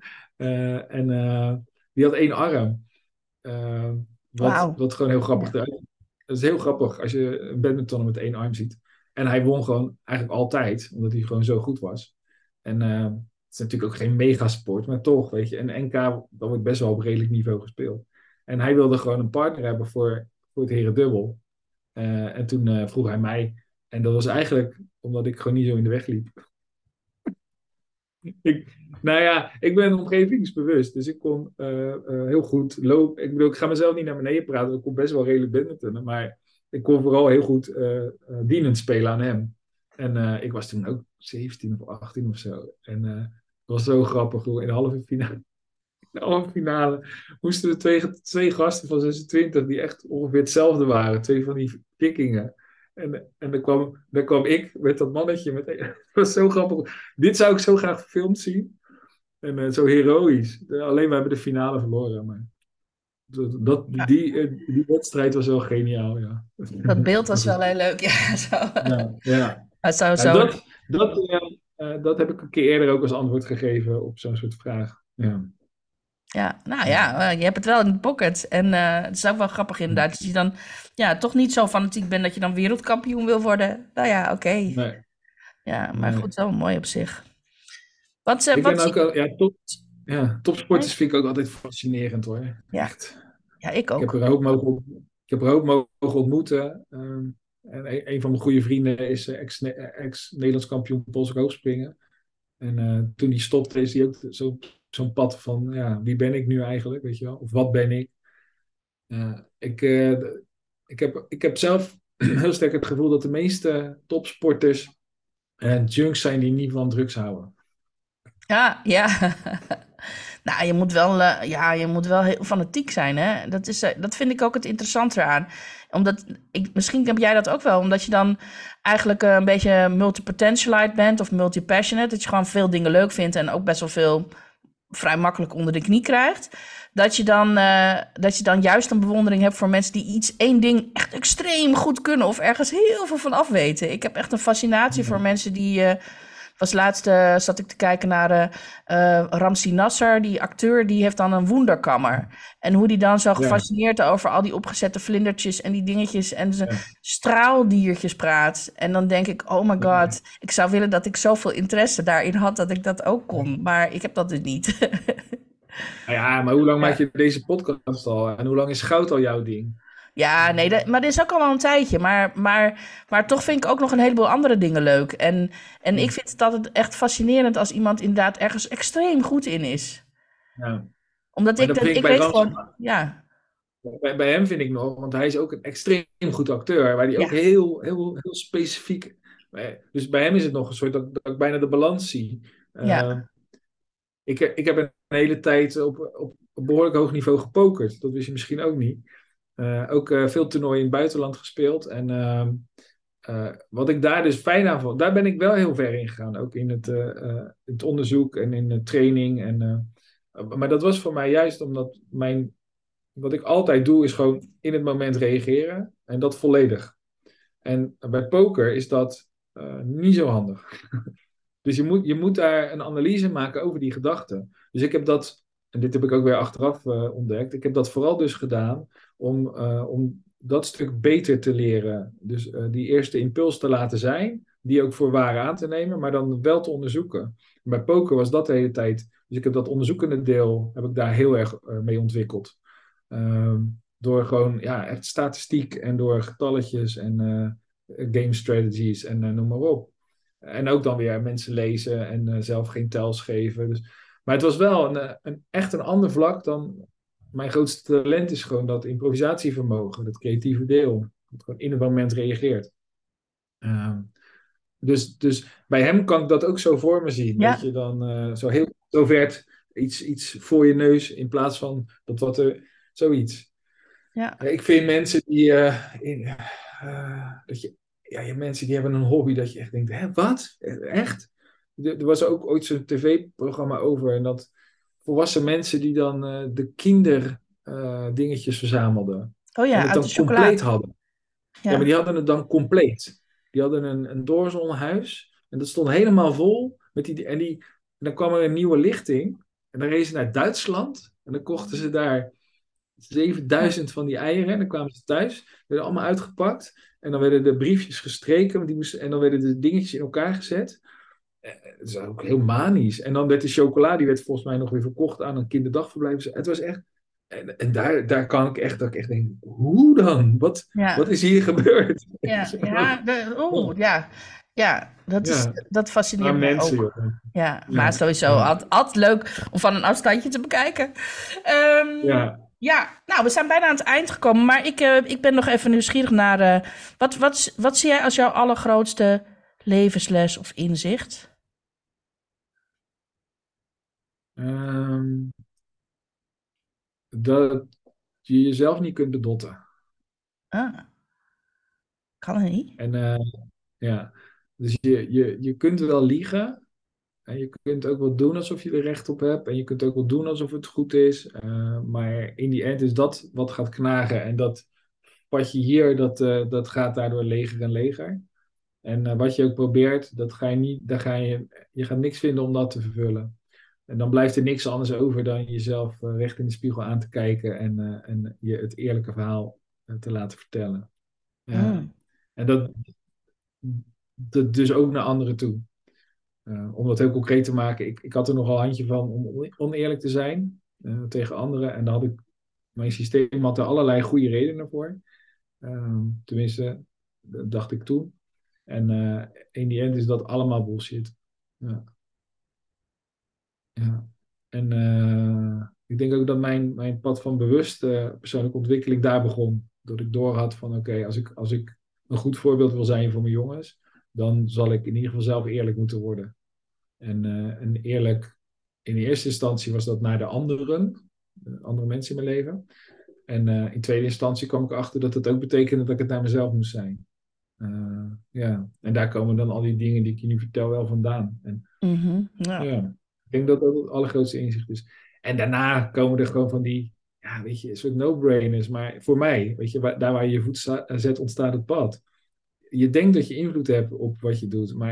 En die had 1 arm. Uh, wat, Wauw. wat gewoon heel grappig Ja. eruit. Dat is heel grappig als je een badmintonner met 1 arm ziet. En hij won gewoon eigenlijk altijd, omdat hij gewoon zo goed was. En het is natuurlijk ook geen megasport, maar toch, weet je. En NK, dat wordt best wel op redelijk niveau gespeeld. En hij wilde gewoon een partner hebben voor het herendubbel. En toen vroeg hij mij. En dat was eigenlijk omdat ik gewoon niet zo in de weg liep. Nou ja, ik ben omgevingsbewust. Dus ik kon heel goed lopen. Ik bedoel, ik ga mezelf niet naar beneden praten. Ik kon best wel redelijk badmintonnen. Maar ik kon vooral heel goed dienend spelen aan hem. En ik was toen ook 17 of 18 of zo. En het was zo grappig. In de halve finale moesten er twee gasten van 26 die echt ongeveer hetzelfde waren. 2 van die vikingen. En dan kwam ik met dat mannetje. Het was zo grappig. Dit zou ik zo graag gefilmd zien. En zo heroïs. Alleen we hebben de finale verloren. Maar die wedstrijd was wel geniaal, ja. Dat beeld Maar was wel goed. heel leuk. Ja, zo. Ja, ja. Het zou Ja, zo. dat heb ik een keer eerder ook als antwoord gegeven op zo'n soort vraag. Ja. Ja, nou Ja. ja, je hebt het wel in de pocket. En het is ook wel grappig inderdaad. Dat je dan ja, toch niet zo fanatiek bent dat je dan wereldkampioen wil worden. Nou ja, oké. Nee, Ja, maar nee. goed, wel mooi op zich. Wat, Ik ben wat zie ook al, je? topsporters vind ik ook altijd fascinerend hoor. Ja, Echt. ja, ik Ik heb ook. er ook ik heb er ook mogen ontmoeten. En een van mijn goede vrienden is ex-Nederlands kampioen Poolse hoogspringen. En toen hij stopte, is hij ook zo'n pad van, ja, wie ben ik nu eigenlijk, weet je wel? Of wat ben ik? Ja, ik heb zelf heel sterk het gevoel dat de meeste topsporters junks zijn die niet van drugs houden. Ja, ja. Nou, je moet wel heel fanatiek zijn, hè? Dat vind ik ook het interessante eraan. Omdat, misschien heb jij dat ook wel, omdat je dan eigenlijk een beetje multipotentialite bent of multipassionate. Dat je gewoon veel dingen leuk vindt en ook best wel veel vrij makkelijk onder de knie krijgt. Dat je dan juist een bewondering hebt voor mensen die één ding echt extreem goed kunnen of ergens heel veel van afweten. Ik heb echt een fascinatie voor mensen die Was laatst zat ik te kijken naar Ramzi Nasser, die acteur, die heeft dan een wonderkammer. En hoe die dan zo Ja, gefascineerd over al die opgezette vlindertjes en die dingetjes en zijn ja, straaldiertjes praat. En dan denk ik, oh my ja. god, ik zou willen dat ik zoveel interesse daarin had dat ik dat ook kon. Maar ik heb dat dus niet. Nou ja, maar hoe lang maak Ja. je deze podcast al? En hoe lang is goud al jouw ding? Ja, nee, maar dit is ook al wel een tijdje. Maar toch vind ik ook nog een heleboel andere dingen leuk. En ik vind het altijd echt fascinerend als iemand inderdaad ergens extreem goed in is. Ja. Omdat Maar dat vind ik ik bij weet Rams, gewoon, ja, bij hem vind ik nog, want hij is ook een extreem goed acteur, waar hij ook ja, heel specifiek. Dus bij hem is het nog een soort dat ik bijna de balans zie. ja. Uh, ik heb een hele tijd op behoorlijk hoog niveau gepokerd. Dat wist je misschien ook niet. Ook veel toernooien in het buitenland gespeeld. En wat ik daar dus fijn aan vond, daar ben ik wel heel ver in gegaan. Ook in het onderzoek en in de training. Maar dat was voor mij juist omdat wat ik altijd doe, is gewoon in het moment reageren. En dat volledig. En bij poker is dat niet zo handig. Dus je moet daar een analyse maken over die gedachten. Dus ik heb dat, en dit heb ik ook weer achteraf ontdekt, ik heb dat vooral dus gedaan om dat stuk beter te leren. Dus die eerste impuls te laten zijn, die ook voor waar aan te nemen, maar dan wel te onderzoeken. Bij poker was dat de hele tijd. Dus ik heb dat onderzoekende deel, heb ik daar heel erg mee ontwikkeld. Ehm, door gewoon, ja, echt statistiek en door getalletjes en game strategies en noem maar op. En ook dan weer mensen lezen en zelf geen tells geven. Dus, maar het was wel echt een ander vlak dan. Mijn grootste talent is gewoon dat improvisatievermogen, dat creatieve deel. Dat gewoon in het moment reageert. Ehm, dus bij hem kan ik dat ook zo voor me zien. Dat Ja, je dan zo heel zo ver iets voor je neus in plaats van dat wat er. Zoiets. ja, Ja, ik vind mensen die. Dat je, ja, je hebt mensen die hebben een hobby dat je echt denkt: hè, wat? Echt? Er was ook ooit zo'n tv-programma over. En dat volwassen mensen die dan de kinderdingetjes verzamelden. oh En ja, het uit de dan chocola. compleet hadden. Ja, maar Ja, die hadden het dan compleet. Die hadden een doorzonnehuis. En dat stond helemaal vol. En dan kwam er een nieuwe lichting. En dan reden ze naar Duitsland. En dan kochten ze daar ja, 7000 van die eieren. En dan kwamen ze thuis, werden allemaal uitgepakt. En dan werden de briefjes gestreken. En dan werden de dingetjes in elkaar gezet. Het is ook heel manisch. En dan werd de chocola, die werd volgens mij nog weer verkocht aan een kinderdagverblijf. Dus het was echt. En daar kan ik echt, dat ik echt denk, hoe dan? Wat ja, is hier gebeurd? ja, ja, ja, ja, Ja, dat maar fascineert mij mensen, ook. joh. Ja, maar Ja, sowieso ja, altijd leuk om van een afstandje te bekijken. Ehm, ja. ja, nou, we zijn bijna aan het eind gekomen, maar ik ben nog even nieuwsgierig naar... wat zie jij als jouw allergrootste levensles of inzicht? Ehm, dat je jezelf niet kunt bedotten. Ah, kan het niet? En ja, dus je kunt wel liegen. En je kunt ook wel doen alsof je er recht op hebt. En je kunt ook wel doen alsof het goed is. Maar in die end is dat wat gaat knagen. En dat wat je hier, dat gaat daardoor leger en leger. En wat je ook probeert, dat ga je niet, je gaat niks vinden om dat te vervullen. En dan blijft er niks anders over dan jezelf recht in de spiegel aan te kijken en je het eerlijke verhaal te laten vertellen. Ja. Mm, En dat dus ook naar anderen toe. Om dat heel concreet te maken, ik had er nogal een handje van om oneerlijk te zijn tegen anderen. En dan had ik, mijn systeem had er allerlei goede redenen voor. Tenminste, dat dacht ik toen. En in die end is dat allemaal bullshit. Ja, ja. En ik denk ook dat mijn pad van bewuste persoonlijke ontwikkeling daar begon. Dat ik door had van oké, als ik een goed voorbeeld wil zijn voor mijn jongens, dan zal ik in ieder geval zelf eerlijk moeten worden. En eerlijk, in eerste instantie was dat naar de anderen, andere mensen in mijn leven. En in tweede instantie kwam ik erachter dat het ook betekende dat ik het naar mezelf moest zijn. Ja, en daar komen dan al die dingen die ik je nu vertel wel vandaan. En ja. ja, ik denk dat dat het allergrootste inzicht is. En daarna komen er gewoon van die, ja, weet je, een soort no-brainers. Maar voor mij, weet je, daar waar je je voet zet, ontstaat het pad. Je denkt dat je invloed hebt op wat je doet, maar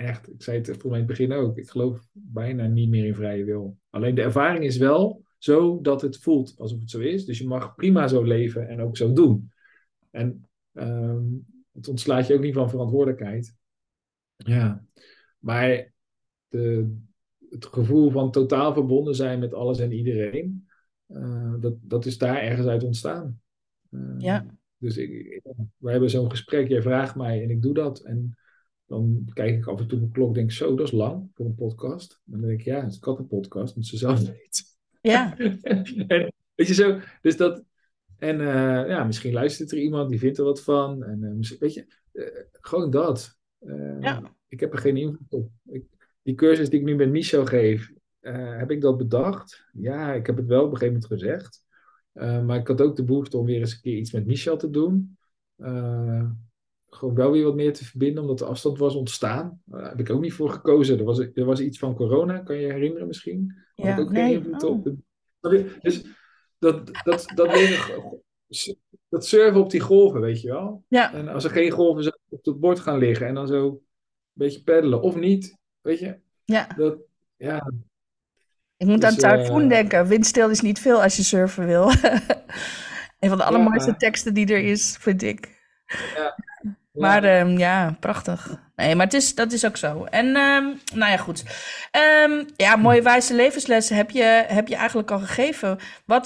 echt, ik zei het volgens mij in het begin ook, ik geloof bijna niet meer in vrije wil. Alleen de ervaring is wel zo dat het voelt alsof het zo is. Dus je mag prima zo leven en ook zo doen. En het ontslaat je ook niet van verantwoordelijkheid. Ja, maar de, het gevoel van totaal verbonden zijn met alles en iedereen, dat is daar ergens uit ontstaan. Uh, Ja, dus we hebben zo'n gesprek, jij vraagt mij en ik doe dat. En dan kijk ik af en toe op de klok, denk zo, dat is lang voor een podcast. Dan denk ik, ja, het is ook een podcast, moet ze zelf weten. ja, En weet je zo, dus dat, en ja, misschien luistert er iemand die vindt er wat van. En weet je, gewoon dat. ja, Ik heb er geen invloed op. Die cursus die ik nu met Michel geef, heb ik dat bedacht? Ja, ik heb het wel op een gegeven moment gezegd. Maar ik had ook de behoefte om weer eens een keer iets met Michel te doen. Gewoon wel weer wat meer te verbinden, omdat de afstand was ontstaan. Daar heb ik ook niet voor gekozen. Er was iets van corona, kan je je herinneren misschien? Had ik ja, ook geen nee. invloed Oh. op. Dus dat leren, dat surfen op die golven, weet je wel. Ja, En als er geen golven zo op het bord gaan liggen en dan zo een beetje peddelen, of niet, weet je. ja. Dat, ja, Ik moet aan dus Typhoon denken. Windstil is niet veel als je surfen wil. Een van de allermooiste ja, teksten die er is, vind ik. ja, Maar ja. ja, prachtig. Nee, maar dat is ook zo. En nou ja, goed. Ja, mooie wijze levenslessen heb je eigenlijk al gegeven.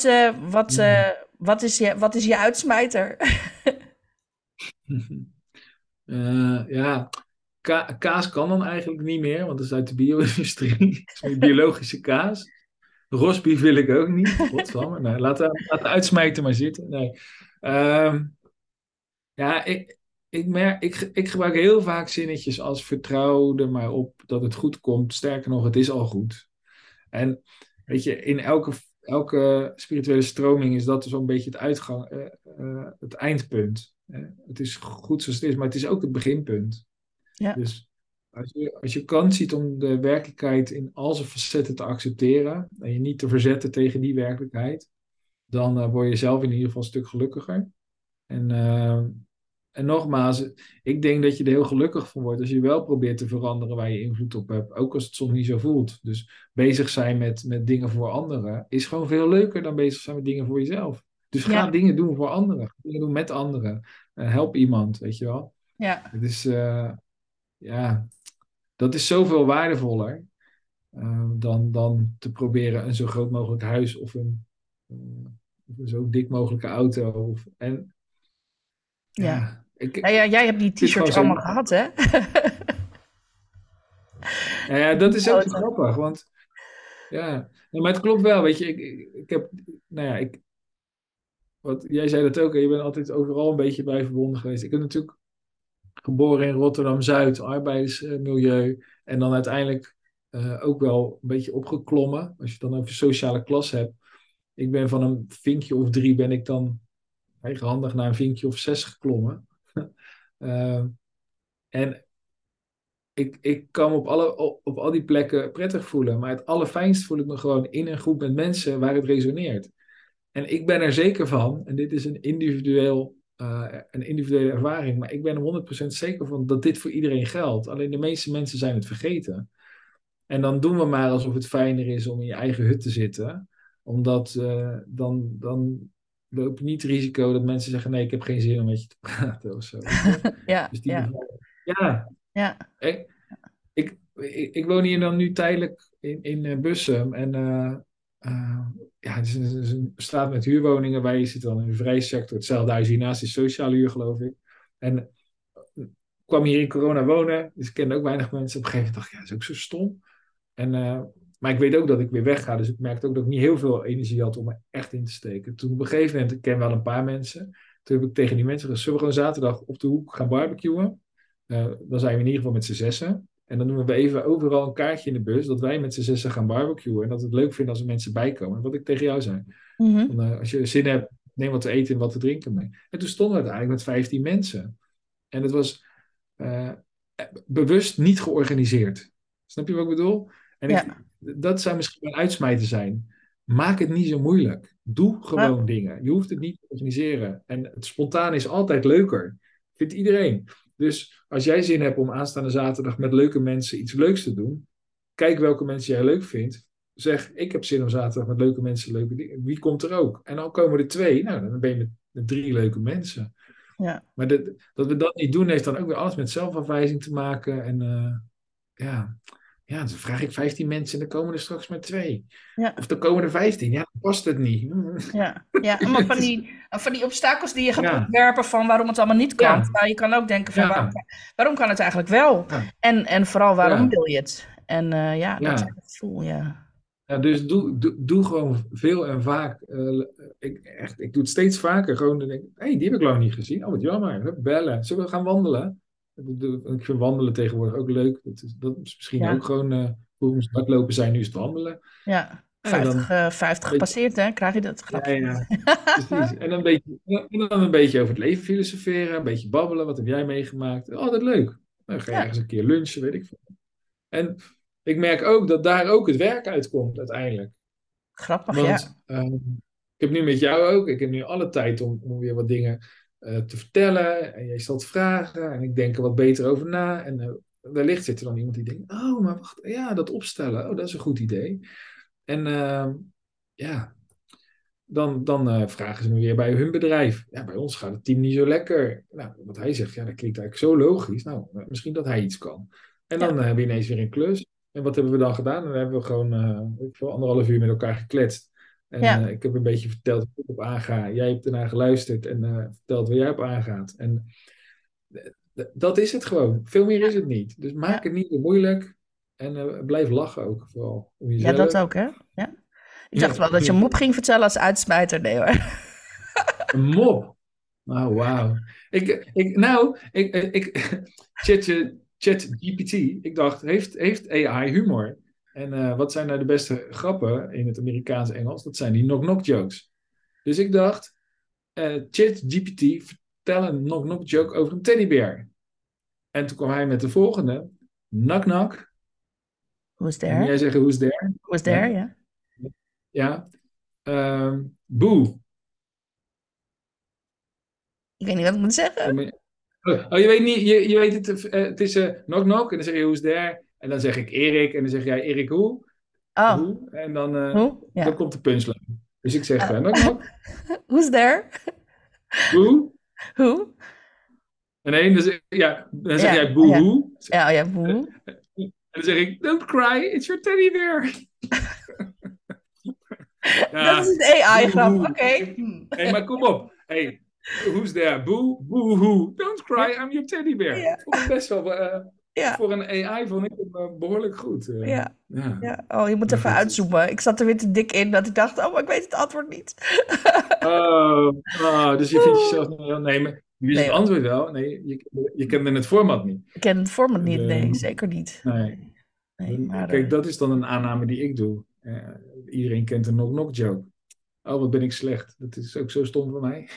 Wat is je uitsmijter? Ja, kaas kan dan eigenlijk niet meer, want dat is uit de bio-industrie. Dat is meer biologische kaas. Rosbief wil ik ook niet. Godsamme. Nee, laat de uitsmijter maar zitten. Nee. Ehm, ja, ik gebruik heel vaak zinnetjes als vertrouw er maar op dat het goed komt. Sterker nog, het is al goed. En weet je, in elke spirituele stroming is dat zo'n beetje het eindpunt. Het is goed zoals het is, maar het is ook het beginpunt. Ja, Dus als je kans ziet om de werkelijkheid in al zijn facetten te accepteren en je niet te verzetten tegen die werkelijkheid, dan word je zelf in ieder geval een stuk gelukkiger. En, uh, en nogmaals, ik denk dat je er heel gelukkig van wordt als je wel probeert te veranderen waar je invloed op hebt, ook als het soms niet zo voelt. Dus bezig zijn met dingen voor anderen is gewoon veel leuker dan bezig zijn met dingen voor jezelf. Dus ga ja, dingen doen voor anderen, ga dingen doen met anderen. Help iemand, weet je wel. ja, Het is, ja, dat is zoveel waardevoller dan te proberen een zo groot mogelijk huis of een zo dik mogelijke auto. En ja. ja, Ja, ja, jij hebt die het is gewoon t-shirts zo. allemaal gehad, hè? Ja, dat Die is ook zo auto. grappig, want ja, nee, maar het klopt wel, weet je. Ik heb, nou ja, wat, jij zei dat ook, hè, je bent altijd overal een beetje bij verbonden geweest. Ik ben natuurlijk geboren in Rotterdam-Zuid, arbeidersmilieu. En dan uiteindelijk ook wel een beetje opgeklommen. Als je het dan over sociale klas hebt. Ik ben van een vinkje of 3 ben ik dan eigenhandig naar een vinkje of 6 geklommen. Uh, en ik kan me op al die plekken prettig voelen. Maar het allerfijnst voel ik me gewoon in een groep met mensen waar het resoneert. En ik ben er zeker van, en dit is een individuele ervaring, maar ik ben er 100% zeker van dat dit voor iedereen geldt. Alleen de meeste mensen zijn het vergeten. En dan doen we maar alsof het fijner is om in je eigen hut te zitten. Omdat dan loop je niet het risico dat mensen zeggen: nee, ik heb geen zin om met je te praten of zo. Weet je? Ja, Dus ja, ja, ja, ik, ik woon hier dan nu tijdelijk in Bussum. En ja, het is een straat met huurwoningen. Wij zitten dan in de vrije sector. Hetzelfde huis hiernaast is sociale huur, geloof ik. En kwam hier in corona wonen. Dus ik kende ook weinig mensen. Op een gegeven moment dacht ik, ja, dat is ook zo stom. En, maar ik weet ook dat ik weer wegga. Dus ik merkte ook dat ik niet heel veel energie had om er echt in te steken. Toen op een gegeven moment, ik ken wel een paar mensen. Toen heb ik tegen die mensen gezegd, zullen we gewoon zaterdag op de hoek gaan barbecuen? Dan zijn we in ieder geval met z'n zessen. En dan doen we even overal een kaartje in de bus dat wij met z'n zessen gaan barbecuen. En dat we het leuk vinden als er mensen bijkomen. Wat ik tegen jou zei. mhm, Van, als je zin hebt, neem wat te eten en wat te drinken mee. En toen stonden we uiteindelijk met 15 mensen. En het was eh, bewust niet georganiseerd. Snap je wat ik bedoel? En ja, dat zou misschien een uitsmijter zijn. Maak het niet zo moeilijk. Doe ja, gewoon dingen. Je hoeft het niet te organiseren. En het spontaan is altijd leuker. Vindt iedereen. Dus als jij zin hebt om aanstaande zaterdag met leuke mensen iets leuks te doen, kijk welke mensen jij leuk vindt. Zeg, ik heb zin om zaterdag met leuke mensen leuke dingen. Wie komt er ook? En dan komen er 2. Nou, dan ben je met 3 leuke mensen. Ja, Maar dat we dat niet doen, heeft dan ook weer alles met zelfafwijzing te maken. En ja. Ja, dan vraag ik 15 mensen en dan komen er straks maar 2. ja, Of dan komen er 15. Ja, dan past het niet. ja. Ja, maar van die obstakels die je gaat Ja, opwerpen van waarom het allemaal niet kan. ja, Terwijl je kan ook denken van ja, waarom kan het eigenlijk wel? ja, En vooral waarom ja, wil je het? En ja, dat is ja. het gevoel, ja. Ja, dus doe gewoon veel en vaak. Ik doe het steeds vaker. Gewoon dan denk ik, hey, die heb ik lang niet gezien. Oh, wat jammer. Hup, bellen. Zullen we gaan wandelen? Ik vind wandelen tegenwoordig ook leuk. Dat is misschien ook Ja, gewoon hoe we hardlopen zijn. Nu is het wandelen. ja. En 50, dan 50 weet je, gepasseerd, hè? Krijg je dat ja, grapje? ja, precies. En dan een beetje over het leven filosoferen. Een beetje babbelen. Wat heb jij meegemaakt? Altijd leuk. Dan ga je Ja, ergens een keer lunchen, weet ik veel. En ik merk ook dat daar ook het werk uitkomt uiteindelijk. grappig, ja. Want ik heb nu met jou ook, ik heb nu alle tijd om weer wat dingen te vertellen. En jij stelt vragen en ik denk er wat beter over na. En wellicht zit er dan iemand die denkt, oh, maar wacht, ja, dat opstellen, oh, dat is een goed idee. En ja, dan vragen ze me weer bij hun bedrijf. Ja, bij ons gaat het team niet zo lekker. Nou, wat hij zegt, ja, dat klinkt eigenlijk zo logisch. Nou, misschien dat hij iets kan. En dan Ja, hebben we ineens weer een klus. En wat hebben we dan gedaan? Dan hebben we gewoon weet ik veel, 1,5 uur met elkaar gekletst. En ja, ik heb een beetje verteld hoe ik op aanga. Jij hebt ernaar geluisterd en verteld waar jij op aangaat. En dat is het gewoon. Veel meer is het niet. Dus maak ja. het niet te moeilijk. En blijf lachen ook, vooral om Ja, dat jezelf. ook, hè? Ja. Ik dacht Ja, wel dat je een mop ging vertellen als uitsmijter. Nee hoor. een mop. Oh, wauw. ChatGPT, ik dacht, heeft AI humor? En wat zijn nou de beste grappen in het Amerikaans Engels? Dat zijn die knock-knock jokes. Dus ik dacht, ChatGPT, vertel een knock-knock joke over een teddybeer. En toen kwam hij met de volgende. Knock knock. Who's En moet there? jij zeggen, who's there? Who's there? Ja? Ja. Ja. Boe. Ik weet niet wat ik moet zeggen. Oh, je weet niet, je weet het, het is knock knock en dan zeg je who's there en dan zeg ik Erik en dan zeg jij Erik Oh, hoe en dan, hoe? dan Ja. komt de punchline. Dus ik zeg Oh. knock knock, Who's there? boe Who? en nee, dan zeg Ja, jij ja. boehoe Ja, ja, en who? dan zeg ik don't cry, it's your teddy bear. Dat is Ja, een AI-grap. boehoe. Oké. Hey, maar kom op. Hey, who's there? Boo-hoo. Don't Ja, cry, I'm your teddy bear. ja, Ik vond het best wel, ja, voor een AI vond ik het behoorlijk goed. ja. Ja, Ja. Oh, je moet maar even goed. uitzoomen. Ik zat er weer te dik in dat ik dacht, oh, maar ik weet het antwoord niet. Dus je vindt jezelf niet wel. Nee, maar je wist het Nee hoor, antwoord wel. Nee, je kende het format niet. ik ken het format niet. Nee, De, zeker niet. nee. Nee, nee, maar... Kijk, dat is dan een aanname die ik doe. Iedereen kent een knock-knock joke. Oh, wat ben ik slecht. Dat is ook zo stom voor mij.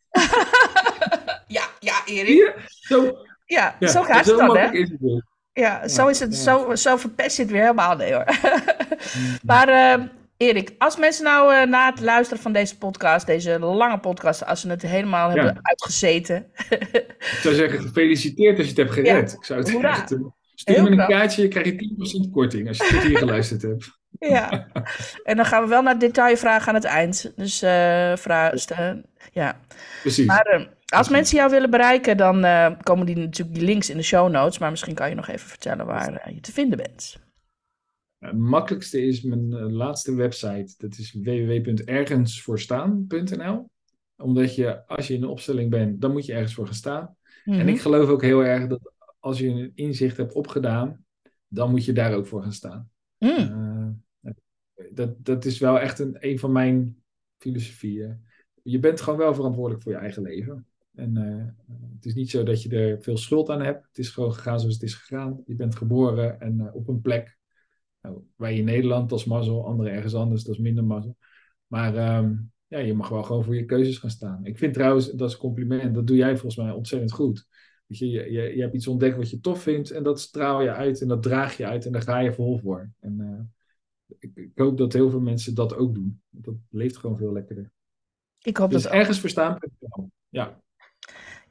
Ja, ja, Zie Erik. je? Zo, Ja, zo ja, gaat het zo dan, hè? makkelijk is het dus. Ja, zo Ja, is het. ja. Zo verpest je het weer helemaal. Nee hoor. Mm. Maar Erik, als mensen nou na het luisteren van deze podcast, deze lange podcast, als ze het helemaal hebben Ja, uitgezeten. ik zou zeggen, gefeliciteerd als je het hebt Ja, gered. Ik zou het echt hoera. stuur Heel me een knap. kaartje, krijg je 10% korting als je tot hier geluisterd hebt. Ja. En dan gaan we wel naar detailvragen aan het eind. Dus ja. Precies. Maar als Precies. mensen jou willen bereiken, dan komen natuurlijk die links in de show notes. Maar misschien kan je nog even vertellen waar je te vinden bent. Het makkelijkste is mijn laatste website. Dat is www.ergensvoorstaan.nl. Omdat je, als je in een opstelling bent, dan moet je ergens voor gaan staan. En ik Mhm. geloof ook heel erg dat als je een inzicht hebt opgedaan, dan moet je daar ook voor gaan staan. Mm. Uh, dat is wel echt een van mijn filosofieën. Je bent gewoon wel verantwoordelijk voor je eigen leven. En het is niet zo dat je er veel schuld aan hebt. Het is gewoon gegaan zoals het is gegaan. Je bent geboren en op een plek. Nou, wij in Nederland, dat is mazzel. Anderen ergens anders, dat is minder mazzel. Maar ja, je mag wel gewoon voor je keuzes gaan staan. Ik vind trouwens, dat is een compliment. Dat doe jij volgens mij ontzettend goed. Weet je hebt iets ontdekt wat je tof vindt. En dat straal je uit en dat draag je uit. En daar ga je vol voor. En ik hoop dat heel veel mensen dat ook doen. Dat leeft gewoon veel lekkerder. Ik hoop Dus dat ook. ergens verstaan.nl. Ja,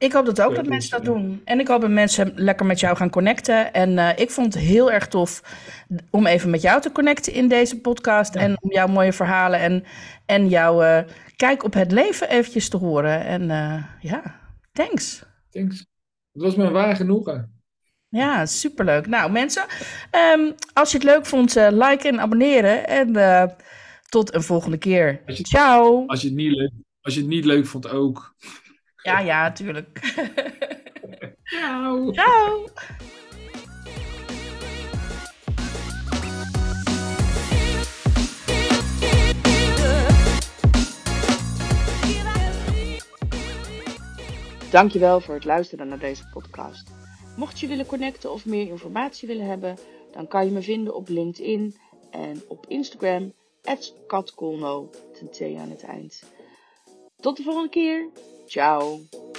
Ik hoop dat ook dat mensen dat doen. En ik hoop dat mensen lekker met jou gaan connecten. En ik vond het heel erg tof om even met jou te connecten in deze podcast. Ja. En om jouw mooie verhalen en jouw kijk op het leven eventjes te horen. En thanks. Thanks. Het was me een waar genoegen. Ja, superleuk. Nou mensen, als je het leuk vond, liken en abonneren. En tot een volgende keer. Ciao. Als je het niet leuk vond ook. Ja, tuurlijk. Ciao. Ciao. Dankjewel voor het luisteren naar deze podcast. Mocht je willen connecten of meer informatie willen hebben, dan kan je me vinden op LinkedIn en op Instagram @katkolno, ten T aan het eind. Tot de volgende keer. Ciao.